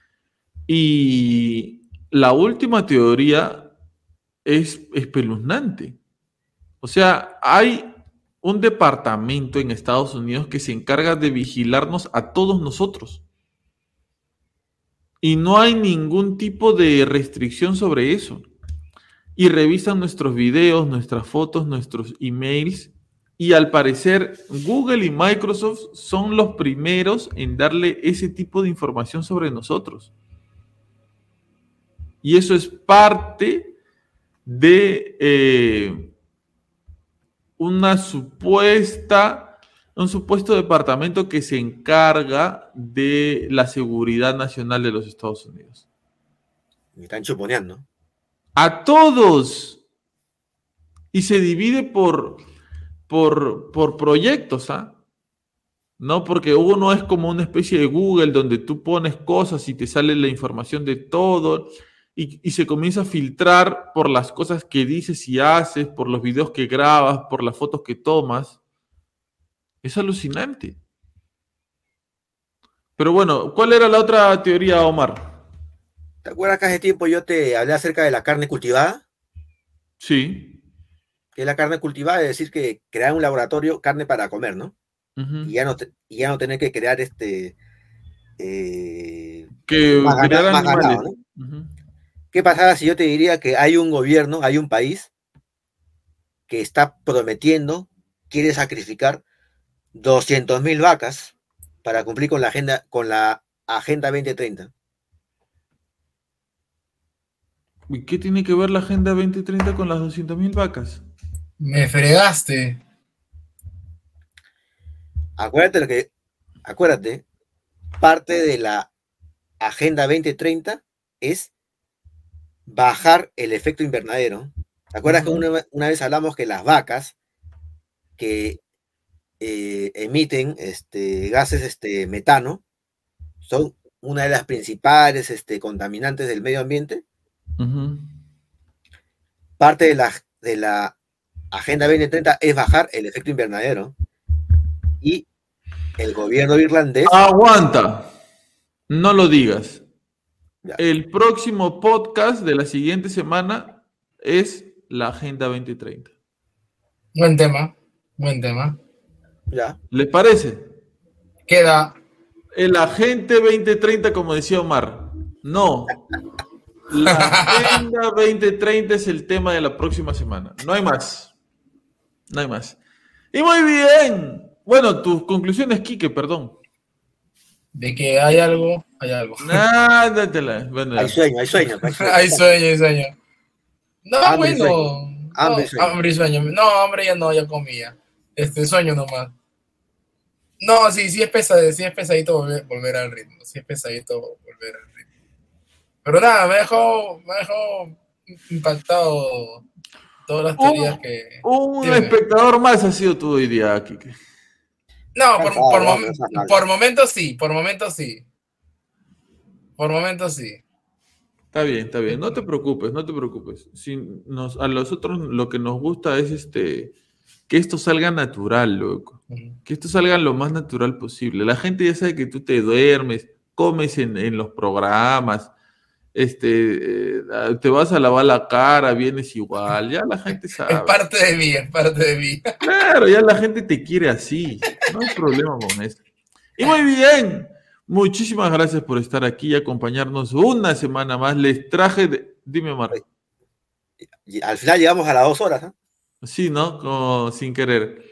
y la última teoría es espeluznante. O sea, hay un departamento en Estados Unidos que se encarga de vigilarnos a todos nosotros. Y no hay ningún tipo de restricción sobre eso. Y revisan nuestros videos, nuestras fotos, nuestros emails. Y al parecer Google y Microsoft son los primeros en darle ese tipo de información sobre nosotros. Y eso es parte de un supuesto departamento que se encarga de la seguridad nacional de los Estados Unidos. Me están chuponeando. A todos. Y se divide por proyectos, ¿ah? No, porque uno es como una especie de Google donde tú pones cosas y te sale la información de todo y se comienza a filtrar por las cosas que dices y haces, por los videos que grabas, por las fotos que tomas. Es alucinante. Pero bueno, ¿cuál era la otra teoría, Omar? ¿Te acuerdas que hace tiempo yo te hablé acerca de la carne cultivada? Sí. Que es la carne cultivada, es decir, que crear un laboratorio carne para comer, ¿no? Ujú. Y ya no tener que crear Que criar más animales. ganado, ¿no? Ujú. ¿Qué pasaba si yo te diría que hay un gobierno, hay un país que está prometiendo, quiere sacrificar 200.000 vacas para cumplir con la Agenda 2030? ¿Y qué tiene que ver la Agenda 2030 con las 200.000 vacas? Me fregaste. Acuérdate, parte de la Agenda 2030 es bajar el efecto invernadero. ¿Te acuerdas que Ujú. una vez hablamos que las vacas que emiten gases metano son una de las principales contaminantes del medio ambiente? Ujú. Parte de la Agenda 2030 es bajar el efecto invernadero. Y el gobierno irlandés, Aguanta, no lo digas. ya, El próximo podcast de la siguiente semana es la Agenda 2030. Buen tema, buen tema. ya. ¿Les parece? Queda. El Agente 2030, como decía Omar. No. La Agenda 2030 es el tema de la próxima semana. No hay más. No hay más. Y muy bien. Bueno, tus conclusiones, Quique, perdón. De que hay algo, hay algo. Nada, bueno, Hay ya. sueño, hay sueño. Hay sueño, hay sueño. No, Hambre y bueno. sueño. Hambre y No, sueño. hambre y sueño. No, hambre ya no, ya comía. Sueño nomás. No, sí es pesadito volver al ritmo. Sí es pesadito volver al ritmo. Pero nada, me dejó impactado todas las teorías que Un tiene. espectador más ha sido tú hoy día, Quique. No, por momentos sí, por momentos sí. Por momentos sí. Está bien, no te preocupes, no te preocupes. A nosotros lo que nos gusta es que esto salga natural, loco. Que esto salga lo más natural posible. La gente ya sabe que tú te duermes, comes en los programas, te vas a lavar la cara, vienes igual, ya la gente sabe. Es parte de mí, es parte de mí. Claro, ya la gente te quiere así, no hay problema con eso. Y muy bien, muchísimas gracias por estar aquí y acompañarnos una semana más. Les traje, dime Omar. Y al final llegamos a las 2 horas, ¿eh? Sí, ¿no? Como sin querer.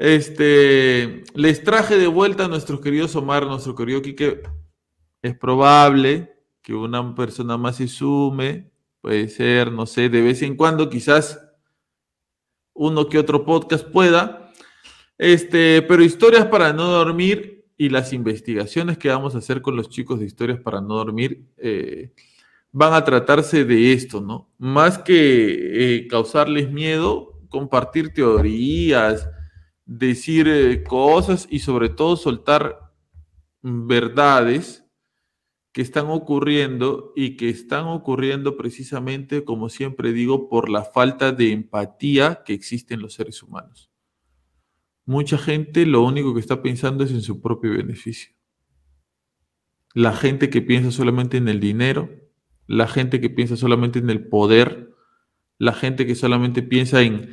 Les traje de vuelta a nuestros queridos Omar, nuestro querido Quique. Es probable que una persona más se sume, puede ser, no sé, de vez en cuando, quizás uno que otro podcast pueda. Pero historias para no dormir y las investigaciones que vamos a hacer con los chicos de historias para no dormir van a tratarse de esto, ¿no? Más que causarles miedo, compartir teorías, decir cosas y sobre todo soltar verdades que están ocurriendo y que están ocurriendo precisamente, como siempre digo, por la falta de empatía que existe en los seres humanos. Mucha gente lo único que está pensando es en su propio beneficio. La gente que piensa solamente en el dinero, la gente que piensa solamente en el poder, la gente que solamente piensa en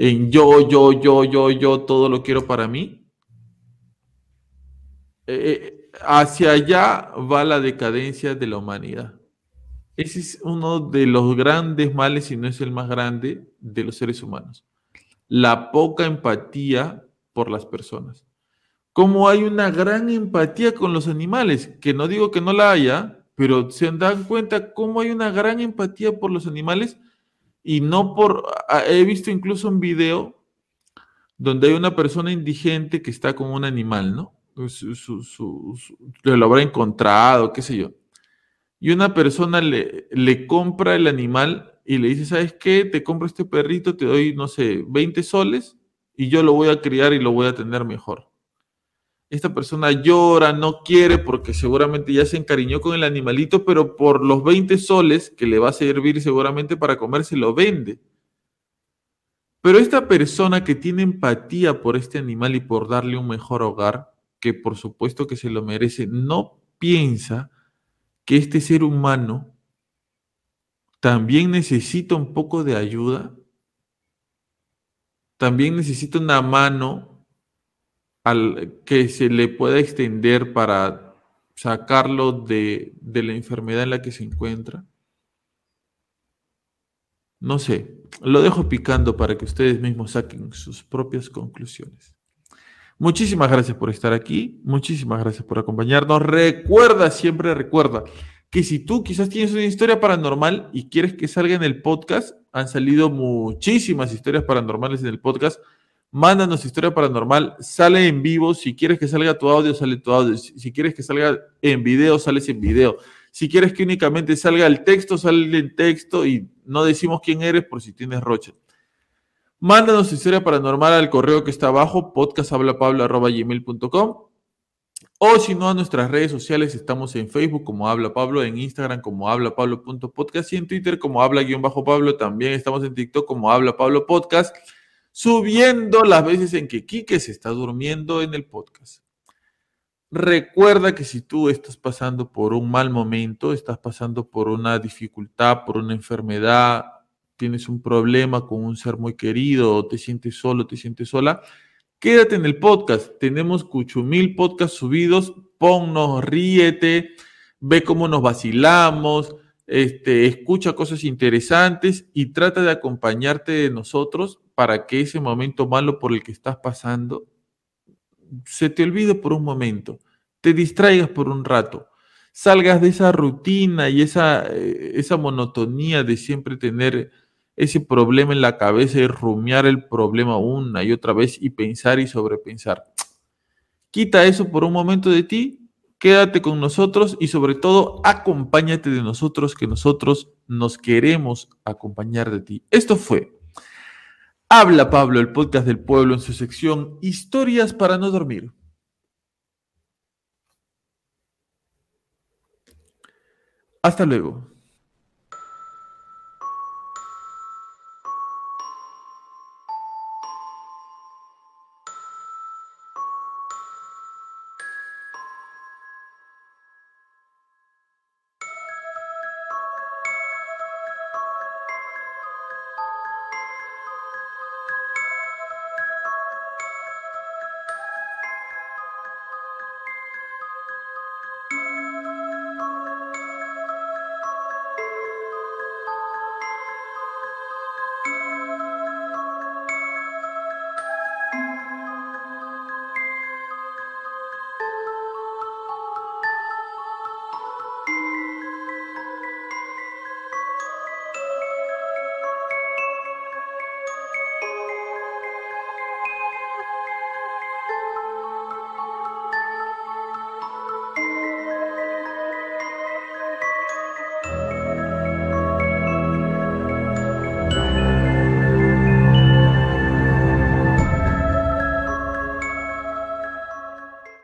yo, todo lo quiero para mí. Hacia allá va la decadencia de la humanidad. Ese es uno de los grandes males, si no es el más grande, de los seres humanos. La poca empatía por las personas. Como hay una gran empatía con los animales, que no digo que no la haya, pero se dan cuenta cómo hay una gran empatía por los animales y no por... He visto incluso un video donde hay una persona indigente que está con un animal, ¿no? Lo habrá encontrado, qué sé yo. Y una persona le compra el animal y le dice, ¿sabes qué? Te compro este perrito, te doy, no sé, 20 soles y yo lo voy a criar y lo voy a tener mejor. Esta persona llora, no quiere porque seguramente ya se encariñó con el animalito, pero por los 20 soles que le va a servir seguramente para comer, se lo vende. Pero esta persona que tiene empatía por este animal y por darle un mejor hogar, que por supuesto que se lo merece, no piensa que este ser humano también necesita un poco de ayuda, también necesita una mano que se le pueda extender para sacarlo de la enfermedad en la que se encuentra. No sé, lo dejo picando para que ustedes mismos saquen sus propias conclusiones. Muchísimas gracias por estar aquí, muchísimas gracias por acompañarnos. Siempre recuerda que si tú quizás tienes una historia paranormal y quieres que salga en el podcast, han salido muchísimas historias paranormales en el podcast. Mándanos historia paranormal, sale en vivo. Si quieres que salga tu audio, sale tu audio. Si quieres que salga en video, sales en video. Si quieres que únicamente salga el texto, sale el texto y no decimos quién eres por si tienes rocha. Mándanos historia paranormal al correo que está abajo, podcasthablapablo@gmail.com. O si no, a nuestras redes sociales estamos en Facebook como Habla Pablo, en Instagram como hablapablo.podcast y en Twitter como Habla-Pablo. También estamos en TikTok como Habla Pablo Podcast, subiendo las veces en que Quique se está durmiendo en el podcast. Recuerda que si tú estás pasando por un mal momento, estás pasando por una dificultad, por una enfermedad, tienes un problema con un ser muy querido, o te sientes solo, te sientes sola, quédate en el podcast. Tenemos 8,000 podcasts subidos. Ponnos, ríete, ve cómo nos vacilamos, escucha cosas interesantes y trata de acompañarte de nosotros para que ese momento malo por el que estás pasando se te olvide por un momento, te distraigas por un rato, salgas de esa rutina y esa monotonía de siempre tener ese problema en la cabeza y rumiar el problema una y otra vez y pensar y sobrepensar. Quita eso por un momento de ti, quédate con nosotros y sobre todo acompáñate de nosotros, que nosotros nos queremos acompañar de ti. Esto fue Habla Pablo, el podcast del pueblo en su sección Historias para no dormir. Hasta luego.